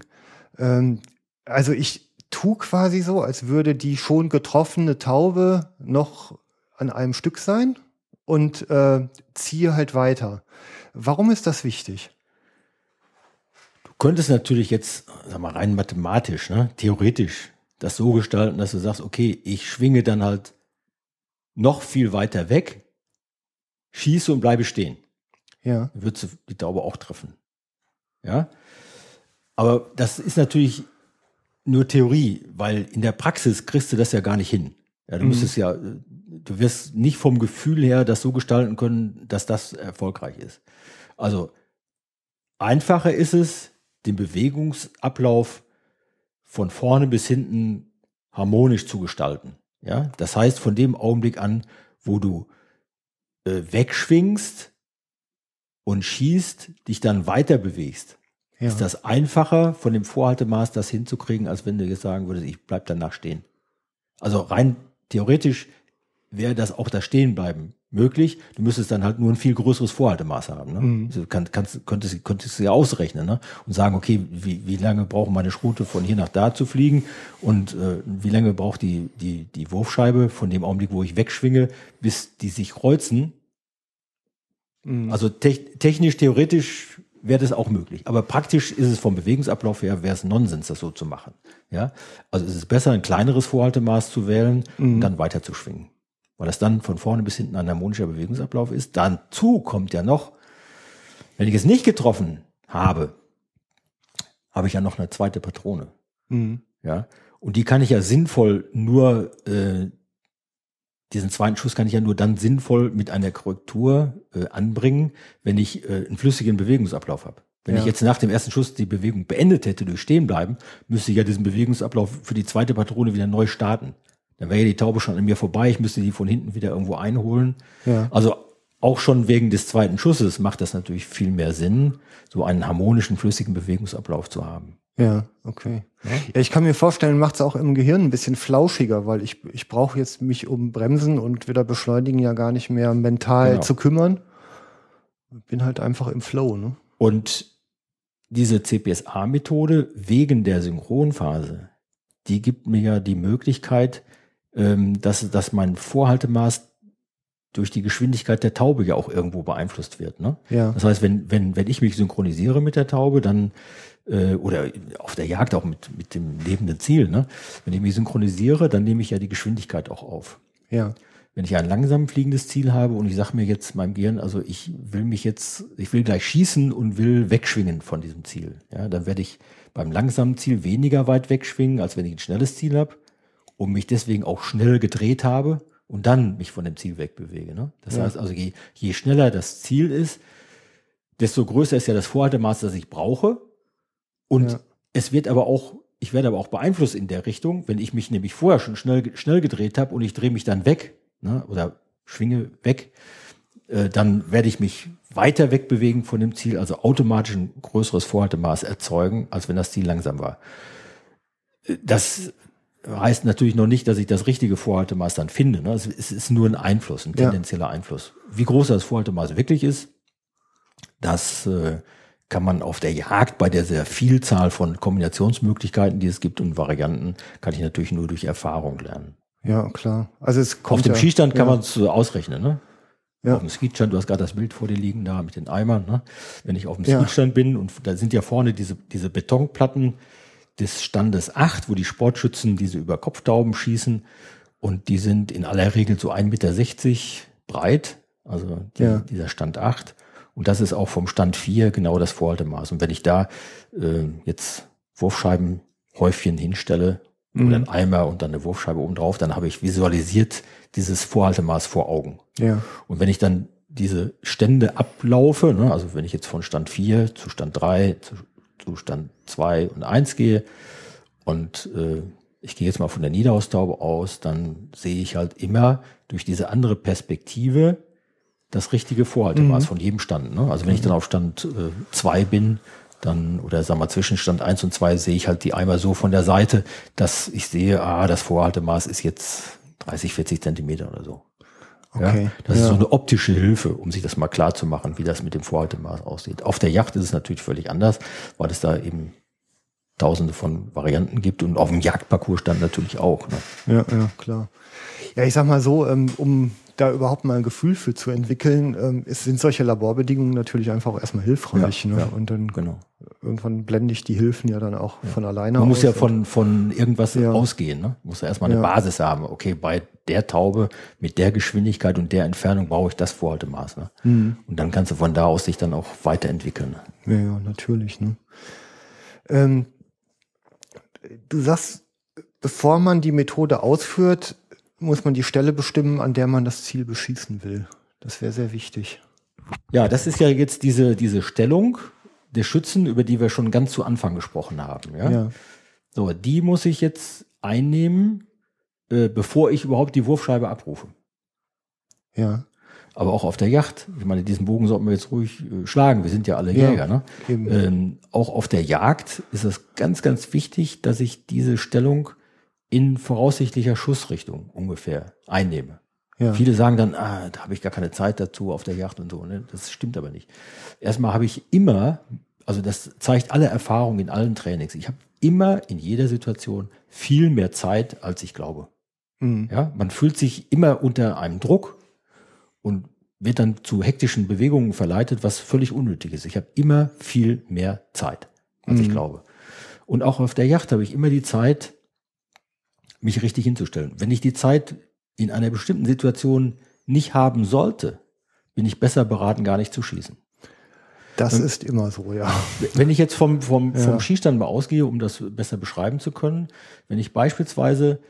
Also ich tue quasi so, als würde die schon getroffene Taube noch an einem Stück sein und ziehe halt weiter. Warum ist das wichtig? Könntest natürlich jetzt, sag mal, rein mathematisch, ne, theoretisch das so gestalten, dass du sagst, okay, ich schwinge dann halt noch viel weiter weg, schieße und bleibe stehen. Ja. Dann würdest du die Taube auch treffen. Ja. Aber das ist natürlich nur Theorie, weil in der Praxis kriegst du das ja gar nicht hin. Ja, du müsstest du wirst nicht vom Gefühl her das so gestalten können, dass das erfolgreich ist. Also, einfacher ist es, den Bewegungsablauf von vorne bis hinten harmonisch zu gestalten. Ja? Das heißt, von dem Augenblick an, wo du wegschwingst und schießt, dich dann weiter bewegst, ist das einfacher, von dem Vorhaltemaß das hinzukriegen, als wenn du jetzt sagen würdest, ich bleib danach stehen. Also rein theoretisch wäre das auch das Stehenbleiben möglich. Du müsstest dann halt nur ein viel größeres Vorhaltemaß haben. Ne? Also könntest du ja ausrechnen, ne? Und sagen, okay, wie lange braucht meine Schrute von hier nach da zu fliegen und wie lange braucht die Wurfscheibe von dem Augenblick, wo ich wegschwinge, bis die sich kreuzen. Also technisch, theoretisch wäre das auch möglich. Aber praktisch ist es vom Bewegungsablauf her, wäre es Nonsens, das so zu machen. Ja? Also es ist besser, ein kleineres Vorhaltemaß zu wählen und dann weiter zu schwingen. Weil das dann von vorne bis hinten ein harmonischer Bewegungsablauf ist. Dazu kommt ja noch, wenn ich es nicht getroffen habe, habe ich ja noch eine zweite Patrone. Ja? Und die kann ich ja sinnvoll nur, diesen zweiten Schuss kann ich ja nur dann sinnvoll mit einer Korrektur anbringen, wenn ich einen flüssigen Bewegungsablauf habe. Wenn ich jetzt nach dem ersten Schuss die Bewegung beendet hätte durch Stehenbleiben, müsste ich ja diesen Bewegungsablauf für die zweite Patrone wieder neu starten. Dann wäre ja die Taube schon an mir vorbei, ich müsste die von hinten wieder irgendwo einholen. Ja. Also auch schon wegen des zweiten Schusses macht das natürlich viel mehr Sinn, so einen harmonischen, flüssigen Bewegungsablauf zu haben. Ja, okay. Ja, ich kann mir vorstellen, macht es auch im Gehirn ein bisschen flauschiger, weil ich brauche jetzt mich um Bremsen und wieder beschleunigen ja gar nicht mehr mental zu kümmern. Bin halt einfach im Flow, ne? Und diese CPSA-Methode wegen der Synchronphase, die gibt mir ja die Möglichkeit, dass mein Vorhaltemaß durch die Geschwindigkeit der Taube ja auch irgendwo beeinflusst wird. Ne? Ja. Das heißt, wenn ich mich synchronisiere mit der Taube, dann oder auf der Jagd auch mit dem lebenden Ziel, ne? Wenn ich mich synchronisiere, dann nehme ich ja die Geschwindigkeit auch auf. Ja. wenn ich ein langsam fliegendes Ziel habe und ich sage mir jetzt meinem Gehirn, also ich will gleich schießen und will wegschwingen von diesem Ziel. Ja, dann werde ich beim langsamen Ziel weniger weit wegschwingen, als wenn ich ein schnelles Ziel habe und mich deswegen auch schnell gedreht habe und dann mich von dem Ziel wegbewege. Ne? Das heißt also, je schneller das Ziel ist, desto größer ist ja das Vorhaltemaß, das ich brauche. Und ich werde aber auch beeinflusst in der Richtung, wenn ich mich nämlich vorher schon schnell gedreht habe und ich drehe mich dann weg, ne, oder schwinge weg, dann werde ich mich weiter wegbewegen von dem Ziel, also automatisch ein größeres Vorhaltemaß erzeugen, als wenn das Ziel langsam war. Das heißt natürlich noch nicht, dass ich das richtige Vorhaltemaß dann finde. Ne? Es ist nur ein Einfluss, ein tendenzieller Einfluss. Wie groß das Vorhaltemaß wirklich ist, das kann man auf der Jagd bei der sehr Vielzahl von Kombinationsmöglichkeiten, die es gibt und Varianten, kann ich natürlich nur durch Erfahrung lernen. Ja, klar. Also es kommt auf dem Skistand kann man es ausrechnen, ne? Ja. Auf dem Skistand, du hast gerade das Bild vor dir liegen, da mit den Eimern, ne? Wenn ich auf dem Skistand bin und da sind ja vorne diese Betonplatten des Standes 8, wo die Sportschützen diese Überkopftauben schießen und die sind in aller Regel so 1,60 Meter breit, also dieser Stand 8. Und das ist auch vom Stand 4 genau das Vorhaltemaß. Und wenn ich da jetzt Wurfscheibenhäufchen hinstelle oder einen Eimer und dann eine Wurfscheibe oben drauf, dann habe ich visualisiert dieses Vorhaltemaß vor Augen. Ja. Und wenn ich dann diese Stände ablaufe, ne, also wenn ich jetzt von Stand 4 zu Stand 3 zu Stand 2 und 1 gehe und ich gehe jetzt mal von der Niederhaustaube aus, dann sehe ich halt immer durch diese andere Perspektive das richtige Vorhaltemaß von jedem Stand. Ne? Also wenn ich dann auf Stand 2 bin, dann, oder sagen wir zwischen Stand 1 und 2 sehe ich halt die Eimer so von der Seite, dass ich sehe, das Vorhaltemaß ist jetzt 30, 40 Zentimeter oder so. Okay. Ja? Das ist so eine optische Hilfe, um sich das mal klar zu machen, wie das mit dem Vorhaltemaß aussieht. Auf der Yacht ist es natürlich völlig anders, weil es da eben tausende von Varianten gibt und auf dem Jagdparcours stand natürlich auch. Ne? Ja, klar. Ja, ich sag mal so, um da überhaupt mal ein Gefühl für zu entwickeln, sind solche Laborbedingungen natürlich einfach auch erstmal hilfreich. Ja, ne? Und dann irgendwann blende ich die Hilfen ja dann auch von alleine aus. Man muss ja von irgendwas ausgehen. Ne? Muss ja erstmal eine Basis haben. Okay, bei der Taube mit der Geschwindigkeit und der Entfernung brauche ich das Vorhaltemaß. Ne? Und dann kannst du von da aus dich dann auch weiterentwickeln. Ne? Ja, natürlich. Ne? Du sagst, bevor man die Methode ausführt, muss man die Stelle bestimmen, an der man das Ziel beschießen will. Das wäre sehr wichtig. Ja, das ist ja jetzt diese Stellung der Schützen, über die wir schon ganz zu Anfang gesprochen haben. Ja? So, die muss ich jetzt einnehmen, bevor ich überhaupt die Wurfscheibe abrufe. Ja. Aber auch auf der Yacht. Ich meine, diesen Bogen sollten wir jetzt ruhig schlagen. Wir sind ja alle Jäger. Ne? Auch auf der Jagd ist es ganz, ganz wichtig, dass ich diese Stellung in voraussichtlicher Schussrichtung ungefähr einnehme. Ja. Viele sagen dann, da habe ich gar keine Zeit dazu auf der Yacht und so. Ne? Das stimmt aber nicht. Erstmal habe ich immer, also das zeigt alle Erfahrungen in allen Trainings, ich habe immer in jeder Situation viel mehr Zeit, als ich glaube. Ja, man fühlt sich immer unter einem Druck und wird dann zu hektischen Bewegungen verleitet, was völlig unnötig ist. Ich habe immer viel mehr Zeit, als ich glaube. Und auch auf der Yacht habe ich immer die Zeit, mich richtig hinzustellen. Wenn ich die Zeit in einer bestimmten Situation nicht haben sollte, bin ich besser beraten, gar nicht zu schießen. Das ist immer so, ja. Wenn ich jetzt vom Skistand mal ausgehe, um das besser beschreiben zu können, wenn ich beispielsweise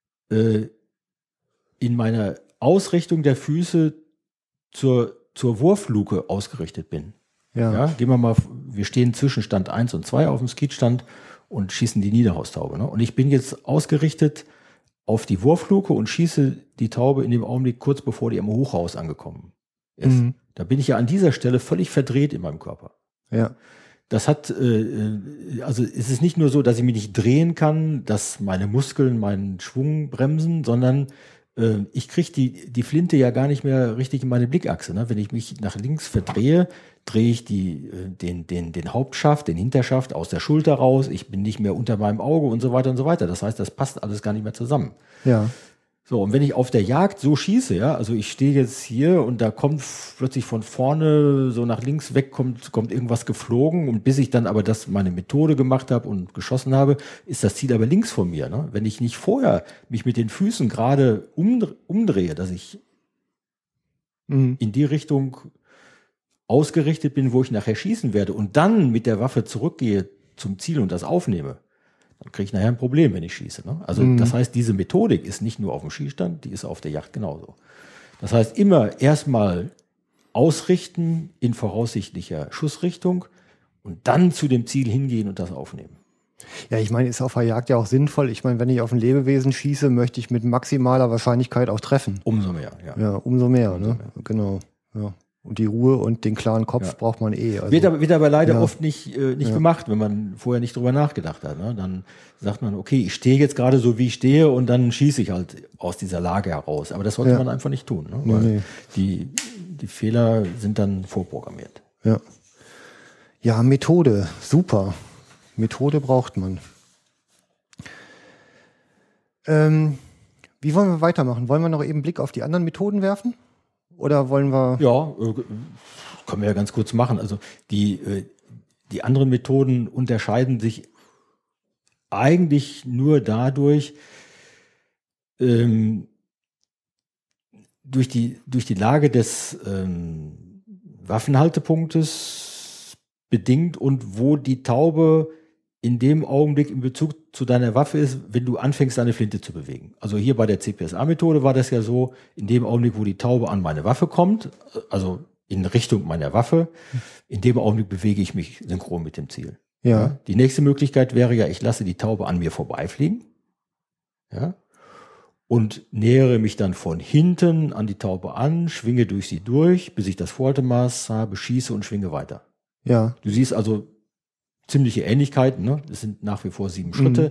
in meiner Ausrichtung der Füße zur Wurfluke ausgerichtet bin. Ja, gehen wir mal, wir stehen zwischen Stand 1 und 2 auf dem Skistand und schießen die Niederhaustaube. Ne? Und ich bin jetzt ausgerichtet auf die Wurfluke und schieße die Taube in dem Augenblick kurz bevor die am Hochhaus angekommen ist. Da bin ich ja an dieser Stelle völlig verdreht in meinem Körper. Ja. Das hat, also es ist nicht nur so, dass ich mich nicht drehen kann, dass meine Muskeln meinen Schwung bremsen, sondern ich kriege die Flinte ja gar nicht mehr richtig in meine Blickachse. Ne? Wenn ich mich nach links verdrehe, drehe ich den Hauptschaft, den Hinterschaft aus der Schulter raus. Ich bin nicht mehr unter meinem Auge und so weiter und so weiter. Das heißt, das passt alles gar nicht mehr zusammen. Ja. So, und wenn ich auf der Jagd so schieße, ja, also ich stehe jetzt hier und da kommt plötzlich von vorne so nach links weg, kommt irgendwas geflogen und bis ich dann aber meine Methode gemacht habe und geschossen habe, ist das Ziel aber links von mir. Ne? Wenn ich nicht vorher mich mit den Füßen gerade umdrehe, dass ich in die Richtung ausgerichtet bin, wo ich nachher schießen werde und dann mit der Waffe zurückgehe zum Ziel und das aufnehme, dann kriege ich nachher ein Problem, wenn ich schieße. Ne? Also das heißt, diese Methodik ist nicht nur auf dem Schießstand, die ist auf der Yacht genauso. Das heißt, immer erstmal ausrichten in voraussichtlicher Schussrichtung und dann zu dem Ziel hingehen und das aufnehmen. Ja, ich meine, ist auf der Jagd ja auch sinnvoll. Ich meine, wenn ich auf ein Lebewesen schieße, möchte ich mit maximaler Wahrscheinlichkeit auch treffen. Umso mehr, ja. Ja, umso mehr, ne? Genau, ja. Und die Ruhe und den klaren Kopf braucht man eh. Also, wird aber leider oft nicht gemacht, wenn man vorher nicht drüber nachgedacht hat. Ne? Dann sagt man, okay, ich stehe jetzt gerade so, wie ich stehe und dann schieße ich halt aus dieser Lage heraus. Aber das sollte man einfach nicht tun, ne? Weil die Fehler sind dann vorprogrammiert. Ja. Ja, Methode, super. Methode braucht man. Wie wollen wir weitermachen? Wollen wir noch eben einen Blick auf die anderen Methoden werfen? Oder wollen wir... Ja, können wir ja ganz kurz machen. Also die anderen Methoden unterscheiden sich eigentlich nur dadurch, durch die Lage des Waffenhaltepunktes bedingt und wo die Taube in dem Augenblick in Bezug zu deiner Waffe ist, wenn du anfängst, deine Flinte zu bewegen. Also hier bei der CPSA-Methode war das ja so, in dem Augenblick, wo die Taube an meine Waffe kommt, also in Richtung meiner Waffe, in dem Augenblick bewege ich mich synchron mit dem Ziel. Ja. Die nächste Möglichkeit wäre ja, ich lasse die Taube an mir vorbeifliegen, ja, und nähere mich dann von hinten an die Taube an, schwinge durch sie durch, bis ich das Vorhaltemaß habe, schieße und schwinge weiter. Ja. Du siehst also ziemliche Ähnlichkeiten, ne? Das sind nach wie vor 7 Schritte.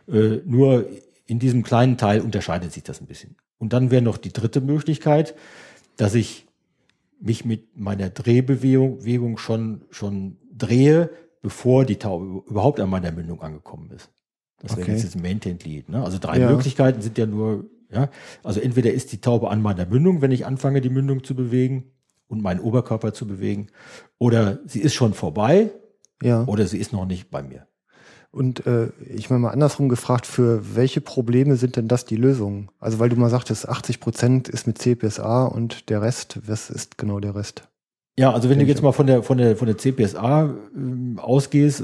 Nur in diesem kleinen Teil unterscheidet sich das ein bisschen. Und dann wäre noch die dritte Möglichkeit, dass ich mich mit meiner Drehbewegung schon drehe, bevor die Taube überhaupt an meiner Mündung angekommen ist. Das wäre jetzt ein Maintained Lead. Ne? Also 3 Möglichkeiten sind ja nur, ja, also entweder ist die Taube an meiner Mündung, wenn ich anfange, die Mündung zu bewegen und meinen Oberkörper zu bewegen, oder sie ist schon vorbei. Ja. Oder sie ist noch nicht bei mir. Und ich meine mal andersrum gefragt, für welche Probleme sind denn das die Lösungen? Also weil du mal sagtest, 80% ist mit CPSA und der Rest, was ist genau der Rest? Ja, also wenn du jetzt mal von der CPSA ausgehst,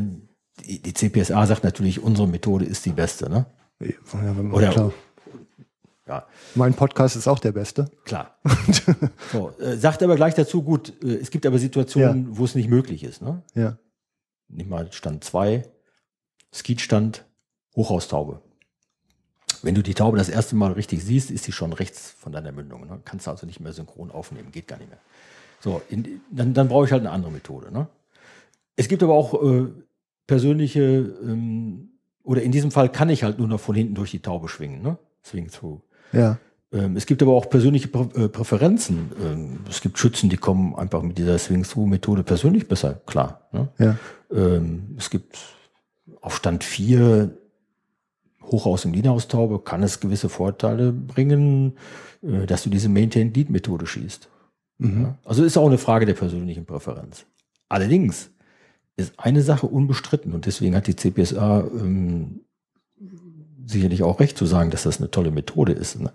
die CPSA sagt natürlich, unsere Methode ist die beste, ne? Ja, klar. Ja. Mein Podcast ist auch der beste. Klar. So, sagt aber gleich dazu, gut, es gibt aber Situationen, wo es nicht möglich ist. Ne? Ja. Nimm mal Stand 2, Skeet-Stand, Hochhaustaube. Wenn du die Taube das erste Mal richtig siehst, ist sie schon rechts von deiner Mündung. Ne? Kannst du also nicht mehr synchron aufnehmen, geht gar nicht mehr. So, dann brauche ich halt eine andere Methode. Ne? Es gibt aber auch persönliche, oder in diesem Fall kann ich halt nur noch von hinten durch die Taube schwingen. Ne? Swing through. Ja. Es gibt aber auch persönliche Präferenzen. Es gibt Schützen, die kommen einfach mit dieser Swing-Through-Methode persönlich besser klar. Ne? Ja. Es gibt auf Stand 4 Hochhaus- und Niederhaustaube kann es gewisse Vorteile bringen, dass du diese Maintain-Lead-Methode schießt. Mhm. Ja? Also ist auch eine Frage der persönlichen Präferenz. Allerdings ist eine Sache unbestritten und deswegen hat die CPSA sicherlich auch recht zu sagen, dass das eine tolle Methode ist. Ne?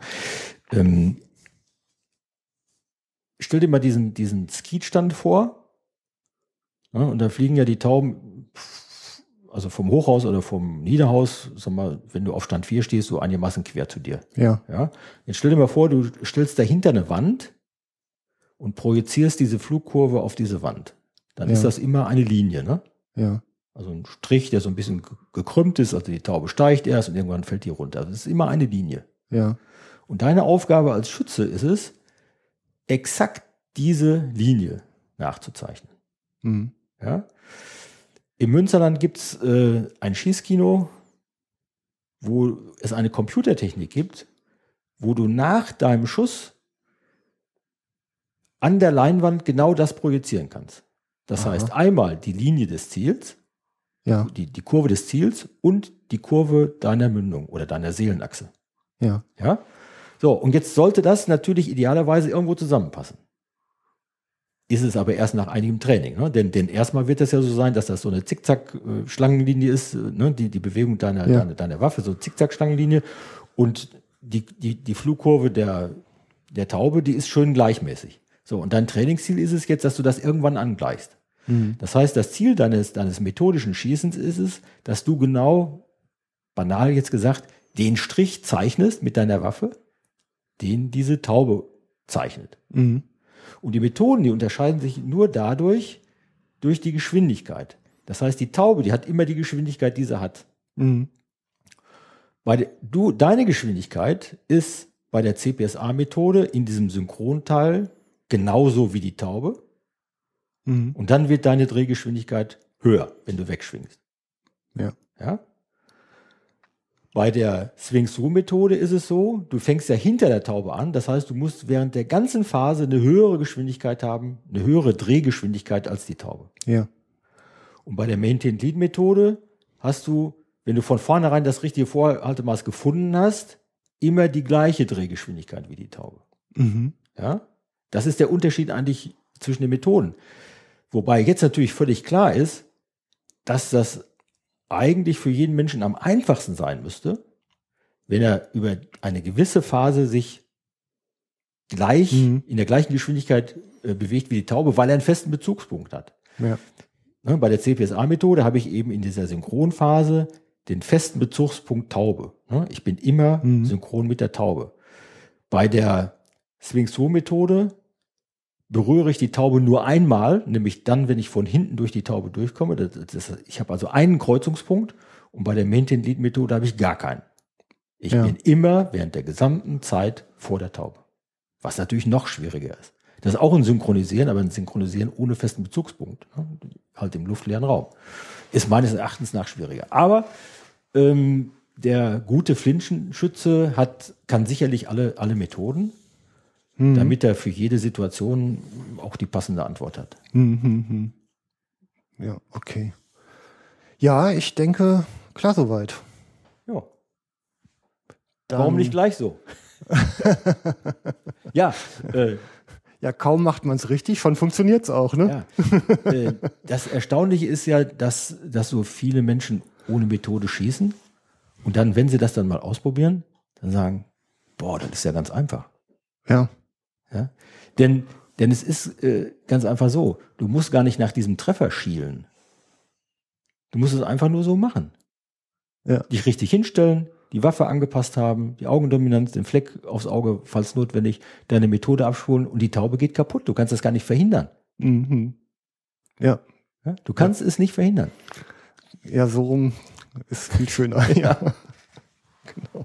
Stell dir mal diesen Skeet-Stand vor, ja, und da fliegen ja die Tauben, also vom Hochhaus oder vom Niederhaus, sag mal, wenn du auf Stand 4 stehst, so einigermaßen quer zu dir. Ja. Ja? Jetzt stell dir mal vor, du stellst dahinter eine Wand und projizierst diese Flugkurve auf diese Wand. Dann ist das immer eine Linie, ne? Ja. Also ein Strich, der so ein bisschen gekrümmt ist, also die Taube steigt erst und irgendwann fällt die runter. Also es ist immer eine Linie. Ja. Und deine Aufgabe als Schütze ist es, exakt diese Linie nachzuzeichnen. Mhm. Ja? Im Münsterland gibt es ein Schießkino, wo es eine Computertechnik gibt, wo du nach deinem Schuss an der Leinwand genau das projizieren kannst. Das heißt, einmal die Linie des Ziels, die Kurve des Ziels und die Kurve deiner Mündung oder deiner Seelenachse. Ja. Ja? So, und jetzt sollte das natürlich idealerweise irgendwo zusammenpassen. Ist es aber erst nach einigem Training. Ne? Denn erstmal wird es ja so sein, dass das so eine Zickzack-Schlangenlinie ist, ne? die Bewegung deiner Waffe, so eine Zickzack-Schlangenlinie. Und die Flugkurve der Taube, die ist schön gleichmäßig. So, und dein Trainingsziel ist es jetzt, dass du das irgendwann angleichst. Das heißt, das Ziel deines methodischen Schießens ist es, dass du genau, banal jetzt gesagt, den Strich zeichnest mit deiner Waffe, den diese Taube zeichnet. Und die Methoden, die unterscheiden sich nur durch die Geschwindigkeit. Das heißt, die Taube, die hat immer die Geschwindigkeit, die sie hat. Deine Geschwindigkeit ist bei der CPSA-Methode in diesem Synchronteil genauso wie die Taube. Und dann wird deine Drehgeschwindigkeit höher, wenn du wegschwingst. Ja? Bei der Swing-Through-Methode ist es so, du fängst ja hinter der Taube an, das heißt, du musst während der ganzen Phase eine höhere Geschwindigkeit haben, eine höhere Drehgeschwindigkeit als die Taube. Ja. Und bei der Maintain-Lead-Methode hast du, wenn du von vornherein das richtige Vorhaltemaß gefunden hast, immer die gleiche Drehgeschwindigkeit wie die Taube. Ja? Das ist der Unterschied eigentlich zwischen den Methoden. Wobei jetzt natürlich völlig klar ist, dass das eigentlich für jeden Menschen am einfachsten sein müsste, wenn er über eine gewisse Phase sich gleich in der gleichen Geschwindigkeit bewegt wie die Taube, weil er einen festen Bezugspunkt hat. Ja. Ne, bei der CPSA-Methode habe ich eben in dieser Synchronphase den festen Bezugspunkt Taube. Ne, ich bin immer synchron mit der Taube. Bei der Swing-Through-Methode berühre ich die Taube nur einmal, nämlich dann, wenn ich von hinten durch die Taube durchkomme. Ich habe also einen Kreuzungspunkt und bei der Maintain-Lead-Methode habe ich gar keinen. Ich bin immer während der gesamten Zeit vor der Taube. Was natürlich noch schwieriger ist. Das ist auch ein Synchronisieren, aber ein Synchronisieren ohne festen Bezugspunkt. Ne? Halt im luftleeren Raum. Ist meines Erachtens nach schwieriger. Aber der gute Flintenschütze kann sicherlich alle Methoden, damit er für jede Situation auch die passende Antwort hat. Ja, okay. Ja, ich denke, klar soweit. Ja. Warum nicht gleich so? Ja. Ja, kaum macht man es richtig, schon funktioniert es auch, ne? Ja. Das Erstaunliche ist ja, dass so viele Menschen ohne Methode schießen und dann, wenn sie das dann mal ausprobieren, dann sagen, boah, das ist ja ganz einfach. Ja. Ja? Denn es ist ganz einfach so, du musst gar nicht nach diesem Treffer schielen. Du musst es einfach nur so machen. Ja. Dich richtig hinstellen, die Waffe angepasst haben, die Augendominanz, den Fleck aufs Auge, falls notwendig, deine Methode abspulen und die Taube geht kaputt. Du kannst das gar nicht verhindern. Ja. Ja? Du kannst es nicht verhindern. Ja, so rum ist viel schöner. Ja. Genau.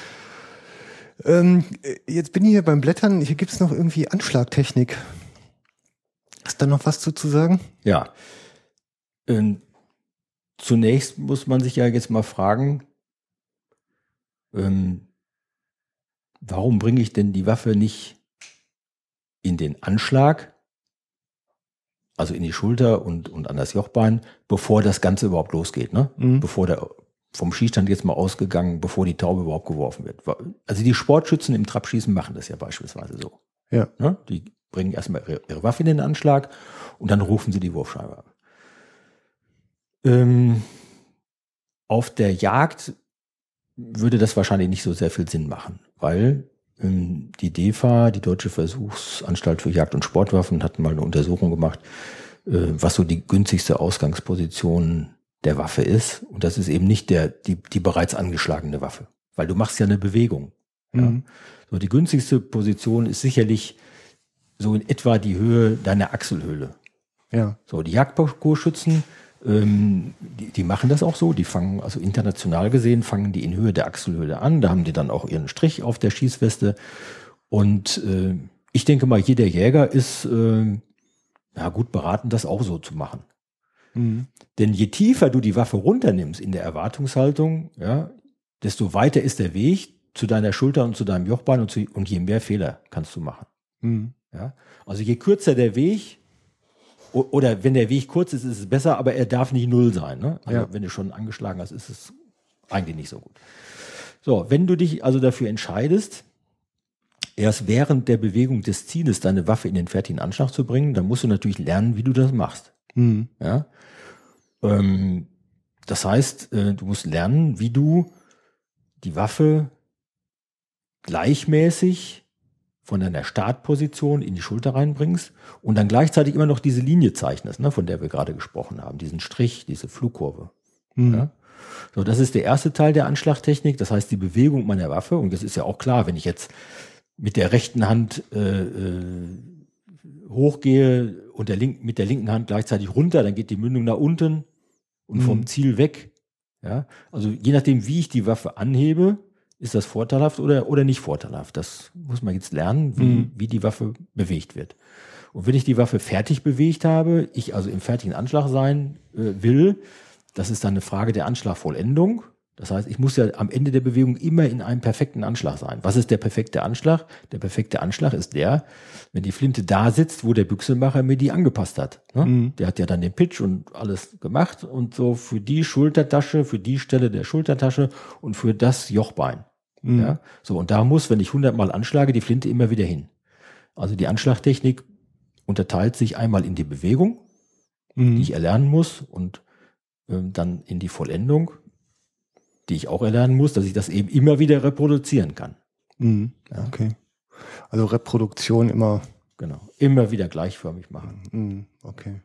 Jetzt bin ich hier beim Blättern. Hier gibt es noch irgendwie Anschlagtechnik. Ist da noch was zu sagen? Ja. Zunächst muss man sich ja jetzt mal fragen, warum bringe ich denn die Waffe nicht in den Anschlag, also in die Schulter und an das Jochbein, bevor das Ganze überhaupt losgeht, ne? Bevor der vom Schießstand jetzt mal ausgegangen, bevor die Taube überhaupt geworfen wird. Also die Sportschützen im Trabschießen machen das ja beispielsweise so. Ja. Ne? Die bringen erstmal ihre Waffe in den Anschlag und dann rufen sie die Wurfscheibe ab. Auf der Jagd würde das wahrscheinlich nicht so sehr viel Sinn machen, weil die DEFA, die Deutsche Versuchsanstalt für Jagd- und Sportwaffen, hat mal eine Untersuchung gemacht, was so die günstigste Ausgangsposition der Waffe ist. Und das ist eben nicht die bereits angeschlagene Waffe, weil du machst ja eine Bewegung. Ja? So, die günstigste Position ist sicherlich so in etwa die Höhe deiner Achselhöhle. Ja. So, die Jagdparcoursschützen, die machen das auch so. Die fangen, also international gesehen, fangen die in Höhe der Achselhöhle an. Da haben die dann auch ihren Strich auf der Schießweste. Und ich denke mal, jeder Jäger ist gut beraten, das auch so zu machen. Denn je tiefer du die Waffe runternimmst in der Erwartungshaltung, ja, desto weiter ist der Weg zu deiner Schulter und zu deinem Jochbein und je mehr Fehler kannst du machen. Ja? Also je kürzer der Weg, oder wenn der Weg kurz ist, ist es besser, aber er darf nicht null sein. Ne? Also wenn du schon angeschlagen hast, ist es eigentlich nicht so gut. So, wenn du dich also dafür entscheidest, erst während der Bewegung des Zieles deine Waffe in den fertigen Anschlag zu bringen, dann musst du natürlich lernen, wie du das machst. Ja? Das heißt, du musst lernen, wie du die Waffe gleichmäßig von deiner Startposition in die Schulter reinbringst und dann gleichzeitig immer noch diese Linie zeichnest, ne, von der wir gerade gesprochen haben, diesen Strich, diese Flugkurve. Ja? So, das ist der erste Teil der Anschlagtechnik, das heißt die Bewegung meiner Waffe. Und das ist ja auch klar, wenn ich jetzt mit der rechten Hand hochgehe und mit der linken Hand gleichzeitig runter, dann geht die Mündung nach unten und vom Ziel weg. Ja? Also je nachdem, wie ich die Waffe anhebe, ist das vorteilhaft oder nicht vorteilhaft. Das muss man jetzt lernen, wie die Waffe bewegt wird. Und wenn ich die Waffe fertig bewegt habe, ich also im fertigen Anschlag sein will, das ist dann eine Frage der Anschlagvollendung. Das heißt, ich muss ja am Ende der Bewegung immer in einem perfekten Anschlag sein. Was ist der perfekte Anschlag? Der perfekte Anschlag ist der, wenn die Flinte da sitzt, wo der Büchsenmacher mir die angepasst hat. Ne? Der hat ja dann den Pitch und alles gemacht und so für die Schultertasche, für die Stelle der Schultertasche und für das Jochbein. Ja? So, und da muss, wenn ich 100 Mal anschlage, die Flinte immer wieder hin. Also die Anschlagtechnik unterteilt sich einmal in die Bewegung, die ich erlernen muss, und dann in die Vollendung, die ich auch erlernen muss, dass ich das eben immer wieder reproduzieren kann. Ja. Okay. Also Reproduktion immer. Genau. Immer wieder gleichförmig machen. Okay.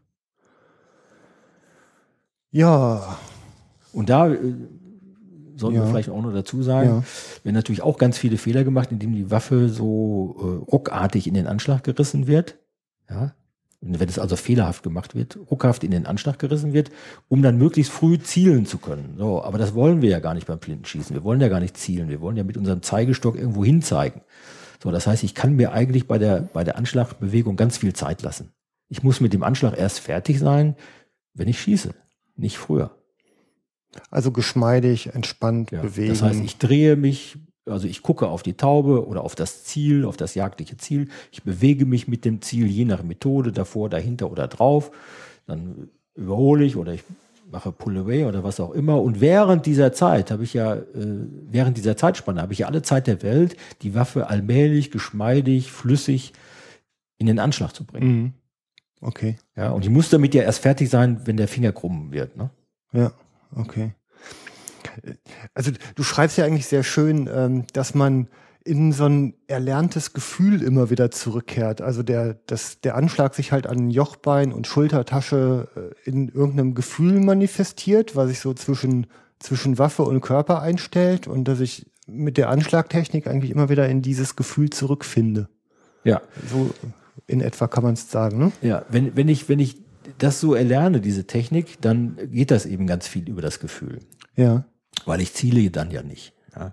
Ja. Und da sollten wir vielleicht auch noch dazu sagen, werden natürlich auch ganz viele Fehler gemacht, indem die Waffe so ruckartig in den Anschlag gerissen wird. Ja. Wenn es also fehlerhaft gemacht wird, ruckhaft in den Anschlag gerissen wird, um dann möglichst früh zielen zu können. So, aber das wollen wir ja gar nicht beim Flintenschießen. Wir wollen ja gar nicht zielen. Wir wollen ja mit unserem Zeigestock irgendwo hinzeigen. So, das heißt, ich kann mir eigentlich bei der Anschlagbewegung ganz viel Zeit lassen. Ich muss mit dem Anschlag erst fertig sein, wenn ich schieße, nicht früher. Also geschmeidig, entspannt bewegen. Das heißt, ich drehe mich, also ich gucke auf die Taube oder auf das Ziel, auf das jagdliche Ziel. Ich bewege mich mit dem Ziel je nach Methode, davor, dahinter oder drauf. Dann überhole ich oder ich mache Pull-Away oder was auch immer. Und während dieser Zeit während dieser Zeitspanne habe ich ja alle Zeit der Welt, die Waffe allmählich, geschmeidig, flüssig in den Anschlag zu bringen. Okay. Ja, und ich muss damit ja erst fertig sein, wenn der Finger krumm wird, ne? Ja, okay. Also du schreibst ja eigentlich sehr schön, dass man in so ein erlerntes Gefühl immer wieder zurückkehrt. Also der Anschlag sich halt an Jochbein und Schultertasche in irgendeinem Gefühl manifestiert, was sich so zwischen Waffe und Körper einstellt, und dass ich mit der Anschlagtechnik eigentlich immer wieder in dieses Gefühl zurückfinde. Ja. So in etwa kann man es sagen, ne? Ja, wenn ich das so erlerne, diese Technik, dann geht das eben ganz viel über das Gefühl. Ja. Weil ich ziele dann ja nicht. Ja.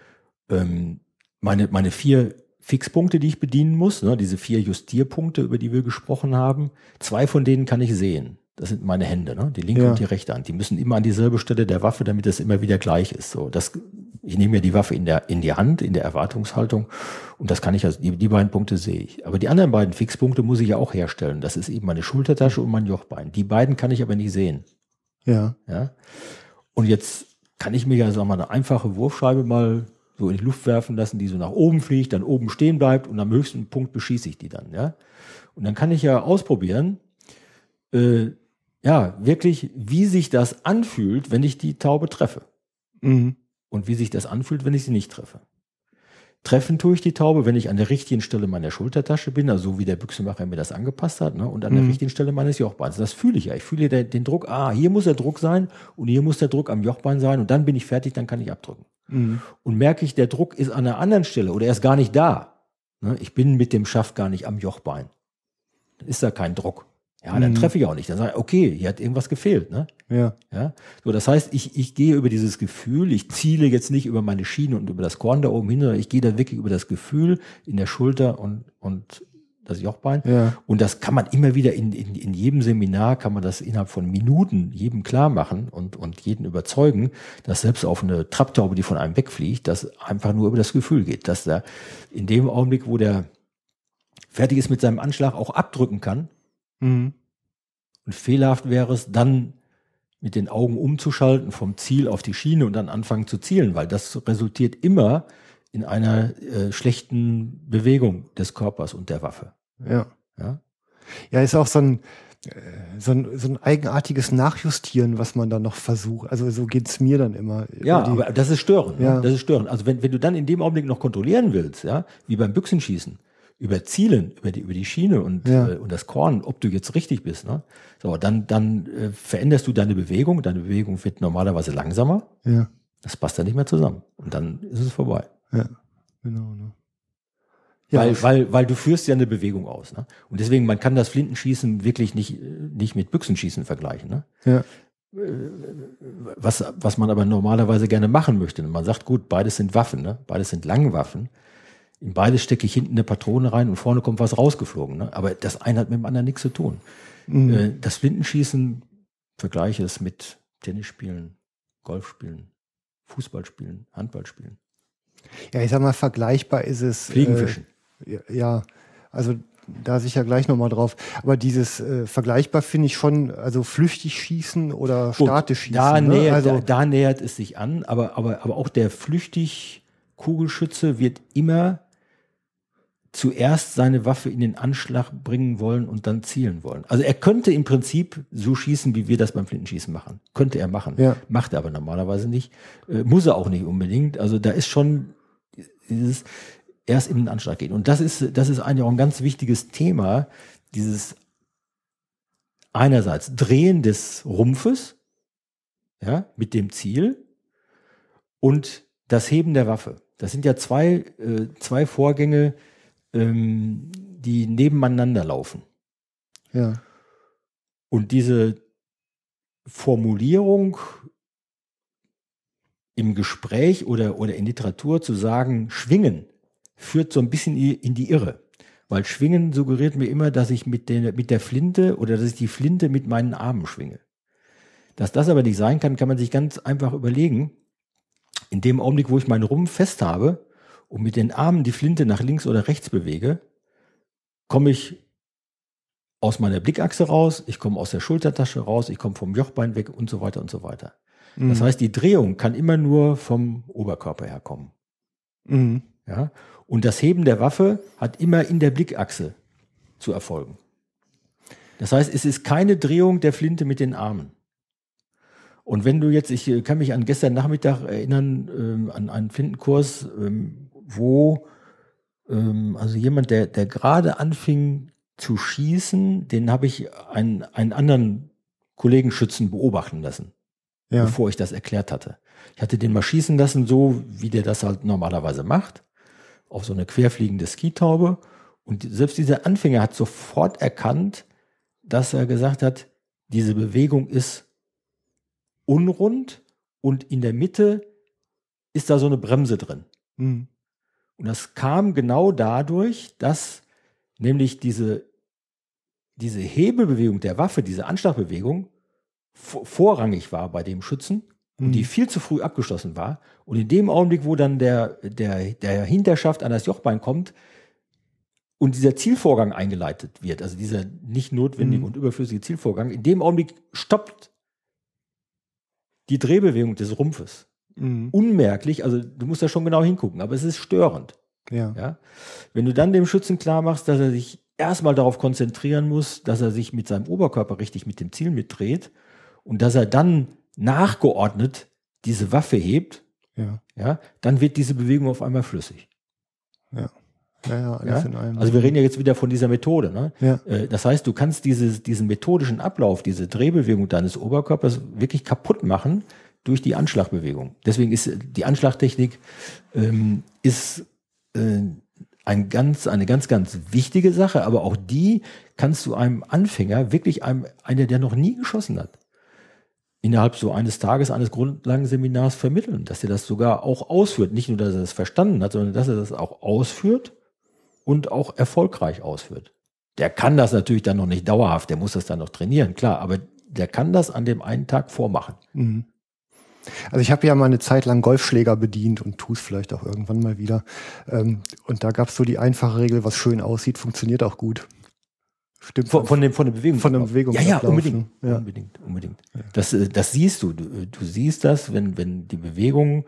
Meine 4 Fixpunkte, die ich bedienen muss, ne, diese 4 Justierpunkte, über die wir gesprochen haben, 2 von denen kann ich sehen. Das sind meine Hände, ne, die linke und die rechte Hand. Die müssen immer an dieselbe Stelle der Waffe, damit es immer wieder gleich ist. So, ich nehme ja die Waffe in die Hand, in der Erwartungshaltung, und das kann ich, also die beiden Punkte sehe ich. Aber die anderen beiden Fixpunkte muss ich ja auch herstellen. Das ist eben meine Schultertasche und mein Jochbein. Die beiden kann ich aber nicht sehen. Ja. Ja. Und jetzt kann ich mir ja, sagen wir mal, eine einfache Wurfscheibe mal so in die Luft werfen lassen, die so nach oben fliegt, dann oben stehen bleibt, und am höchsten Punkt beschieße ich die dann. Ja? Und dann kann ich ja ausprobieren, wirklich, wie sich das anfühlt, wenn ich die Taube treffe. Und wie sich das anfühlt, wenn ich sie nicht treffe. Treffen tue ich die Taube, wenn ich an der richtigen Stelle meiner Schultertasche bin, also so wie der Büchsenmacher mir das angepasst hat, ne, und an der richtigen Stelle meines Jochbeins. Das fühle ich ja. Ich fühle den Druck, hier muss der Druck sein und hier muss der Druck am Jochbein sein, und dann bin ich fertig, dann kann ich abdrücken. Und merke ich, der Druck ist an einer anderen Stelle oder er ist gar nicht da. Ne, ich bin mit dem Schaft gar nicht am Jochbein. Dann ist da kein Druck. Ja, dann treffe ich auch nicht. Dann sage ich, okay, hier hat irgendwas gefehlt. Ne? Ja. Ja. So, das heißt, ich gehe über dieses Gefühl, ich ziele jetzt nicht über meine Schiene und über das Korn da oben hin, sondern ich gehe da wirklich über das Gefühl in der Schulter und das Jochbein. Ja. Und das kann man immer wieder in jedem Seminar, kann man das innerhalb von Minuten jedem klar machen und jeden überzeugen, dass selbst auf eine Trapptaube, die von einem wegfliegt, das einfach nur über das Gefühl geht. Dass der in dem Augenblick, wo der fertig ist mit seinem Anschlag, auch abdrücken kann. Und fehlerhaft wäre es, dann mit den Augen umzuschalten vom Ziel auf die Schiene und dann anfangen zu zielen, weil das resultiert immer in einer schlechten Bewegung des Körpers und der Waffe. Ja. Ja, Ja, ist auch so ein eigenartiges Nachjustieren, was man da noch versucht. Also so geht's mir dann immer. ja, aber das ist störend. Ja. Ne? Das ist störend. Also wenn du dann in dem Augenblick noch kontrollieren willst, ja, wie beim Büchsenschießen, über Zielen, über die Schiene und das Korn, ob du jetzt richtig bist, ne? So, dann veränderst du deine Bewegung. Deine Bewegung wird normalerweise langsamer. Ja. Das passt dann nicht mehr zusammen. Und dann ist es vorbei. Ja, genau. Ne? Ja. Weil du führst ja eine Bewegung aus. Ne? Und deswegen, man kann das Flintenschießen wirklich nicht mit Büchsenschießen vergleichen. Ne? Ja. Was man aber normalerweise gerne machen möchte. Man sagt, gut, beides sind Waffen, ne? Beides sind Langwaffen. In beides stecke ich hinten eine Patrone rein und vorne kommt was rausgeflogen. Ne? Aber das eine hat mit dem anderen nichts zu tun. Mhm. Das Flintenschießen, vergleiche es mit Tennisspielen, Golfspielen, Fußballspielen, Handballspielen. Ja, ich sag mal, vergleichbar ist es. Fliegenfischen. Ja, also da sicher gleich nochmal drauf. Aber dieses vergleichbar finde ich schon, also flüchtig schießen oder statisch schießen. Da nähert es sich an, aber auch der flüchtig Kugelschütze wird immer zuerst seine Waffe in den Anschlag bringen wollen und dann zielen wollen. Also er könnte im Prinzip so schießen, wie wir das beim Flintenschießen machen. Könnte er machen. Ja. Macht er aber normalerweise nicht. Muss er auch nicht unbedingt. Also da ist schon dieses erst in den Anschlag gehen. Und das ist eigentlich auch ein ganz wichtiges Thema, dieses einerseits Drehen des Rumpfes, ja, mit dem Ziel und das Heben der Waffe. Das sind ja zwei Vorgänge, die nebeneinander laufen. Ja. Und diese Formulierung im Gespräch oder in Literatur zu sagen, schwingen, führt so ein bisschen in die Irre. Weil schwingen suggeriert mir immer, dass ich mit der Flinte oder dass ich die Flinte mit meinen Armen schwinge. Dass das aber nicht sein kann, kann man sich ganz einfach überlegen. In dem Augenblick, wo ich meinen Rumpf fest habe und mit den Armen die Flinte nach links oder rechts bewege, komme ich aus meiner Blickachse raus, ich komme aus der Schultertasche raus, ich komme vom Jochbein weg und so weiter und so weiter. Mhm. Das heißt, die Drehung kann immer nur vom Oberkörper herkommen. Mhm. Ja? Und das Heben der Waffe hat immer in der Blickachse zu erfolgen. Das heißt, es ist keine Drehung der Flinte mit den Armen. Und wenn du jetzt, ich kann mich an gestern Nachmittag erinnern, an einen Flintenkurs, wo also jemand, der gerade anfing zu schießen, den habe ich einen anderen Kollegenschützen beobachten lassen, bevor ich das erklärt hatte. Ich hatte den mal schießen lassen, so wie der das halt normalerweise macht, auf so eine querfliegende Skitaube. Und selbst dieser Anfänger hat sofort erkannt, dass er gesagt hat, diese Bewegung ist unrund und in der Mitte ist da so eine Bremse drin. Mhm. Und das kam genau dadurch, dass nämlich diese Hebebewegung der Waffe, diese Anschlagbewegung vorrangig war bei dem Schützen und die viel zu früh abgeschlossen war. Und in dem Augenblick, wo dann der Hinterschaft an das Jochbein kommt und dieser Zielvorgang eingeleitet wird, also dieser nicht notwendige und überflüssige Zielvorgang, in dem Augenblick stoppt die Drehbewegung des Rumpfes. Unmerklich, also du musst da schon genau hingucken, aber es ist störend. Ja? Wenn du dann dem Schützen klar machst, dass er sich erstmal darauf konzentrieren muss, dass er sich mit seinem Oberkörper richtig mit dem Ziel mitdreht und dass er dann nachgeordnet diese Waffe hebt, dann wird diese Bewegung auf einmal flüssig. Alles in einem. Also wir reden ja jetzt wieder von dieser Methode. Ne? Ja. Das heißt, du kannst diesen methodischen Ablauf, diese Drehbewegung deines Oberkörpers wirklich kaputt machen durch die Anschlagbewegung. Deswegen ist die Anschlagtechnik eine ganz, ganz wichtige Sache, aber auch die kannst du einem Anfänger, wirklich einer, der noch nie geschossen hat, innerhalb so eines Tages, eines Grundlagenseminars vermitteln, dass er das sogar auch ausführt. Nicht nur, dass er das verstanden hat, sondern dass er das auch ausführt und auch erfolgreich ausführt. Der kann das natürlich dann noch nicht dauerhaft, der muss das dann noch trainieren, klar, aber der kann das an dem einen Tag vormachen. Mhm. Also ich habe ja mal eine Zeit lang Golfschläger bedient und tue es vielleicht auch irgendwann mal wieder. Und da gab es so die einfache Regel, was schön aussieht, funktioniert auch gut. Stimmt. Von der Bewegung. Von der Bewegung. Ja, unbedingt. Ja. Unbedingt. Das siehst du. Du siehst das, wenn die Bewegung,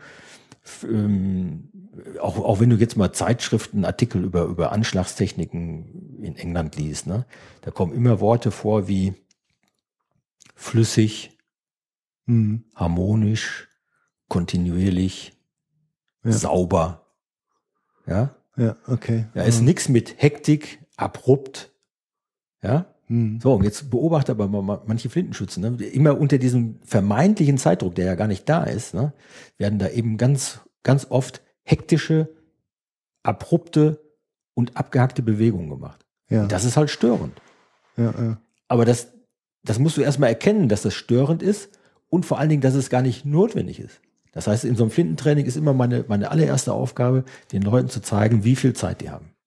auch wenn du jetzt mal Zeitschriften, Artikel über Anschlagstechniken in England liest, ne? Da kommen immer Worte vor wie flüssig, harmonisch, kontinuierlich, sauber. Ja? Ja, okay. Da ist nichts mit Hektik, abrupt. Ja? So, und jetzt beobachte aber mal manche Flintenschützen, ne? Immer unter diesem vermeintlichen Zeitdruck, der ja gar nicht da ist, ne? Werden da eben ganz, ganz oft hektische, abrupte und abgehackte Bewegungen gemacht. Ja. Und das ist halt störend. Ja. Aber das musst du erstmal erkennen, dass das störend ist und vor allen Dingen, dass es gar nicht notwendig ist. Das heißt, in so einem Flintentraining ist immer meine allererste Aufgabe, den Leuten zu zeigen, wie viel Zeit die haben.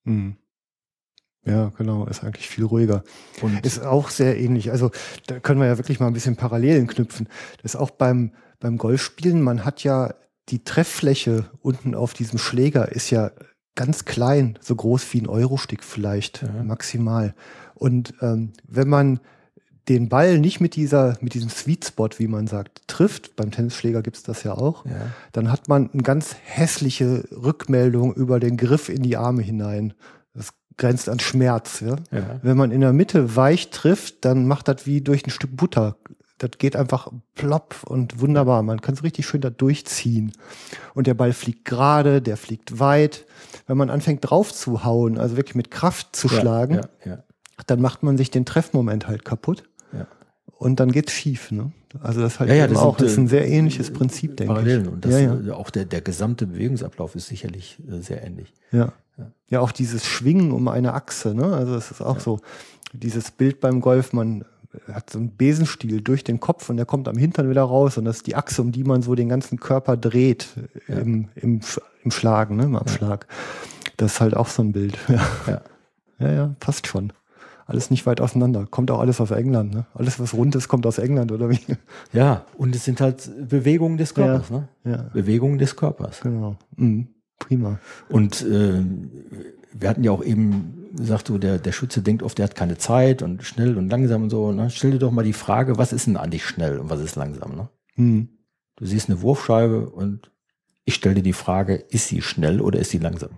Ja, genau, ist eigentlich viel ruhiger. Und ist auch sehr ähnlich. Also da können wir ja wirklich mal ein bisschen Parallelen knüpfen. Das ist auch beim Golfspielen, man hat ja die Trefffläche unten auf diesem Schläger ist ja ganz klein, so groß wie ein Eurostick vielleicht, maximal. Und wenn man den Ball nicht mit diesem Sweet Spot, wie man sagt, trifft, beim Tennisschläger gibt's das ja auch, dann hat man eine ganz hässliche Rückmeldung über den Griff in die Arme hinein. Das grenzt an Schmerz. Ja? Wenn man in der Mitte weich trifft, dann macht das wie durch ein Stück Butter. Das geht einfach plopp und wunderbar. Man kann es richtig schön da durchziehen. Und der Ball fliegt gerade, der fliegt weit. Wenn man anfängt drauf zu hauen, also wirklich mit Kraft zu schlagen, dann macht man sich den Treffmoment halt kaputt. Und dann geht's schief, ne? Also das halt das ist ein sehr ähnliches Prinzip, denke ich. Parallelen. Und das, auch der gesamte Bewegungsablauf ist sicherlich sehr ähnlich. Ja, auch dieses Schwingen um eine Achse, ne? Also das ist auch so, dieses Bild beim Golf, man hat so einen Besenstiel durch den Kopf und der kommt am Hintern wieder raus und das ist die Achse, um die man so den ganzen Körper dreht im Schlagen, ne? Im Abschlag. Das ist halt auch so ein Bild. Ja, passt schon. Alles nicht weit auseinander. Kommt auch alles aus England, ne? Alles, was rund ist, kommt aus England, oder wie? Ja, und es sind halt Bewegungen des Körpers, ne? Ja. Bewegungen des Körpers. Genau. Prima. Und wir hatten ja auch eben gesagt, der Schütze denkt oft, der hat keine Zeit und schnell und langsam und so. Ne? Stell dir doch mal die Frage, was ist denn eigentlich schnell und was ist langsam? Ne? Du siehst eine Wurfscheibe und ich stelle dir die Frage, ist sie schnell oder ist sie langsam?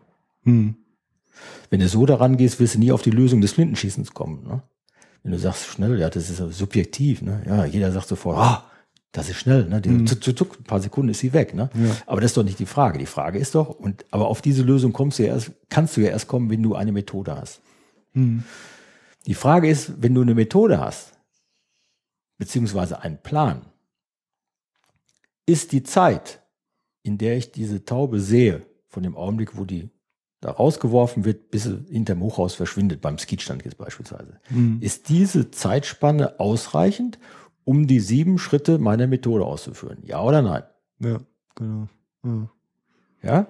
Wenn du so daran gehst, wirst du nie auf die Lösung des Flintenschießens kommen. Ne? Wenn du sagst schnell, ja, das ist subjektiv. Ne? Ja, jeder sagt sofort, das ist schnell. Ne? Zuck, ein paar Sekunden ist sie weg. Ne? Ja. Aber das ist doch nicht die Frage. Die Frage ist doch, aber auf diese Lösung kannst du ja erst kommen, wenn du eine Methode hast. Die Frage ist, wenn du eine Methode hast, beziehungsweise einen Plan, ist die Zeit, in der ich diese Taube sehe, von dem Augenblick, wo die da rausgeworfen wird, bis sie hinterm Hochhaus verschwindet, beim Skistand jetzt beispielsweise. Ist diese Zeitspanne ausreichend, um die 7 Schritte meiner Methode auszuführen? Ja oder nein? Ja, genau. Ja?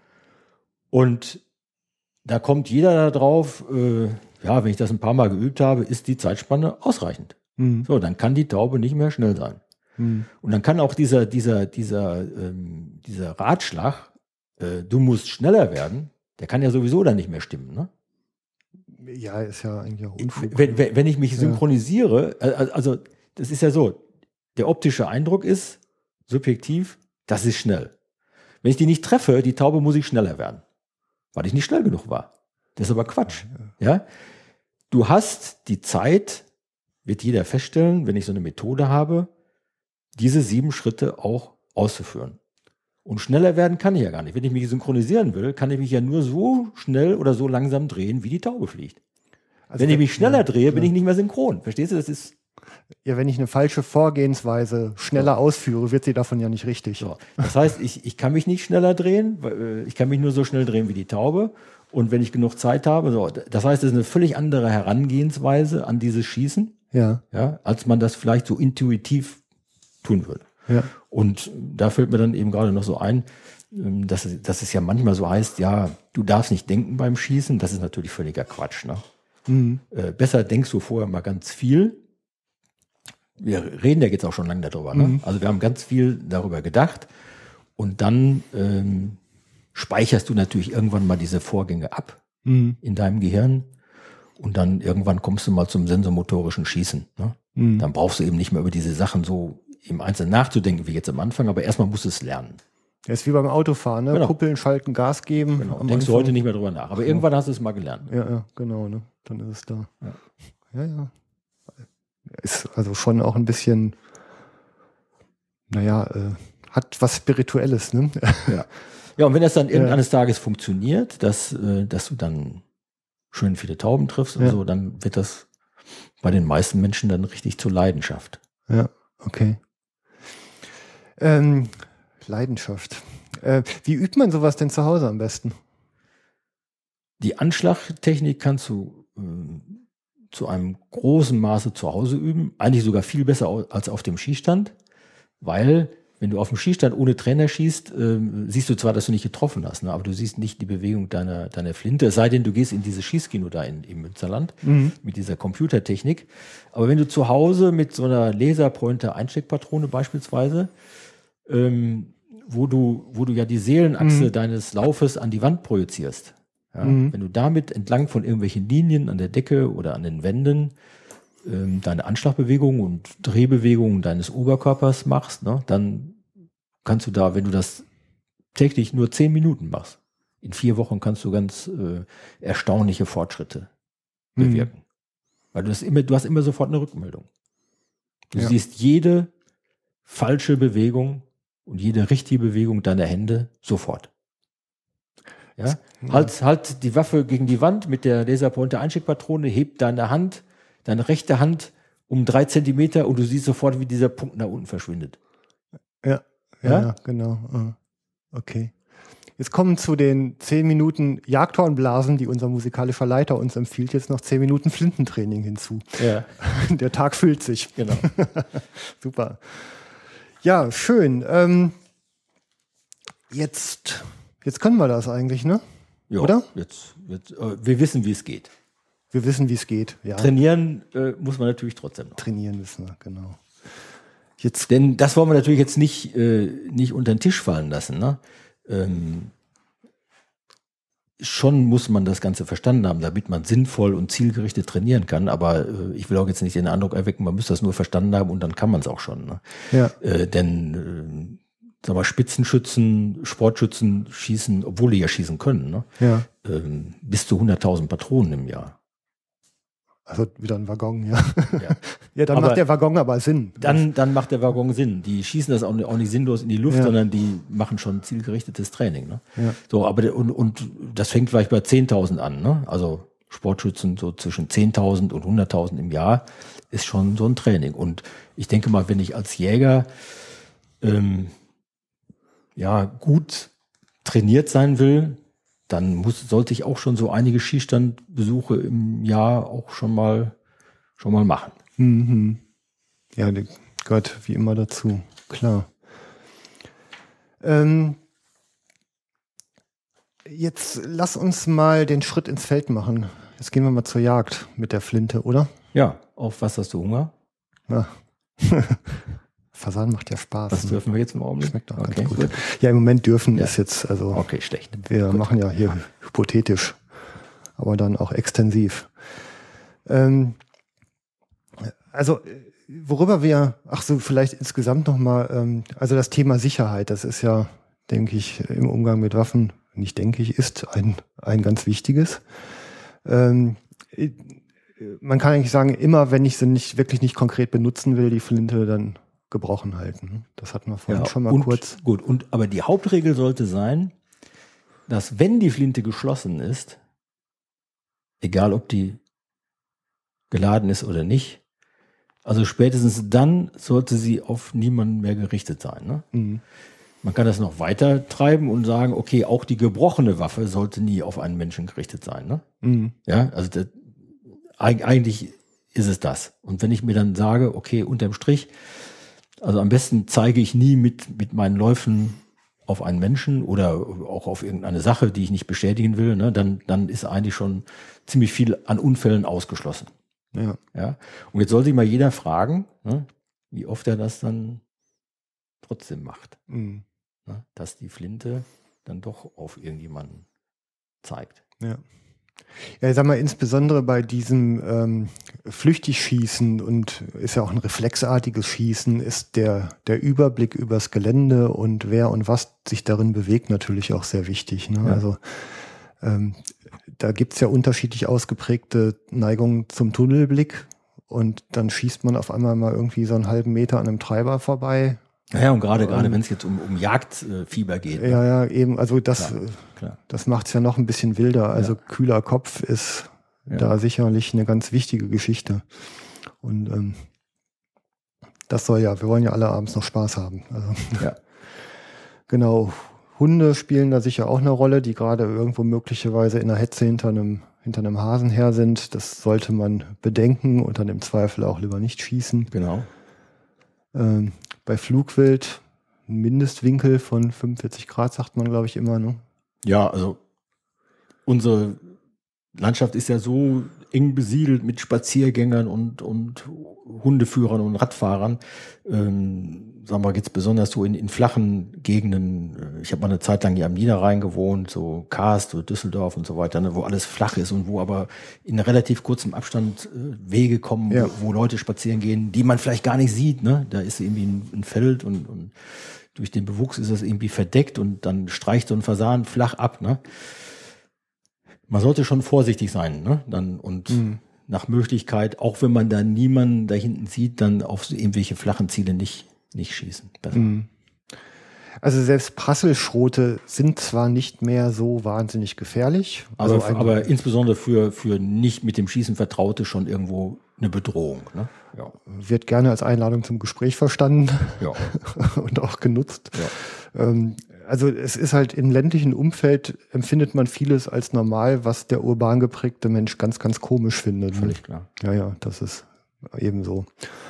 Und da kommt jeder da drauf, wenn ich das ein paar Mal geübt habe, ist die Zeitspanne ausreichend. So, dann kann die Taube nicht mehr schnell sein. Und dann kann auch dieser Ratschlag, du musst schneller werden, der kann ja sowieso dann nicht mehr stimmen, ne? Ja, ist ja eigentlich auch Unfug. Wenn ich mich synchronisiere, also das ist ja so, der optische Eindruck ist subjektiv, das ist schnell. Wenn ich die nicht treffe, die Taube muss ich schneller werden, weil ich nicht schnell genug war. Das ist aber Quatsch. Ja? Du hast die Zeit, wird jeder feststellen, wenn ich so eine Methode habe, diese 7 Schritte auch auszuführen. Und schneller werden kann ich ja gar nicht. Wenn ich mich synchronisieren will, kann ich mich ja nur so schnell oder so langsam drehen, wie die Taube fliegt. Also wenn ich mich schneller drehe, bin ich nicht mehr synchron. Verstehst du? Das ist ja, wenn ich eine falsche Vorgehensweise schneller ausführe, wird sie davon ja nicht richtig. So. Das heißt, ich kann mich nicht schneller drehen, ich kann mich nur so schnell drehen wie die Taube. Und wenn ich genug Zeit habe, so, das heißt, es ist eine völlig andere Herangehensweise an dieses Schießen, als man das vielleicht so intuitiv tun würde. Ja. Und da fällt mir dann eben gerade noch so ein, dass es ja manchmal so heißt, ja, du darfst nicht denken beim Schießen. Das ist natürlich völliger Quatsch. Ne? Besser denkst du vorher mal ganz viel. Wir reden ja jetzt auch schon lange darüber. Ne? Also wir haben ganz viel darüber gedacht. Und dann speicherst du natürlich irgendwann mal diese Vorgänge ab in deinem Gehirn. Und dann irgendwann kommst du mal zum sensormotorischen Schießen. Ne? Mhm. Dann brauchst du eben nicht mehr über diese Sachen so im Einzelnen nachzudenken, wie jetzt am Anfang, aber erstmal musst du es lernen. Das ist wie beim Autofahren, ne? Genau. Kuppeln, schalten, Gas geben. Genau. Am Denkst du Anfang- heute nicht mehr drüber nach. Aber irgendwann hast du es mal gelernt. Ja, genau, ne? Dann ist es da. Ja. Ja. Ist also schon auch ein bisschen, hat was Spirituelles, ne? Ja, und wenn das dann irgendeines Tages funktioniert, dass du dann schön viele Tauben triffst und so, dann wird das bei den meisten Menschen dann richtig zur Leidenschaft. Ja, okay. Leidenschaft. Wie übt man sowas denn zu Hause am besten? Die Anschlagtechnik kannst du zu einem großen Maße zu Hause üben. Eigentlich sogar viel besser als auf dem Schießstand, weil wenn du auf dem Schießstand ohne Trainer schießt, siehst du zwar, dass du nicht getroffen hast, ne, aber du siehst nicht die Bewegung deiner Flinte, es sei denn, du gehst in dieses Schießkino da im Münsterland mit dieser Computertechnik. Aber wenn du zu Hause mit so einer Laserpointer-Einsteckpatrone beispielsweise, wo du ja die Seelenachse deines Laufes an die Wand projizierst, wenn du damit entlang von irgendwelchen Linien an der Decke oder an den Wänden deine Anschlagbewegungen und Drehbewegungen deines Oberkörpers machst, ne, dann kannst du da, wenn du das täglich nur 10 Minuten machst, in 4 Wochen kannst du ganz erstaunliche Fortschritte bewirken. Weil du hast immer sofort eine Rückmeldung. Du siehst jede falsche Bewegung und jede richtige Bewegung deiner Hände sofort. Ja? Halt die Waffe gegen die Wand mit der Laserpointer-Einsteckpatrone, heb deine rechte Hand um 3 Zentimeter und du siehst sofort, wie dieser Punkt nach unten verschwindet. Ja, genau. Okay. Jetzt kommen zu den 10 Minuten Jagdhornblasen, die unser musikalischer Leiter uns empfiehlt, jetzt noch 10 Minuten Flintentraining hinzu. Ja. Der Tag füllt sich. Genau. Super. Ja, schön. Jetzt können wir das eigentlich, ne? Ja, oder? Wir wissen, wie es geht. Wir wissen, wie es geht, ja. Trainieren muss man natürlich trotzdem noch. Trainieren müssen wir, genau. Denn das wollen wir natürlich jetzt nicht unter den Tisch fallen lassen. Ne? Schon muss man das Ganze verstanden haben, damit man sinnvoll und zielgerichtet trainieren kann. Aber ich will auch jetzt nicht den Eindruck erwecken, man müsste das nur verstanden haben und dann kann man es auch schon. Ne? Ja. Denn sag mal, Spitzenschützen, Sportschützen schießen, obwohl die ja schießen können, ne? Ja. Bis zu 100.000 Patronen im Jahr. Also wieder ein Waggon, ja. Ja, dann macht der Waggon aber Sinn. Dann macht der Waggon Sinn. Die schießen das auch nicht sinnlos in die Luft, sondern die machen schon zielgerichtetes Training. Ne? Ja. So, aber und das fängt vielleicht bei 10.000 an. Ne? Also Sportschützen so zwischen 10.000 und 100.000 im Jahr ist schon so ein Training. Und ich denke mal, wenn ich als Jäger gut trainiert sein will, dann sollte ich auch schon so einige Schießstandbesuche im Jahr auch schon mal machen. Mhm. Ja, der gehört wie immer dazu, klar. Jetzt lass uns mal den Schritt ins Feld machen. Jetzt gehen wir mal zur Jagd mit der Flinte, oder? Ja, auf was hast du Hunger? Ja. Fasan macht ja Spaß. Was dürfen wir jetzt im Augenblick? Schmeckt auch ganz gut. Ja, im Moment dürfen ist jetzt, also. Okay, schlecht. Wir machen ja hier hypothetisch, aber dann auch extensiv. Also, worüber vielleicht insgesamt nochmal, also das Thema Sicherheit, das ist ja, denke ich, im Umgang mit Waffen, ist ein ganz wichtiges. Man kann eigentlich sagen, immer wenn ich sie wirklich nicht konkret benutzen will, die Flinte, dann gebrochen halten. Das hatten wir vorhin schon mal kurz. Gut, aber die Hauptregel sollte sein, dass wenn die Flinte geschlossen ist, egal ob die geladen ist oder nicht, also spätestens dann sollte sie auf niemanden mehr gerichtet sein. Ne? Mhm. Man kann das noch weiter treiben und sagen, okay, auch die gebrochene Waffe sollte nie auf einen Menschen gerichtet sein. Ne? Mhm. Ja, also eigentlich ist es das. Und wenn ich mir dann sage, okay, unterm Strich, also am besten zeige ich nie mit meinen Läufen auf einen Menschen oder auch auf irgendeine Sache, die ich nicht bestätigen will, ne, dann ist eigentlich schon ziemlich viel an Unfällen ausgeschlossen. Ja. Und jetzt sollte sich mal jeder fragen, ne, wie oft er das dann trotzdem macht. Mhm. Ne, dass die Flinte dann doch auf irgendjemanden zeigt. Ja. Ja, ich sag mal, insbesondere bei diesem Flüchtigschießen und ist ja auch ein reflexartiges Schießen, ist der Überblick übers Gelände und wer und was sich darin bewegt natürlich auch sehr wichtig. Ne? Ja. Also da gibt's ja unterschiedlich ausgeprägte Neigungen zum Tunnelblick und dann schießt man auf einmal mal irgendwie so einen halben Meter an einem Treiber vorbei. Ja, und gerade wenn es jetzt um Jagdfieber geht. Ne? Ja, eben, also Klar. das macht's ja noch ein bisschen wilder. Also kühler Kopf ist da sicherlich eine ganz wichtige Geschichte. Und das wir wollen ja alle abends noch Spaß haben. Also, genau, Hunde spielen da sicher auch eine Rolle, die gerade irgendwo möglicherweise in der Hetze hinter einem Hasen her sind. Das sollte man bedenken und dann im Zweifel auch lieber nicht schießen. Genau. Bei Flugwild ein Mindestwinkel von 45 Grad, sagt man, glaube ich, immer. Ne? Ja, also unsere Landschaft ist ja so eng besiedelt mit Spaziergängern und Hundeführern und Radfahrern. Sagen wir jetzt besonders so in flachen Gegenden. Ich habe mal eine Zeit lang hier am Niederrhein gewohnt, so Karst, so Düsseldorf und so weiter, ne, wo alles flach ist und wo aber in relativ kurzem Abstand Wege kommen, wo Leute spazieren gehen, die man vielleicht gar nicht sieht. Ne? Da ist irgendwie ein Feld und durch den Bewuchs ist das irgendwie verdeckt und dann streicht so ein Fasan flach ab. Ne? Man sollte schon vorsichtig sein, ne? Nach Möglichkeit, auch wenn man da niemanden da hinten sieht, dann auf so irgendwelche flachen Ziele nicht schießen. Also selbst Prasselschrote sind zwar nicht mehr so wahnsinnig gefährlich. Aber insbesondere für nicht mit dem Schießen Vertraute schon irgendwo eine Bedrohung. Ne? Ja. Wird gerne als Einladung zum Gespräch verstanden und auch genutzt. Ja. Also es ist halt im ländlichen Umfeld empfindet man vieles als normal, was der urban geprägte Mensch ganz, ganz komisch findet. Völlig klar. Ja, das ist eben so.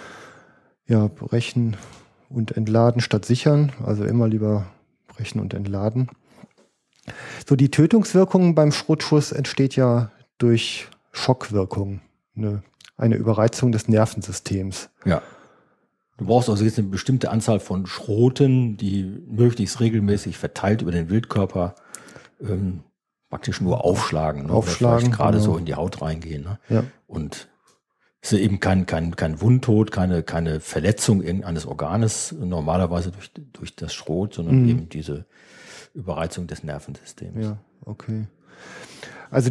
Ja, brechen und entladen statt sichern. Also immer lieber brechen und entladen. So, die Tötungswirkung beim Schrotschuss entsteht ja durch Schockwirkung. Eine Überreizung des Nervensystems. Ja. Du brauchst also jetzt eine bestimmte Anzahl von Schroten, die möglichst regelmäßig verteilt über den Wildkörper praktisch nur aufschlagen. Ne? Aufschlagen. Gerade so in die Haut reingehen. Ne? Ja. Und es ist eben kein Wundtod, keine Verletzung irgendeines Organes, normalerweise durch das Schrot, sondern eben diese Überreizung des Nervensystems. Ja, okay. Also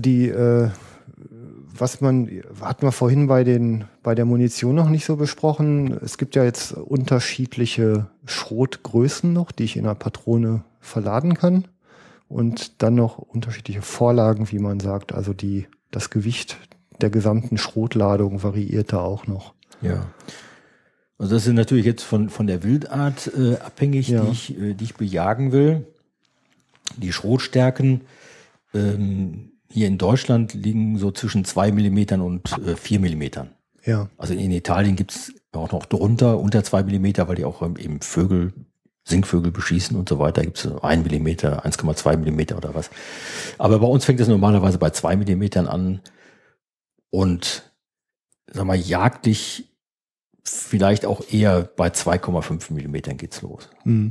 hatten wir vorhin bei der Munition noch nicht so besprochen. Es gibt ja jetzt unterschiedliche Schrotgrößen noch, die ich in einer Patrone verladen kann. Und dann noch unterschiedliche Vorlagen, wie man sagt. Also das Gewicht der gesamten Schrotladung variiert da auch noch. Ja. Also das ist natürlich jetzt von der Wildart abhängig, die ich bejagen will. Die Schrotstärken hier in Deutschland liegen so zwischen 2 mm und 4 mm. Ja. Also in Italien gibt es auch noch drunter, unter 2 mm, weil die auch eben Singvögel beschießen und so weiter. Da gibt es 1 mm, 1,2 mm oder was. Aber bei uns fängt es normalerweise bei 2 mm an und sag mal, jagdlich vielleicht auch eher bei 2,5 mm geht's los. Mhm.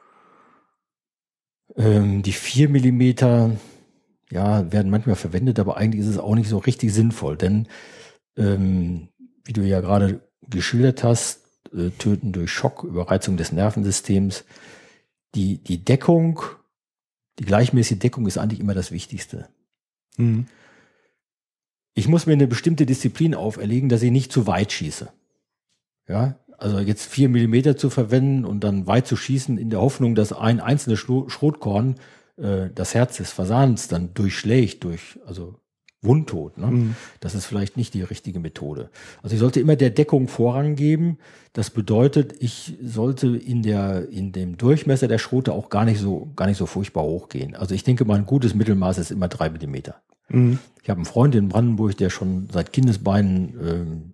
Die 4 mm werden manchmal verwendet, aber eigentlich ist es auch nicht so richtig sinnvoll, denn wie du ja gerade geschildert hast, Töten durch Schock, Überreizung des Nervensystems, die Deckung, die gleichmäßige Deckung ist eigentlich immer das Wichtigste. Mhm. Ich muss mir eine bestimmte Disziplin auferlegen, dass ich nicht zu weit schieße. Ja, also jetzt 4 mm zu verwenden und dann weit zu schießen in der Hoffnung, dass ein einzelnes Schrotkorn das Herz des Fasans dann durchschlägt, also Wundtod. Ne? Mhm. Das ist vielleicht nicht die richtige Methode. Also ich sollte immer der Deckung Vorrang geben. Das bedeutet, ich sollte in dem Durchmesser der Schrote auch gar nicht so furchtbar hochgehen. Also ich denke mal, ein gutes Mittelmaß ist immer 3 mm. Mhm. Ich habe einen Freund in Brandenburg, der schon seit Kindesbeinen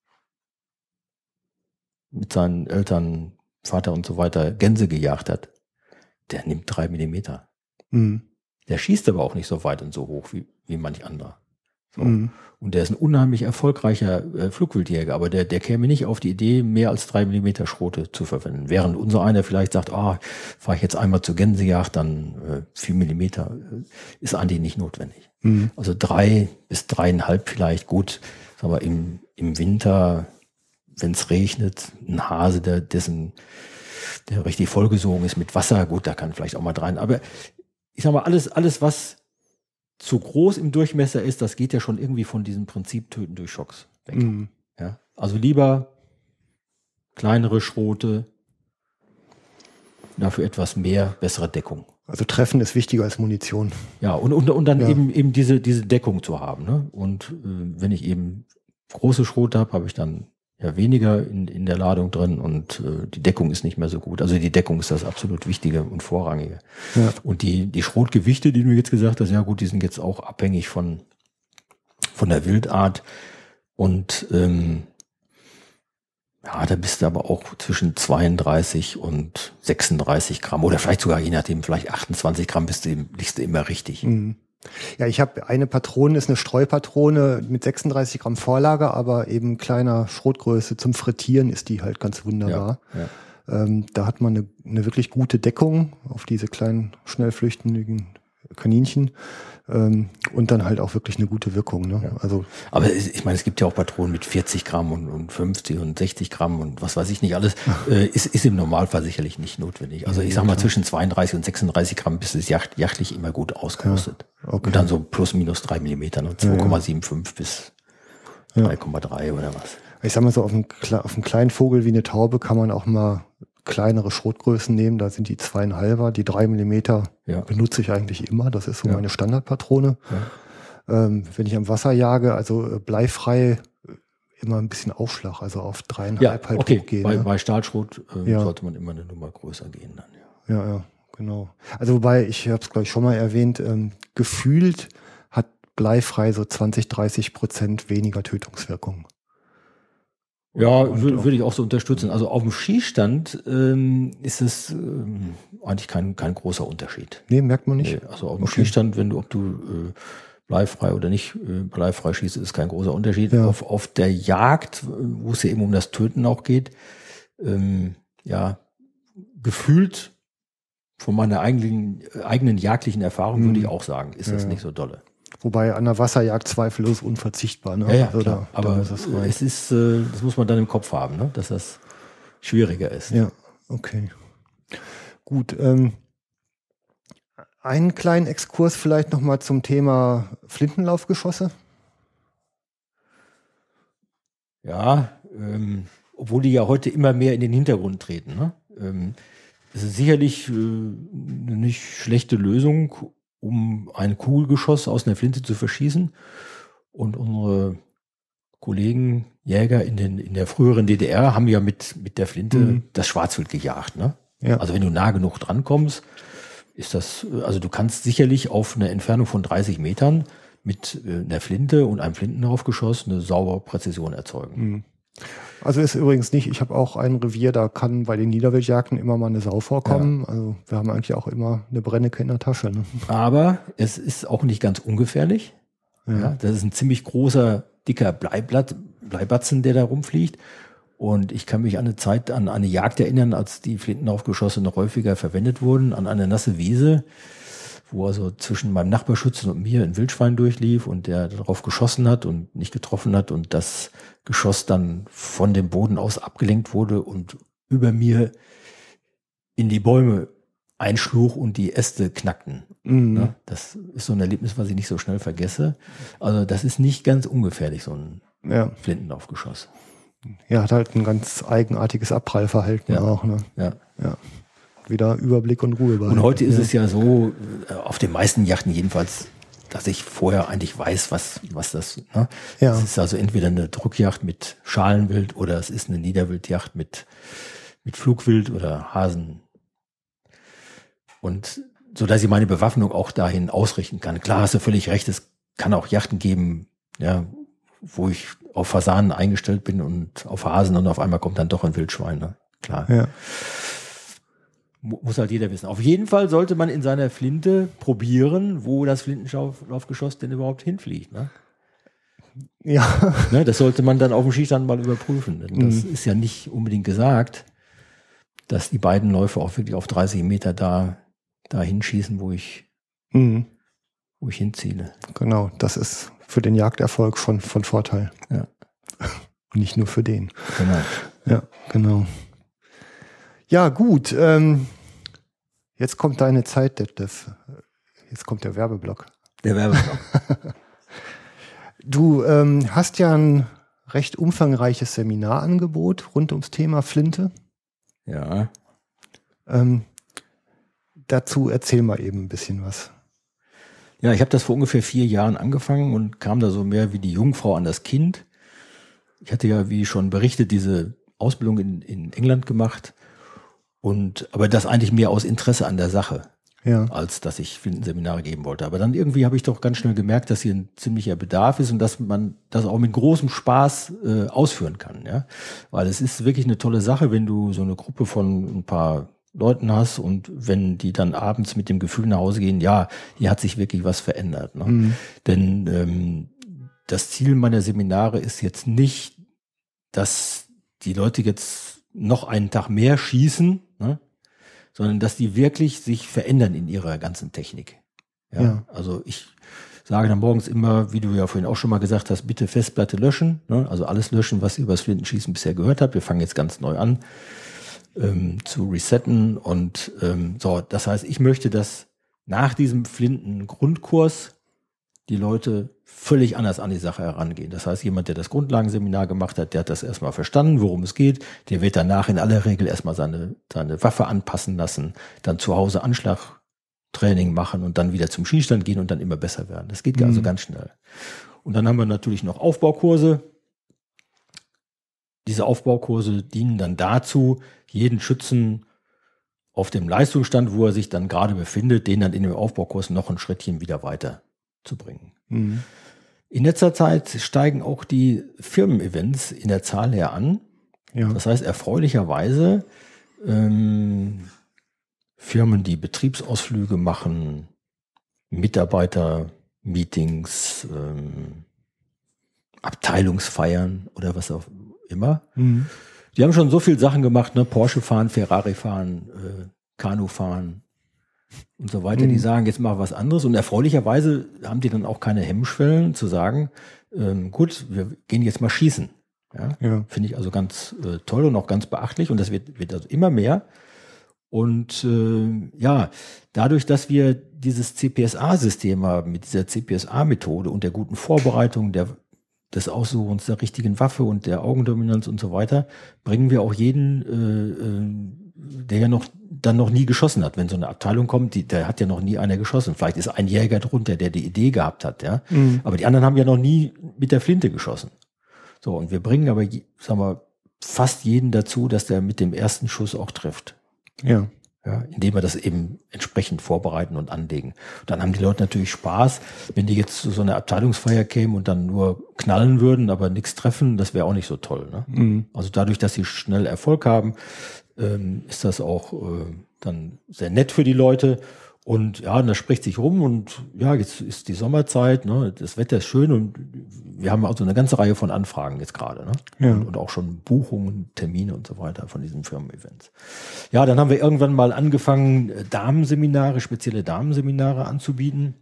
mit seinen Eltern, Vater und so weiter Gänse gejagt hat. Der nimmt 3 mm. Mhm. Der schießt aber auch nicht so weit und so hoch wie manch anderer. So. Und der ist ein unheimlich erfolgreicher Flugwildjäger, aber der käme nicht auf die Idee, mehr als 3 mm Schrote zu verwenden. Während unser einer vielleicht sagt, fahre ich jetzt einmal zur Gänsejagd, dann 4 mm ist eigentlich nicht notwendig. Also 3 bis 3,5 vielleicht, gut, aber im Winter, wenn es regnet, ein Hase, der richtig vollgesogen ist mit Wasser, gut, da kann vielleicht auch mal 3. Aber ich sag mal, alles, was zu groß im Durchmesser ist, das geht ja schon irgendwie von diesem Prinzip Töten durch Schocks weg. Ja? Also lieber kleinere Schrote, dafür etwas mehr, bessere Deckung. Also Treffen ist wichtiger als Munition. Ja, und dann eben diese Deckung zu haben. Ne? Und wenn ich eben große Schrote habe ich dann ja weniger in der Ladung drin und die Deckung ist nicht mehr so gut. Also die Deckung ist das absolut Wichtige und Vorrangige. Ja. Und die Schrotgewichte, die du jetzt gesagt hast, ja gut, die sind jetzt auch abhängig von der Wildart. Und da bist du aber auch zwischen 32 und 36 Gramm oder vielleicht sogar, je nachdem, vielleicht 28 Gramm liegst du immer richtig. Ja, ich habe eine Patrone, ist eine Streupatrone mit 36 Gramm Vorlage, aber eben kleiner Schrotgröße zum Frittieren ist die halt ganz wunderbar. Ja. Da hat man eine wirklich gute Deckung auf diese kleinen, schnell flüchtigen Kaninchen und dann halt auch wirklich eine gute Wirkung. Ne? Ja. Also, aber ich meine, es gibt ja auch Patronen mit 40 Gramm und 50 und 60 Gramm und was weiß ich nicht alles. Ist im Normalfall sicherlich nicht notwendig. Also ich sag mal, zwischen 32 und 36 Gramm bist du jachtlich immer gut ausgerüstet. Ja, okay. Und dann so plus minus 3 Millimeter, ne? 2,75 bis 3,3 oder was. Ich sag mal so, auf einen kleinen Vogel wie eine Taube kann man auch mal kleinere Schrotgrößen nehmen, da sind die 2,5er, die 3 Millimeter benutze ich eigentlich immer, das ist so meine Standardpatrone. Ja. Wenn ich am Wasser jage, also bleifrei, immer ein bisschen Aufschlag, also auf 3,5 halt hochgehen. Bei Stahlschrot sollte man immer eine Nummer größer gehen dann. Ja, genau. Also wobei, ich habe es glaube ich schon mal erwähnt, gefühlt hat bleifrei so 20-30% weniger Tötungswirkung. Ja, würde ich auch so unterstützen. Also auf dem Schießstand ist es eigentlich kein großer Unterschied. Nee, merkt man nicht. Nee, also auf dem Schießstand, ob du bleifrei oder nicht bleifrei schießt, ist kein großer Unterschied. Ja. Auf der Jagd, wo es ja eben um das Töten auch geht, gefühlt von meiner eigenen jagdlichen Erfahrung würde ich auch sagen, ist das nicht so dolle. Wobei an der Wasserjagd zweifellos unverzichtbar. Ne? Ja, also aber es ist, das muss man dann im Kopf haben, ne? Dass das schwieriger ist. Ja, okay. Gut. Einen kleinen Exkurs vielleicht nochmal zum Thema Flintenlaufgeschosse. Ja, obwohl die ja heute immer mehr in den Hintergrund treten. Ne? Es ist sicherlich eine nicht schlechte Lösung, um ein Kugelgeschoss aus einer Flinte zu verschießen. Und unsere Kollegen, Jäger in der früheren DDR haben ja mit der Flinte das Schwarzwild gejagt. Ne? Ja. Also wenn du nah genug drankommst, ist das, also du kannst sicherlich auf einer Entfernung von 30 Metern mit einer Flinte und einem Flintenlaufgeschoss eine saubere Präzision erzeugen. Also ist übrigens nicht, ich habe auch ein Revier, da kann bei den Niederwildjagden immer mal eine Sau vorkommen. Ja. Also wir haben eigentlich auch immer eine Brennecke in der Tasche. Ne? Aber es ist auch nicht ganz ungefährlich. Ja, das ist ein ziemlich großer, dicker Bleibatzen, der da rumfliegt. Und ich kann mich an eine Jagd erinnern, als die Flintenlaufgeschosse noch häufiger verwendet wurden, an eine nasse Wiese, wo also zwischen meinem Nachbarschützen und mir ein Wildschwein durchlief und der darauf geschossen hat und nicht getroffen hat und das Geschoss dann von dem Boden aus abgelenkt wurde und über mir in die Bäume einschlug und die Äste knackten. Ja, das ist so ein Erlebnis, was ich nicht so schnell vergesse. Also das ist nicht ganz ungefährlich, so ein Flintenlaufgeschoss. Ja, hat halt ein ganz eigenartiges Abprallverhalten auch. Ne? Ja. Wieder Überblick und Ruhe behalten. Und heute ist es ja so, auf den meisten Yachten jedenfalls, dass ich vorher eigentlich weiß, was das, ne? Ja. Es ist also entweder eine Druckjacht mit Schalenwild oder es ist eine Niederwildjacht mit Flugwild oder Hasen. Und so, dass ich meine Bewaffnung auch dahin ausrichten kann. Klar, hast du völlig recht, es kann auch Yachten geben, ja, wo ich auf Fasanen eingestellt bin und auf Hasen und auf einmal kommt dann doch ein Wildschwein, ne? Klar. Ja. Muss halt jeder wissen. Auf jeden Fall sollte man in seiner Flinte probieren, wo das Flintenlaufgeschoss denn überhaupt hinfliegt, ne? Ja. Ne, das sollte man dann auf dem Schießstand mal überprüfen. Denn das ist ja nicht unbedingt gesagt, dass die beiden Läufer auch wirklich auf 30 Meter da hinschießen, wo ich hinziele. Genau, das ist für den Jagderfolg von Vorteil. Ja. Nicht nur für den. Genau. Ja, genau. Ja, gut. Jetzt kommt deine Zeit, Detlef. Jetzt kommt der Werbeblock. Der Werbeblock. Du hast ja ein recht umfangreiches Seminarangebot rund ums Thema Flinte. Ja. Dazu erzähl mal eben ein bisschen was. Ja, ich habe das vor ungefähr 4 Jahren angefangen und kam da so mehr wie die Jungfrau an das Kind. Ich hatte ja, wie schon berichtet, diese Ausbildung in England gemacht. Aber das eigentlich mehr aus Interesse an der Sache, als dass ich Flintenseminare geben wollte. Aber dann irgendwie habe ich doch ganz schnell gemerkt, dass hier ein ziemlicher Bedarf ist und dass man das auch mit großem Spaß ausführen kann. Ja? Weil es ist wirklich eine tolle Sache, wenn du so eine Gruppe von ein paar Leuten hast und wenn die dann abends mit dem Gefühl nach Hause gehen, ja, hier hat sich wirklich was verändert. Ne? Denn das Ziel meiner Seminare ist jetzt nicht, dass die Leute jetzt noch einen Tag mehr schießen, ne? Sondern dass die wirklich sich verändern in ihrer ganzen Technik. Ja. Also ich sage dann morgens immer, wie du ja vorhin auch schon mal gesagt hast, bitte Festplatte löschen, ne? Also alles löschen, was ihr über das Flintenschießen bisher gehört habt. Wir fangen jetzt ganz neu an zu resetten und so. Das heißt, ich möchte, dass nach diesem Flinten-Grundkurs die Leute völlig anders an die Sache herangehen. Das heißt, jemand, der das Grundlagenseminar gemacht hat, der hat das erstmal verstanden, worum es geht. Der wird danach in aller Regel erstmal seine Waffe anpassen lassen, dann zu Hause Anschlagtraining machen und dann wieder zum Schießstand gehen und dann immer besser werden. Das geht also ganz schnell. Und dann haben wir natürlich noch Aufbaukurse. Diese Aufbaukurse dienen dann dazu, jeden Schützen auf dem Leistungsstand, wo er sich dann gerade befindet, den dann in dem Aufbaukurs noch ein Schrittchen wieder weiter zu bringen. In letzter Zeit steigen auch die Firmen-Events in der Zahl her an. Ja. Das heißt, erfreulicherweise Firmen, die Betriebsausflüge machen, Mitarbeiter-Meetings, Abteilungsfeiern oder was auch immer. Die haben schon so viel Sachen gemacht, ne? Porsche fahren, Ferrari fahren, Kanu fahren und so weiter. Die sagen, jetzt mal was anderes. Und erfreulicherweise haben die dann auch keine Hemmschwellen zu sagen, gut, wir gehen jetzt mal schießen. Ja? Finde ich also ganz toll und auch ganz beachtlich. Und das wird also immer mehr. Und dadurch, dass wir dieses CPSA-System haben, mit dieser CPSA-Methode und der guten Vorbereitung, des Aussuchens der richtigen Waffe und der Augendominanz und so weiter, bringen wir auch jeden, der ja dann noch nie geschossen hat. Wenn so eine Abteilung kommt, der hat ja noch nie einer geschossen. Vielleicht ist ein Jäger drunter, der die Idee gehabt hat, ja. Aber die anderen haben ja noch nie mit der Flinte geschossen. So, und wir bringen aber, fast jeden dazu, dass der mit dem ersten Schuss auch trifft. Ja, indem wir das eben entsprechend vorbereiten und anlegen. Dann haben die Leute natürlich Spaß. Wenn die jetzt zu so einer Abteilungsfeier kämen und dann nur knallen würden, aber nichts treffen, das wäre auch nicht so toll. Ne? Also dadurch, dass sie schnell Erfolg haben, ist das auch dann sehr nett für die Leute. Und ja, das spricht sich rum und ja, jetzt ist die Sommerzeit, ne? Das Wetter ist schön und wir haben also eine ganze Reihe von Anfragen jetzt gerade, ne? Ja. Und auch schon Buchungen, Termine und so weiter von diesen Firmen-Events. Ja, dann haben wir irgendwann mal angefangen, spezielle Damenseminare anzubieten,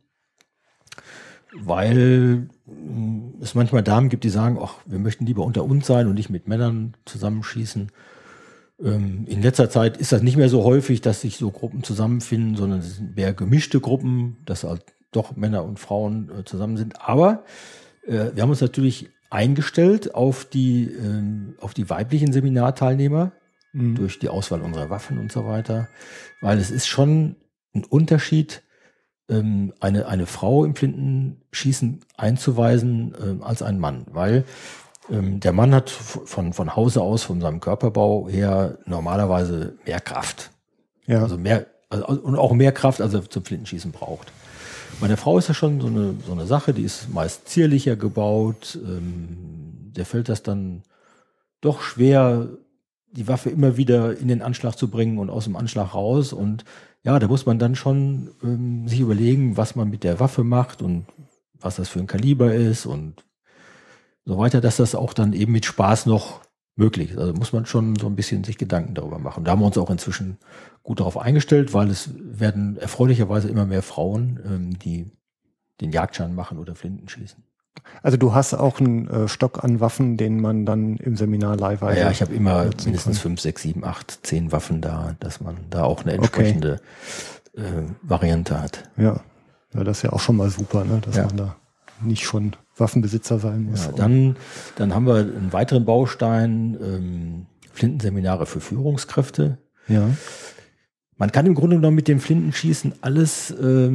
weil es manchmal Damen gibt, die sagen, ach, wir möchten lieber unter uns sein und nicht mit Männern zusammenschießen. In letzter Zeit ist das nicht mehr so häufig, dass sich so Gruppen zusammenfinden, sondern es sind mehr gemischte Gruppen, dass halt doch Männer und Frauen zusammen sind. Aber wir haben uns natürlich eingestellt auf die weiblichen Seminarteilnehmer durch die Auswahl unserer Waffen und so weiter, weil es ist schon ein Unterschied, eine Frau im Flintenschießen einzuweisen als ein Mann, weil der Mann hat von Hause aus, von seinem Körperbau her, normalerweise mehr Kraft. Ja. Und auch mehr Kraft, als er zum Flintenschießen braucht. Bei der Frau ist das schon so eine Sache, die ist meist zierlicher gebaut. Der fällt das dann doch schwer, die Waffe immer wieder in den Anschlag zu bringen und aus dem Anschlag raus. Und ja, da muss man dann schon sich überlegen, was man mit der Waffe macht und was das für ein Kaliber ist und so weiter, dass das auch dann eben mit Spaß noch möglich ist. Also muss man schon so ein bisschen sich Gedanken darüber machen. Da haben wir uns auch inzwischen gut darauf eingestellt, weil es werden erfreulicherweise immer mehr Frauen, die den Jagdschein machen oder Flinten schießen. Also du hast auch einen Stock an Waffen, den man dann im Seminar live Ja, ich habe immer mindestens 5, 6, 7, 8, 10 Waffen da, dass man da auch eine entsprechende Variante hat. Ja, das ist ja auch schon mal super, ne? Dass man da nicht schon Waffenbesitzer sein muss. Ja, dann haben wir einen weiteren Baustein, Flintenseminare für Führungskräfte. Ja. Man kann im Grunde genommen mit dem Flintenschießen alles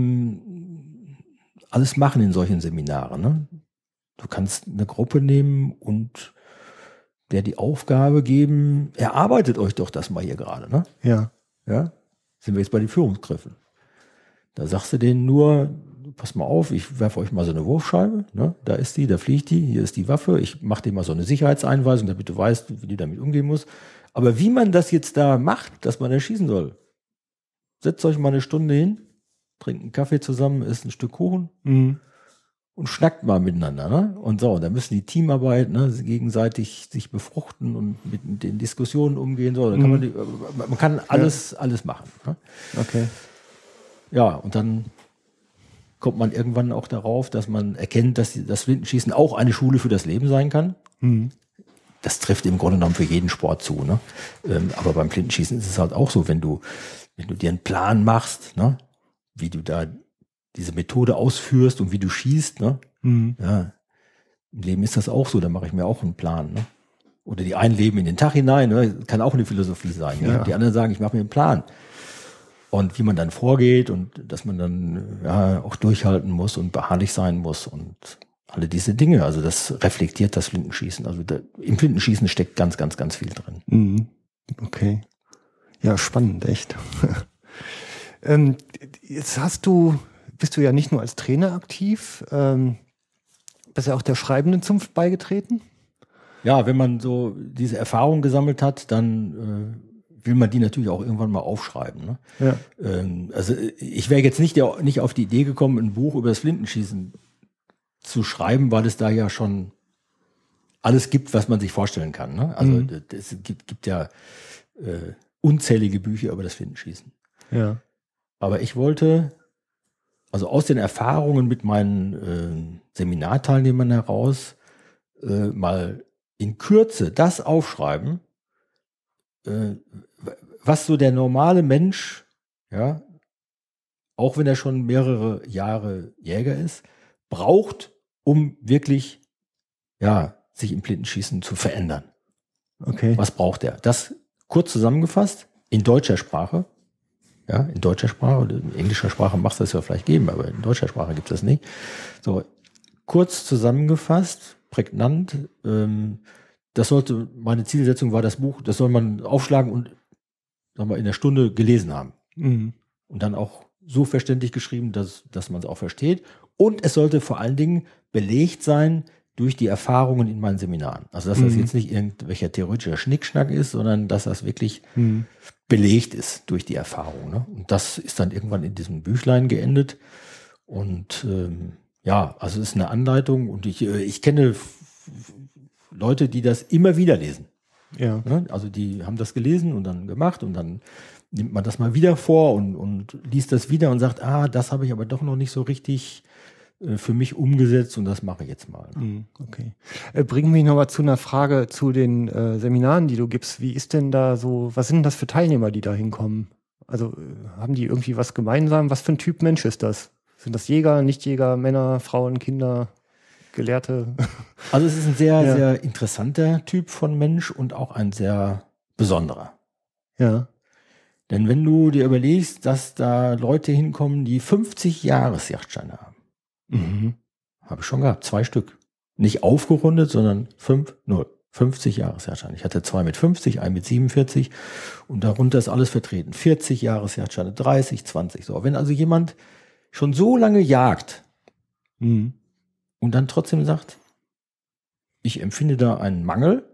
machen in solchen Seminaren. Ne? Du kannst eine Gruppe nehmen und der die Aufgabe geben, erarbeitet euch doch das mal hier gerade. Ne? Ja. Ja. Sind wir jetzt bei den Führungskräften. Da sagst du denen nur, pass mal auf, ich werfe euch mal so eine Wurfscheibe, ne? Da ist die, da fliegt die, hier ist die Waffe, ich mache dir mal so eine Sicherheitseinweisung, damit du weißt, wie du damit umgehen musst. Aber wie man das jetzt da macht, dass man da schießen soll, setzt euch mal eine Stunde hin, trinkt einen Kaffee zusammen, isst ein Stück Kuchen und schnackt mal miteinander. Ne? Und so, da müssen die Teamarbeit, ne, gegenseitig sich befruchten und mit den Diskussionen umgehen. So, da kann man kann alles machen. Ne? Okay. Ja, und dann kommt man irgendwann auch darauf, dass man erkennt, dass das Flintenschießen auch eine Schule für das Leben sein kann. Das trifft im Grunde genommen für jeden Sport zu. Ne? Aber beim Flintenschießen ist es halt auch so, wenn du dir einen Plan machst, ne? Wie du da diese Methode ausführst und wie du schießt. Ne? Ja, im Leben ist das auch so, da mache ich mir auch einen Plan. Ne? Oder die einen leben in den Tag hinein, ne? Kann auch eine Philosophie sein. Ja? Die anderen sagen, ich mache mir einen Plan. Und wie man dann vorgeht und dass man dann auch durchhalten muss und beharrlich sein muss und alle diese Dinge. Also das reflektiert das Flintenschießen. Also im Flintenschießen steckt ganz, ganz, ganz viel drin. Okay. Ja, spannend, echt. Jetzt bist du ja nicht nur als Trainer aktiv, bist ja auch der Schreibenden Zunft beigetreten? Ja, wenn man so diese Erfahrung gesammelt hat, dann will man die natürlich auch irgendwann mal aufschreiben. Ne? Ja. Also ich wäre jetzt nicht auf die Idee gekommen, ein Buch über das Flintenschießen zu schreiben, weil es da ja schon alles gibt, was man sich vorstellen kann. Ne? Also es gibt ja unzählige Bücher über das Flintenschießen. Ja. Aber ich wollte also aus den Erfahrungen mit meinen Seminarteilnehmern heraus mal in Kürze das aufschreiben, was so der normale Mensch, ja, auch wenn er schon mehrere Jahre Jäger ist, braucht, um wirklich, sich im Flintenschießen zu verändern. Okay. Was braucht er? Das kurz zusammengefasst in deutscher Sprache. Ja, in deutscher Sprache, in englischer Sprache macht es das ja vielleicht geben, aber in deutscher Sprache gibt es das nicht. So, kurz zusammengefasst, prägnant, meine Zielsetzung war, das Buch, das soll man aufschlagen und sagen wir, in der Stunde gelesen haben. Und dann auch so verständlich geschrieben, dass man es auch versteht. Und es sollte vor allen Dingen belegt sein durch die Erfahrungen in meinen Seminaren. Also dass das jetzt nicht irgendwelcher theoretischer Schnickschnack ist, sondern dass das wirklich belegt ist durch die Erfahrung. Ne? Und das ist dann irgendwann in diesem Büchlein geendet. Und also es ist eine Anleitung und ich kenne Leute, die das immer wieder lesen. Ja. Ne? Also die haben das gelesen und dann gemacht und dann nimmt man das mal wieder vor und liest das wieder und sagt, das habe ich aber doch noch nicht so richtig für mich umgesetzt und das mache ich jetzt mal. Okay. Bringen mich noch mal zu einer Frage zu den Seminaren, die du gibst. Wie ist denn da so, was sind das für Teilnehmer, die da hinkommen? Also haben die irgendwie was gemeinsam? Was für ein Typ Mensch ist das? Sind das Jäger, Nichtjäger, Männer, Frauen, Kinder, Gelehrte? Also es ist ein sehr, sehr interessanter Typ von Mensch und auch ein sehr besonderer. Ja. Denn wenn du dir überlegst, dass da Leute hinkommen, die 50 Jahresjagdscheine haben. Habe ich schon gehabt, 2 Stück. Nicht aufgerundet, sondern 50 Jahresjagdscheine. Ich hatte 2 mit 50, einen mit 47 und darunter ist alles vertreten. 40 Jahresjagdscheine, 30, 20. So. Wenn also jemand schon so lange jagt und dann trotzdem sagt, ich empfinde da einen Mangel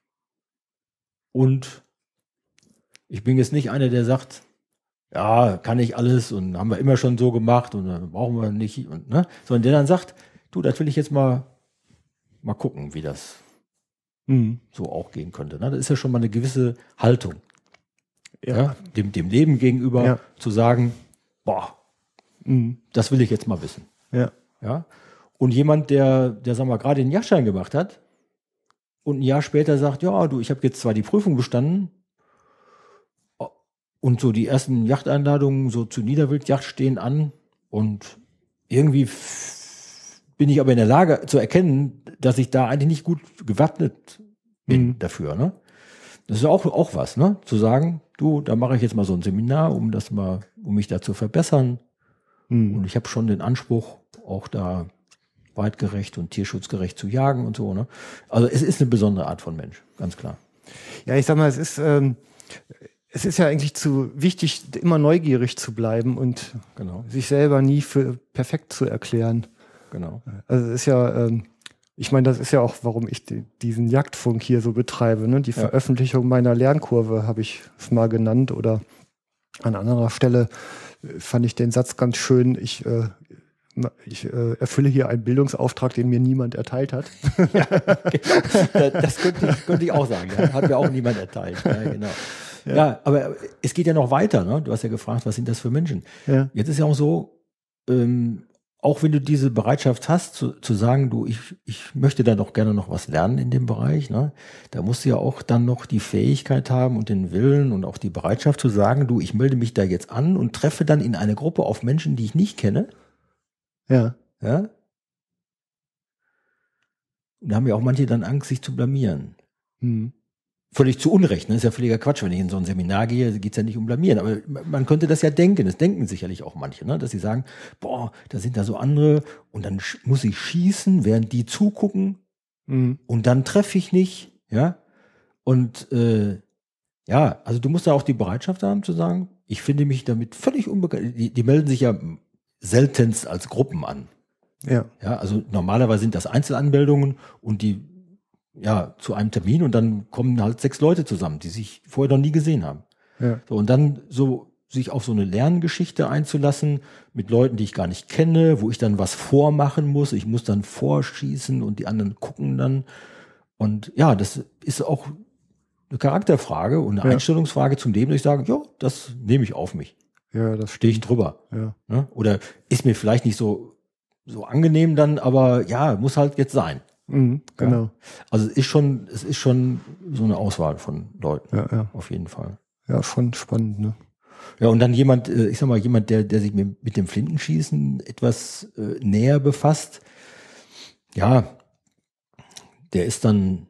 und ich bin jetzt nicht einer, der sagt, ja, kann ich alles und haben wir immer schon so gemacht und dann brauchen wir nicht und sondern der dann sagt, du, das will ich jetzt mal mal gucken, wie das so auch gehen könnte. Ne? Das ist ja schon mal eine gewisse Haltung. Ja. Dem Leben gegenüber zu sagen, boah, das will ich jetzt mal wissen. Ja. Ja. Und jemand, der sagen wir, gerade den Yachtschein gemacht hat und ein Jahr später sagt, ja, du, ich habe jetzt zwar die Prüfung bestanden und so die ersten Yachteinladungen so zur Niederwildjacht stehen an und irgendwie bin ich aber in der Lage zu erkennen, dass ich da eigentlich nicht gut gewappnet bin dafür. Ne? Das ist auch was, ne? Zu sagen, du, da mache ich jetzt mal so ein Seminar, um mich da zu verbessern. Und ich habe schon den Anspruch, auch da weitgerecht und tierschutzgerecht zu jagen und so. Ne? Also es ist eine besondere Art von Mensch, ganz klar. Ja, ich sag mal, es ist ja eigentlich zu wichtig, immer neugierig zu bleiben und sich selber nie für perfekt zu erklären. Genau. Also es ist ja, ich meine, das ist ja auch, warum ich diesen Jagdfunk hier so betreibe. Ne? Die Veröffentlichung meiner Lernkurve habe ich es mal genannt, oder an anderer Stelle fand ich den Satz ganz schön. Ich erfülle hier einen Bildungsauftrag, den mir niemand erteilt hat. Ja, genau. Das könnte ich auch sagen. Ja. Hat mir auch niemand erteilt. Ja, genau. Ja, aber es geht ja noch weiter. Ne? Du hast ja gefragt, was sind das für Menschen? Ja. Jetzt ist ja auch so, auch wenn du diese Bereitschaft hast, zu sagen, du, ich möchte da doch gerne noch was lernen in dem Bereich, ne? Da musst du ja auch dann noch die Fähigkeit haben und den Willen und auch die Bereitschaft zu sagen, du, ich melde mich da jetzt an und treffe dann in eine Gruppe auf Menschen, die ich nicht kenne. Ja. Ja? Und da haben ja auch manche dann Angst, sich zu blamieren. Völlig zu Unrecht, ne? Das ist ja völliger Quatsch. Wenn ich in so ein Seminar gehe, geht es ja nicht um Blamieren. Aber man könnte das ja denken. Das denken sicherlich auch manche, ne? Dass sie sagen, boah, da sind da so andere und dann muss ich schießen, während die zugucken und dann treffe ich nicht. Ja. Und also du musst da auch die Bereitschaft haben zu sagen, ich finde mich damit völlig unbekannt. Die melden sich ja seltenst als Gruppen an. Ja. Ja, also normalerweise sind das Einzelanmeldungen und die zu einem Termin und dann kommen halt 6 Leute zusammen, die sich vorher noch nie gesehen haben. Ja. So, und dann so sich auf so eine Lerngeschichte einzulassen mit Leuten, die ich gar nicht kenne, wo ich dann was vormachen muss. Ich muss dann vorschießen und die anderen gucken dann. Und ja, das ist auch eine Charakterfrage und eine Einstellungsfrage zum Leben, dass ich sage, ja, das nehme ich auf mich. Ja, das stehe ich drüber. Ja. Ne? Oder ist mir vielleicht nicht so angenehm dann, aber ja, muss halt jetzt sein. Genau. Ja. Also es ist schon so eine Auswahl von Leuten. Ja. Auf jeden Fall. Ja, schon spannend, ne? Ja, und dann jemand, der sich mit dem Flintenschießen etwas näher befasst, ja, der ist dann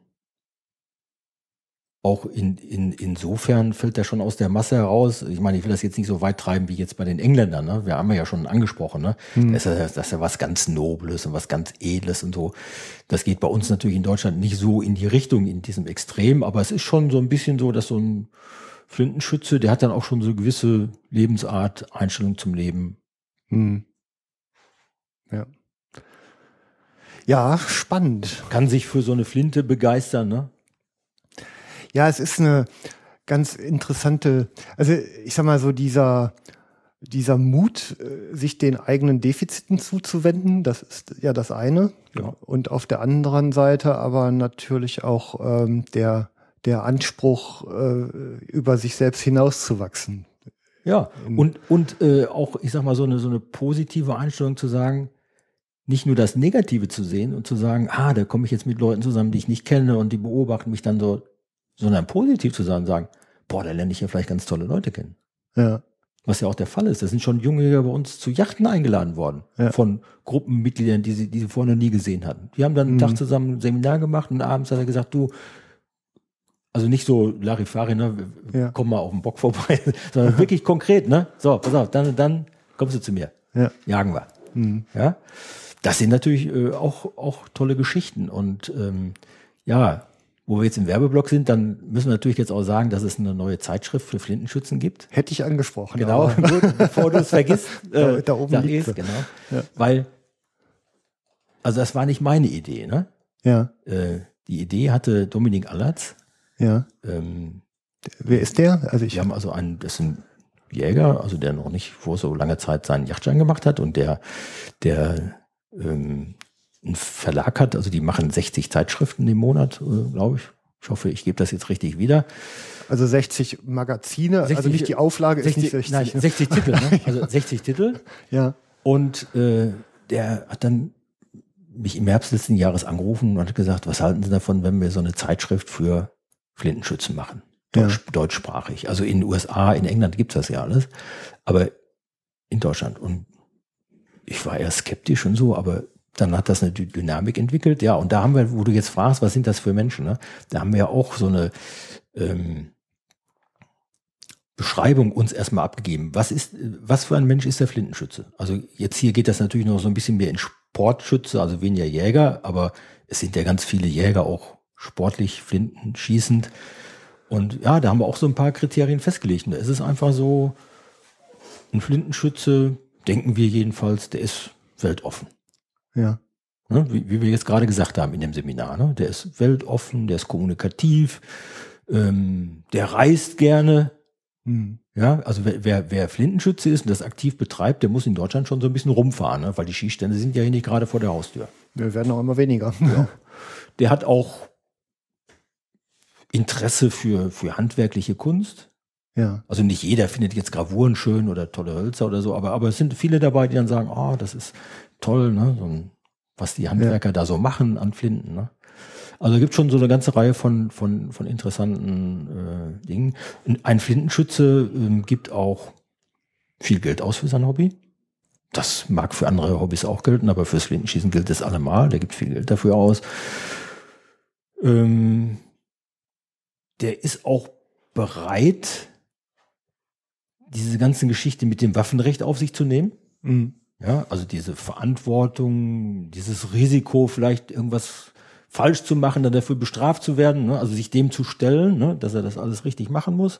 auch insofern fällt er schon aus der Masse heraus. Ich meine, ich will das jetzt nicht so weit treiben wie jetzt bei den Engländern, ne? Wir haben ja schon angesprochen, ne? Das ist ja was ganz Nobles und was ganz Edles und so. Das geht bei uns natürlich in Deutschland nicht so in die Richtung, in diesem Extrem, aber es ist schon so ein bisschen so, dass so ein Flintenschütze, der hat dann auch schon so gewisse Lebensart, Einstellung zum Leben. Ja. Ja, spannend. Kann sich für so eine Flinte begeistern, ne? Ja, es ist eine ganz interessante, also ich sag mal so, dieser Mut, sich den eigenen Defiziten zuzuwenden, das ist ja das eine. Ja. Und auf der anderen Seite aber natürlich auch der Anspruch, über sich selbst hinauszuwachsen. Ja, und auch, ich sag mal, so eine positive Einstellung zu sagen, nicht nur das Negative zu sehen und zu sagen, da komme ich jetzt mit Leuten zusammen, die ich nicht kenne und die beobachten mich dann so, sondern positiv zu sagen, boah, da lerne ich ja vielleicht ganz tolle Leute kennen. Ja. Was ja auch der Fall ist. Da sind schon Jungjäger bei uns zu Yachten eingeladen worden. Ja. Von Gruppenmitgliedern, die sie vorher noch nie gesehen hatten. Die haben dann einen Tag zusammen ein Seminar gemacht und abends hat er gesagt, du, also nicht so Larifari, ne, komm mal auf den Bock vorbei, sondern wirklich konkret, ne? So, pass auf, dann kommst du zu mir. Ja. Jagen wir. Ja. Das sind natürlich auch tolle Geschichten. Und wo wir jetzt im Werbeblock sind, dann müssen wir natürlich jetzt auch sagen, dass es eine neue Zeitschrift für Flintenschützen gibt. Hätte ich angesprochen. Genau, gut, bevor du es vergisst. Da oben liegt sie. Genau. Ja. Weil, also das war nicht meine Idee, ne? Ja. Die Idee hatte Dominik Allatz. Ja. Wer ist der? Also wir haben also das ist ein Jäger, also der noch nicht vor so langer Zeit seinen Yachtschein gemacht hat und der einen Verlag hat, also die machen 60 Zeitschriften im Monat, glaube ich. Ich hoffe, ich gebe das jetzt richtig wieder. Also 60 Magazine, 60, also nicht die Auflage 60, ist nicht 60. Nein, 60 Titel, ne? Also 60 Titel. Ja. Und der hat dann mich im Herbst letzten Jahres angerufen und hat gesagt, was halten Sie davon, wenn wir so eine Zeitschrift für Flintenschützen machen? Deutschsprachig. Also in den USA, in England gibt's das ja alles, aber in Deutschland. Und ich war eher skeptisch und so, aber dann hat das eine Dynamik entwickelt. Ja, und da haben wir, wo du jetzt fragst, was sind das für Menschen, ne? Da haben wir ja auch so eine Beschreibung uns erstmal abgegeben. Was für ein Mensch ist der Flintenschütze? Also jetzt hier geht das natürlich noch so ein bisschen mehr in Sportschütze, also weniger Jäger, aber es sind ja ganz viele Jäger auch sportlich Flinten schießend. Und ja, da haben wir auch so ein paar Kriterien festgelegt. Und es ist einfach so, ein Flintenschütze, denken wir jedenfalls, der ist weltoffen. Ja. Ne? Wie wir jetzt gerade gesagt haben in dem Seminar. Ne? Der ist weltoffen, der ist kommunikativ, der reist gerne. Mhm. Ja, also wer Flintenschütze ist und das aktiv betreibt, der muss in Deutschland schon so ein bisschen rumfahren, ne? Weil die Schießstände sind ja hier nicht gerade vor der Haustür. Wir werden auch immer weniger. Ja. Der hat auch Interesse für handwerkliche Kunst. Ja. Also nicht jeder findet jetzt Gravuren schön oder tolle Hölzer oder so, aber es sind viele dabei, die dann sagen, oh, das ist toll, ne? Was die Handwerker da so machen an Flinten. Ne? Also gibt schon so eine ganze Reihe von interessanten Dingen. Ein Flintenschütze gibt auch viel Geld aus für sein Hobby. Das mag für andere Hobbys auch gelten, aber fürs Flintenschießen gilt das allemal. Der gibt viel Geld dafür aus. Der ist auch bereit, diese ganzen Geschichte mit dem Waffenrecht auf sich zu nehmen. Mhm. Ja, also diese Verantwortung, dieses Risiko, vielleicht irgendwas falsch zu machen, dann dafür bestraft zu werden, ne? Also sich dem zu stellen, ne? Dass er das alles richtig machen muss.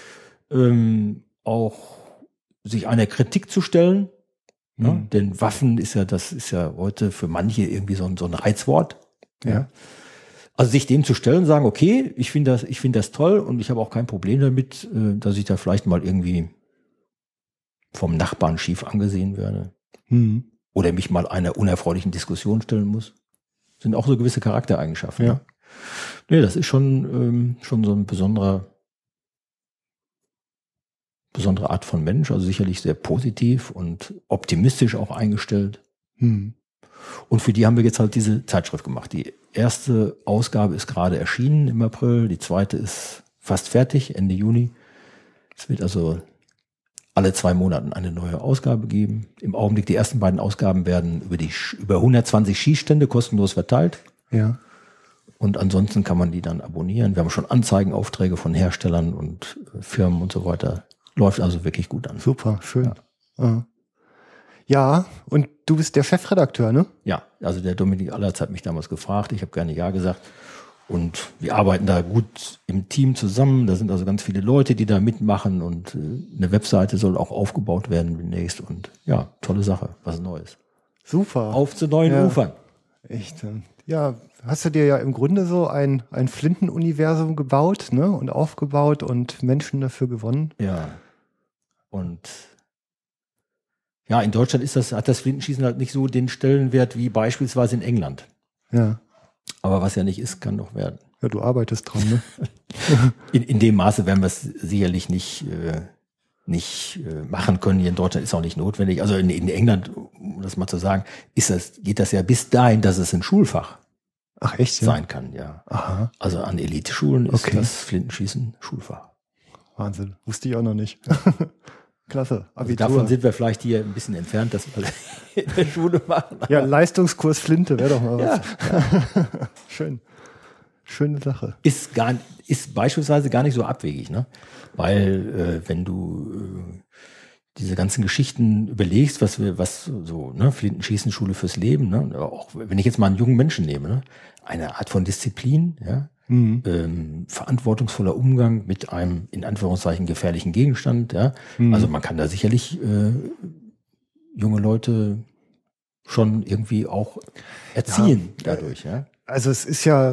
Auch sich einer Kritik zu stellen. Ne? Mhm. Denn Waffen ist ja heute für manche irgendwie so ein Reizwort. Ja. Also sich dem zu stellen und sagen, okay, ich finde das toll und ich habe auch kein Problem damit, dass ich da vielleicht mal irgendwie vom Nachbarn schief angesehen werde. Mhm. Oder mich mal einer unerfreulichen Diskussion stellen muss. Das sind auch so gewisse Charaktereigenschaften. Ja. Ne? Nee, das ist schon so ein besondere Art von Mensch, also sicherlich sehr positiv und optimistisch auch eingestellt. Mhm. Und für die haben wir jetzt halt diese Zeitschrift gemacht. Die erste Ausgabe ist gerade erschienen im April, die zweite ist fast fertig, Ende Juni. Es wird also alle 2 Monaten eine neue Ausgabe geben. Im Augenblick, die ersten beiden Ausgaben werden über 120 Schießstände kostenlos verteilt. Ja. Und ansonsten kann man die dann abonnieren. Wir haben schon Anzeigenaufträge von Herstellern und Firmen und so weiter. Läuft also wirklich gut an. Super, schön. Ja, und du bist der Chefredakteur, ne? Ja, also der Dominik Allertz hat mich damals gefragt. Ich habe gerne ja gesagt. Und wir arbeiten da gut im Team zusammen. Da sind also ganz viele Leute, die da mitmachen. Und eine Webseite soll auch aufgebaut werden demnächst. Und ja, tolle Sache, was Neues. Super. Auf zu neuen Ufern. Echt. Ja, hast du dir ja im Grunde so ein Flinten-Universum gebaut, ne? Und aufgebaut und Menschen dafür gewonnen. Ja. Und ja, in Deutschland hat das Flintenschießen halt nicht so den Stellenwert wie beispielsweise in England. Ja. Aber was ja nicht ist, kann noch werden. Ja, du arbeitest dran, ne? In dem Maße werden wir es sicherlich nicht machen können. Hier in Deutschland ist auch nicht notwendig. Also in England, um das mal zu sagen, geht das ja bis dahin, dass es ein Schulfach sein kann. Ja. Aha. Also an Eliteschulen ist das Flintenschießen Schulfach. Wahnsinn, wusste ich auch noch nicht. Klasse. Also davon sind wir vielleicht hier ein bisschen entfernt, dass wir in der Schule machen. Ja, Leistungskurs Flinte wäre doch mal was. Ja. Schön. Schöne Sache. Ist beispielsweise gar nicht so abwegig, ne? Weil wenn du diese ganzen Geschichten überlegst, Flintenschießen, Schule fürs Leben, ne? Auch wenn ich jetzt mal einen jungen Menschen nehme, ne? Eine Art von Disziplin, ja? Verantwortungsvoller Umgang mit einem in Anführungszeichen gefährlichen Gegenstand. Ja? Also man kann da sicherlich junge Leute schon irgendwie auch erziehen dadurch. Ja? Also es ist ja,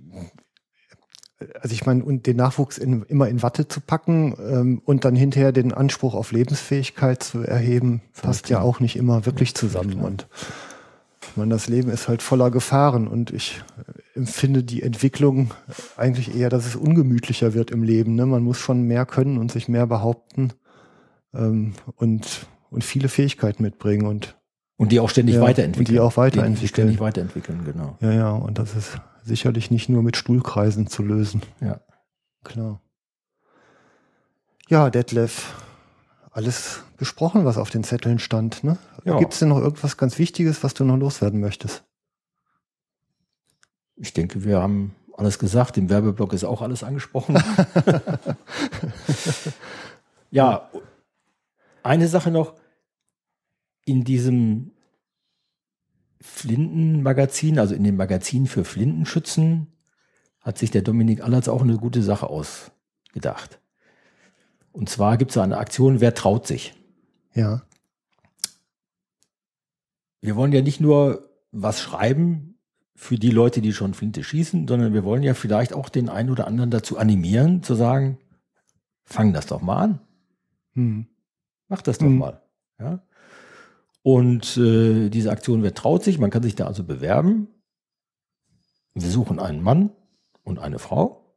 also ich meine, und den Nachwuchs immer in Watte zu packen und dann hinterher den Anspruch auf Lebensfähigkeit zu erheben, passt ja auch nicht immer wirklich zusammen. Und Ich meine, das Leben ist halt voller Gefahren und ich empfinde die Entwicklung eigentlich eher, dass es ungemütlicher wird im Leben. Ne? Man muss schon mehr können und sich mehr behaupten und viele Fähigkeiten mitbringen und die auch ständig weiterentwickeln. Und die auch weiterentwickeln. Die ständig weiterentwickeln, genau. Ja, und das ist sicherlich nicht nur mit Stuhlkreisen zu lösen. Ja. Klar. Ja, Detlef, alles besprochen, was auf den Zetteln stand. Ne? Ja. Gibt es denn noch irgendwas ganz Wichtiges, was du noch loswerden möchtest? Ich denke, wir haben alles gesagt. Im Werbeblock ist auch alles angesprochen. Ja, eine Sache noch. In diesem Flintenmagazin, also in dem Magazin für Flintenschützen, hat sich der Dominik Allertz auch eine gute Sache ausgedacht. Und zwar gibt es eine Aktion, wer traut sich? Ja. Wir wollen ja nicht nur was schreiben für die Leute, die schon Flinte schießen, sondern wir wollen ja vielleicht auch den einen oder anderen dazu animieren, zu sagen, fang das doch mal an. Mach das doch mal. Ja? Und diese Aktion, wer traut sich? Man kann sich da also bewerben. Wir suchen einen Mann und eine Frau.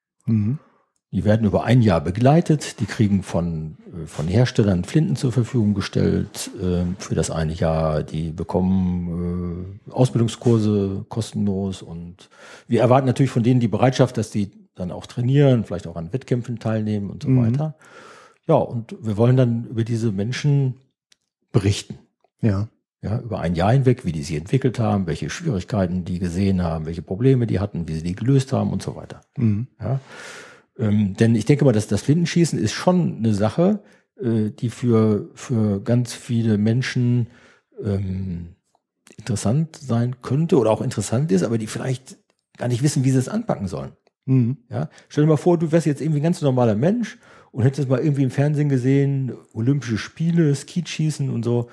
Die werden über ein Jahr begleitet. Die kriegen von Herstellern Flinten zur Verfügung gestellt für das eine Jahr. Die bekommen Ausbildungskurse kostenlos. Und wir erwarten natürlich von denen die Bereitschaft, dass die dann auch trainieren, vielleicht auch an Wettkämpfen teilnehmen und so weiter. Ja, und wir wollen dann über diese Menschen berichten. Ja, über ein Jahr hinweg, wie die sich entwickelt haben, welche Schwierigkeiten die gesehen haben, welche Probleme die hatten, wie sie die gelöst haben und so weiter. Ja. Denn ich denke mal, dass das Flintenschießen ist schon eine Sache, die für ganz viele Menschen interessant sein könnte oder auch interessant ist, aber die vielleicht gar nicht wissen, wie sie es anpacken sollen. Ja. Stell dir mal vor, du wärst jetzt irgendwie ein ganz normaler Mensch und hättest mal irgendwie im Fernsehen gesehen, Olympische Spiele, Skeetschießen und so.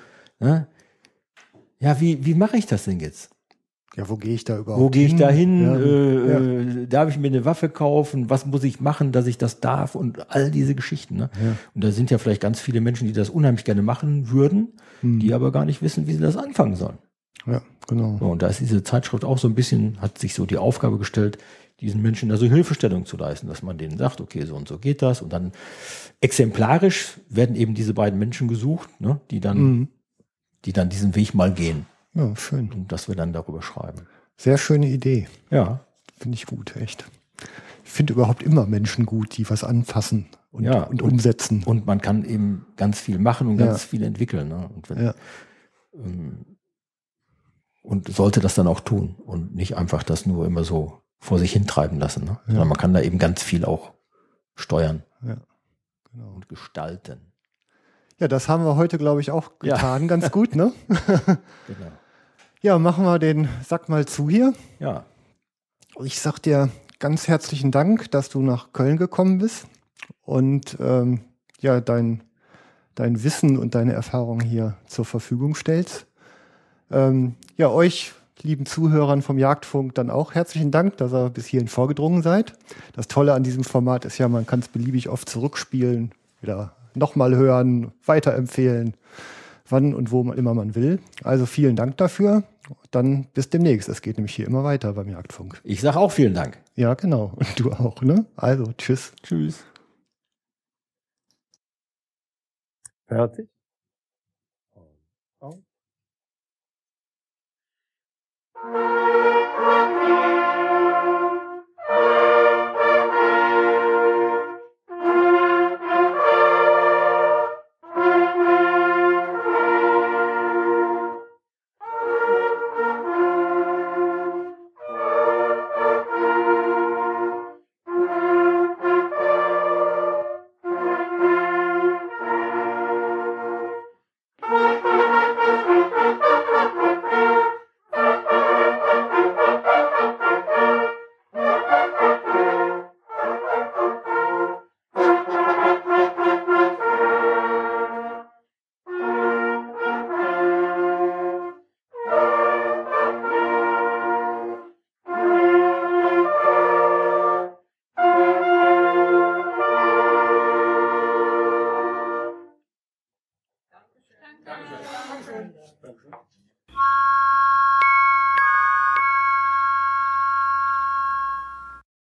Ja, wie mache ich das denn jetzt? Ja, wo gehe ich da überhaupt hin? Wo gehe ich da hin? Darf ich mir eine Waffe kaufen? Was muss ich machen, dass ich das darf? Und all diese Geschichten. Ne? Ja. Und da sind ja vielleicht ganz viele Menschen, die das unheimlich gerne machen würden, die aber gar nicht wissen, wie sie das anfangen sollen. Ja, genau. So, und da ist diese Zeitschrift auch so ein bisschen, hat sich so die Aufgabe gestellt, diesen Menschen da so Hilfestellung zu leisten, dass man denen sagt, okay, so und so geht das. Und dann exemplarisch werden eben diese beiden Menschen gesucht, ne, die dann diesen Weg mal gehen. Ja, schön. Und dass wir dann darüber schreiben. Sehr schöne Idee. Ja. Finde ich gut, echt. Ich finde überhaupt immer Menschen gut, die was anfassen und umsetzen. Und man kann eben ganz viel machen und ganz viel entwickeln. Ne? Und sollte das dann auch tun und nicht einfach das nur immer so vor sich hintreiben lassen. Ne? Sondern man kann da eben ganz viel auch steuern und gestalten. Ja, das haben wir heute, glaube ich, auch getan. Ganz gut, ne? Genau. Ja, machen wir den Sack mal zu hier. Ja. Ich sag dir ganz herzlichen Dank, dass du nach Köln gekommen bist und dein Wissen und deine Erfahrung hier zur Verfügung stellst. Euch, lieben Zuhörern vom Jagdfunk, dann auch herzlichen Dank, dass ihr bis hierhin vorgedrungen seid. Das Tolle an diesem Format ist ja, man kann es beliebig oft zurückspielen, wieder nochmal hören, weiterempfehlen, wann und wo immer man will. Also vielen Dank dafür. Dann bis demnächst. Es geht nämlich hier immer weiter beim Jagdfunk. Ich sage auch vielen Dank. Ja, genau. Und du auch, ne? Also, tschüss. Tschüss. Fertig? Oh.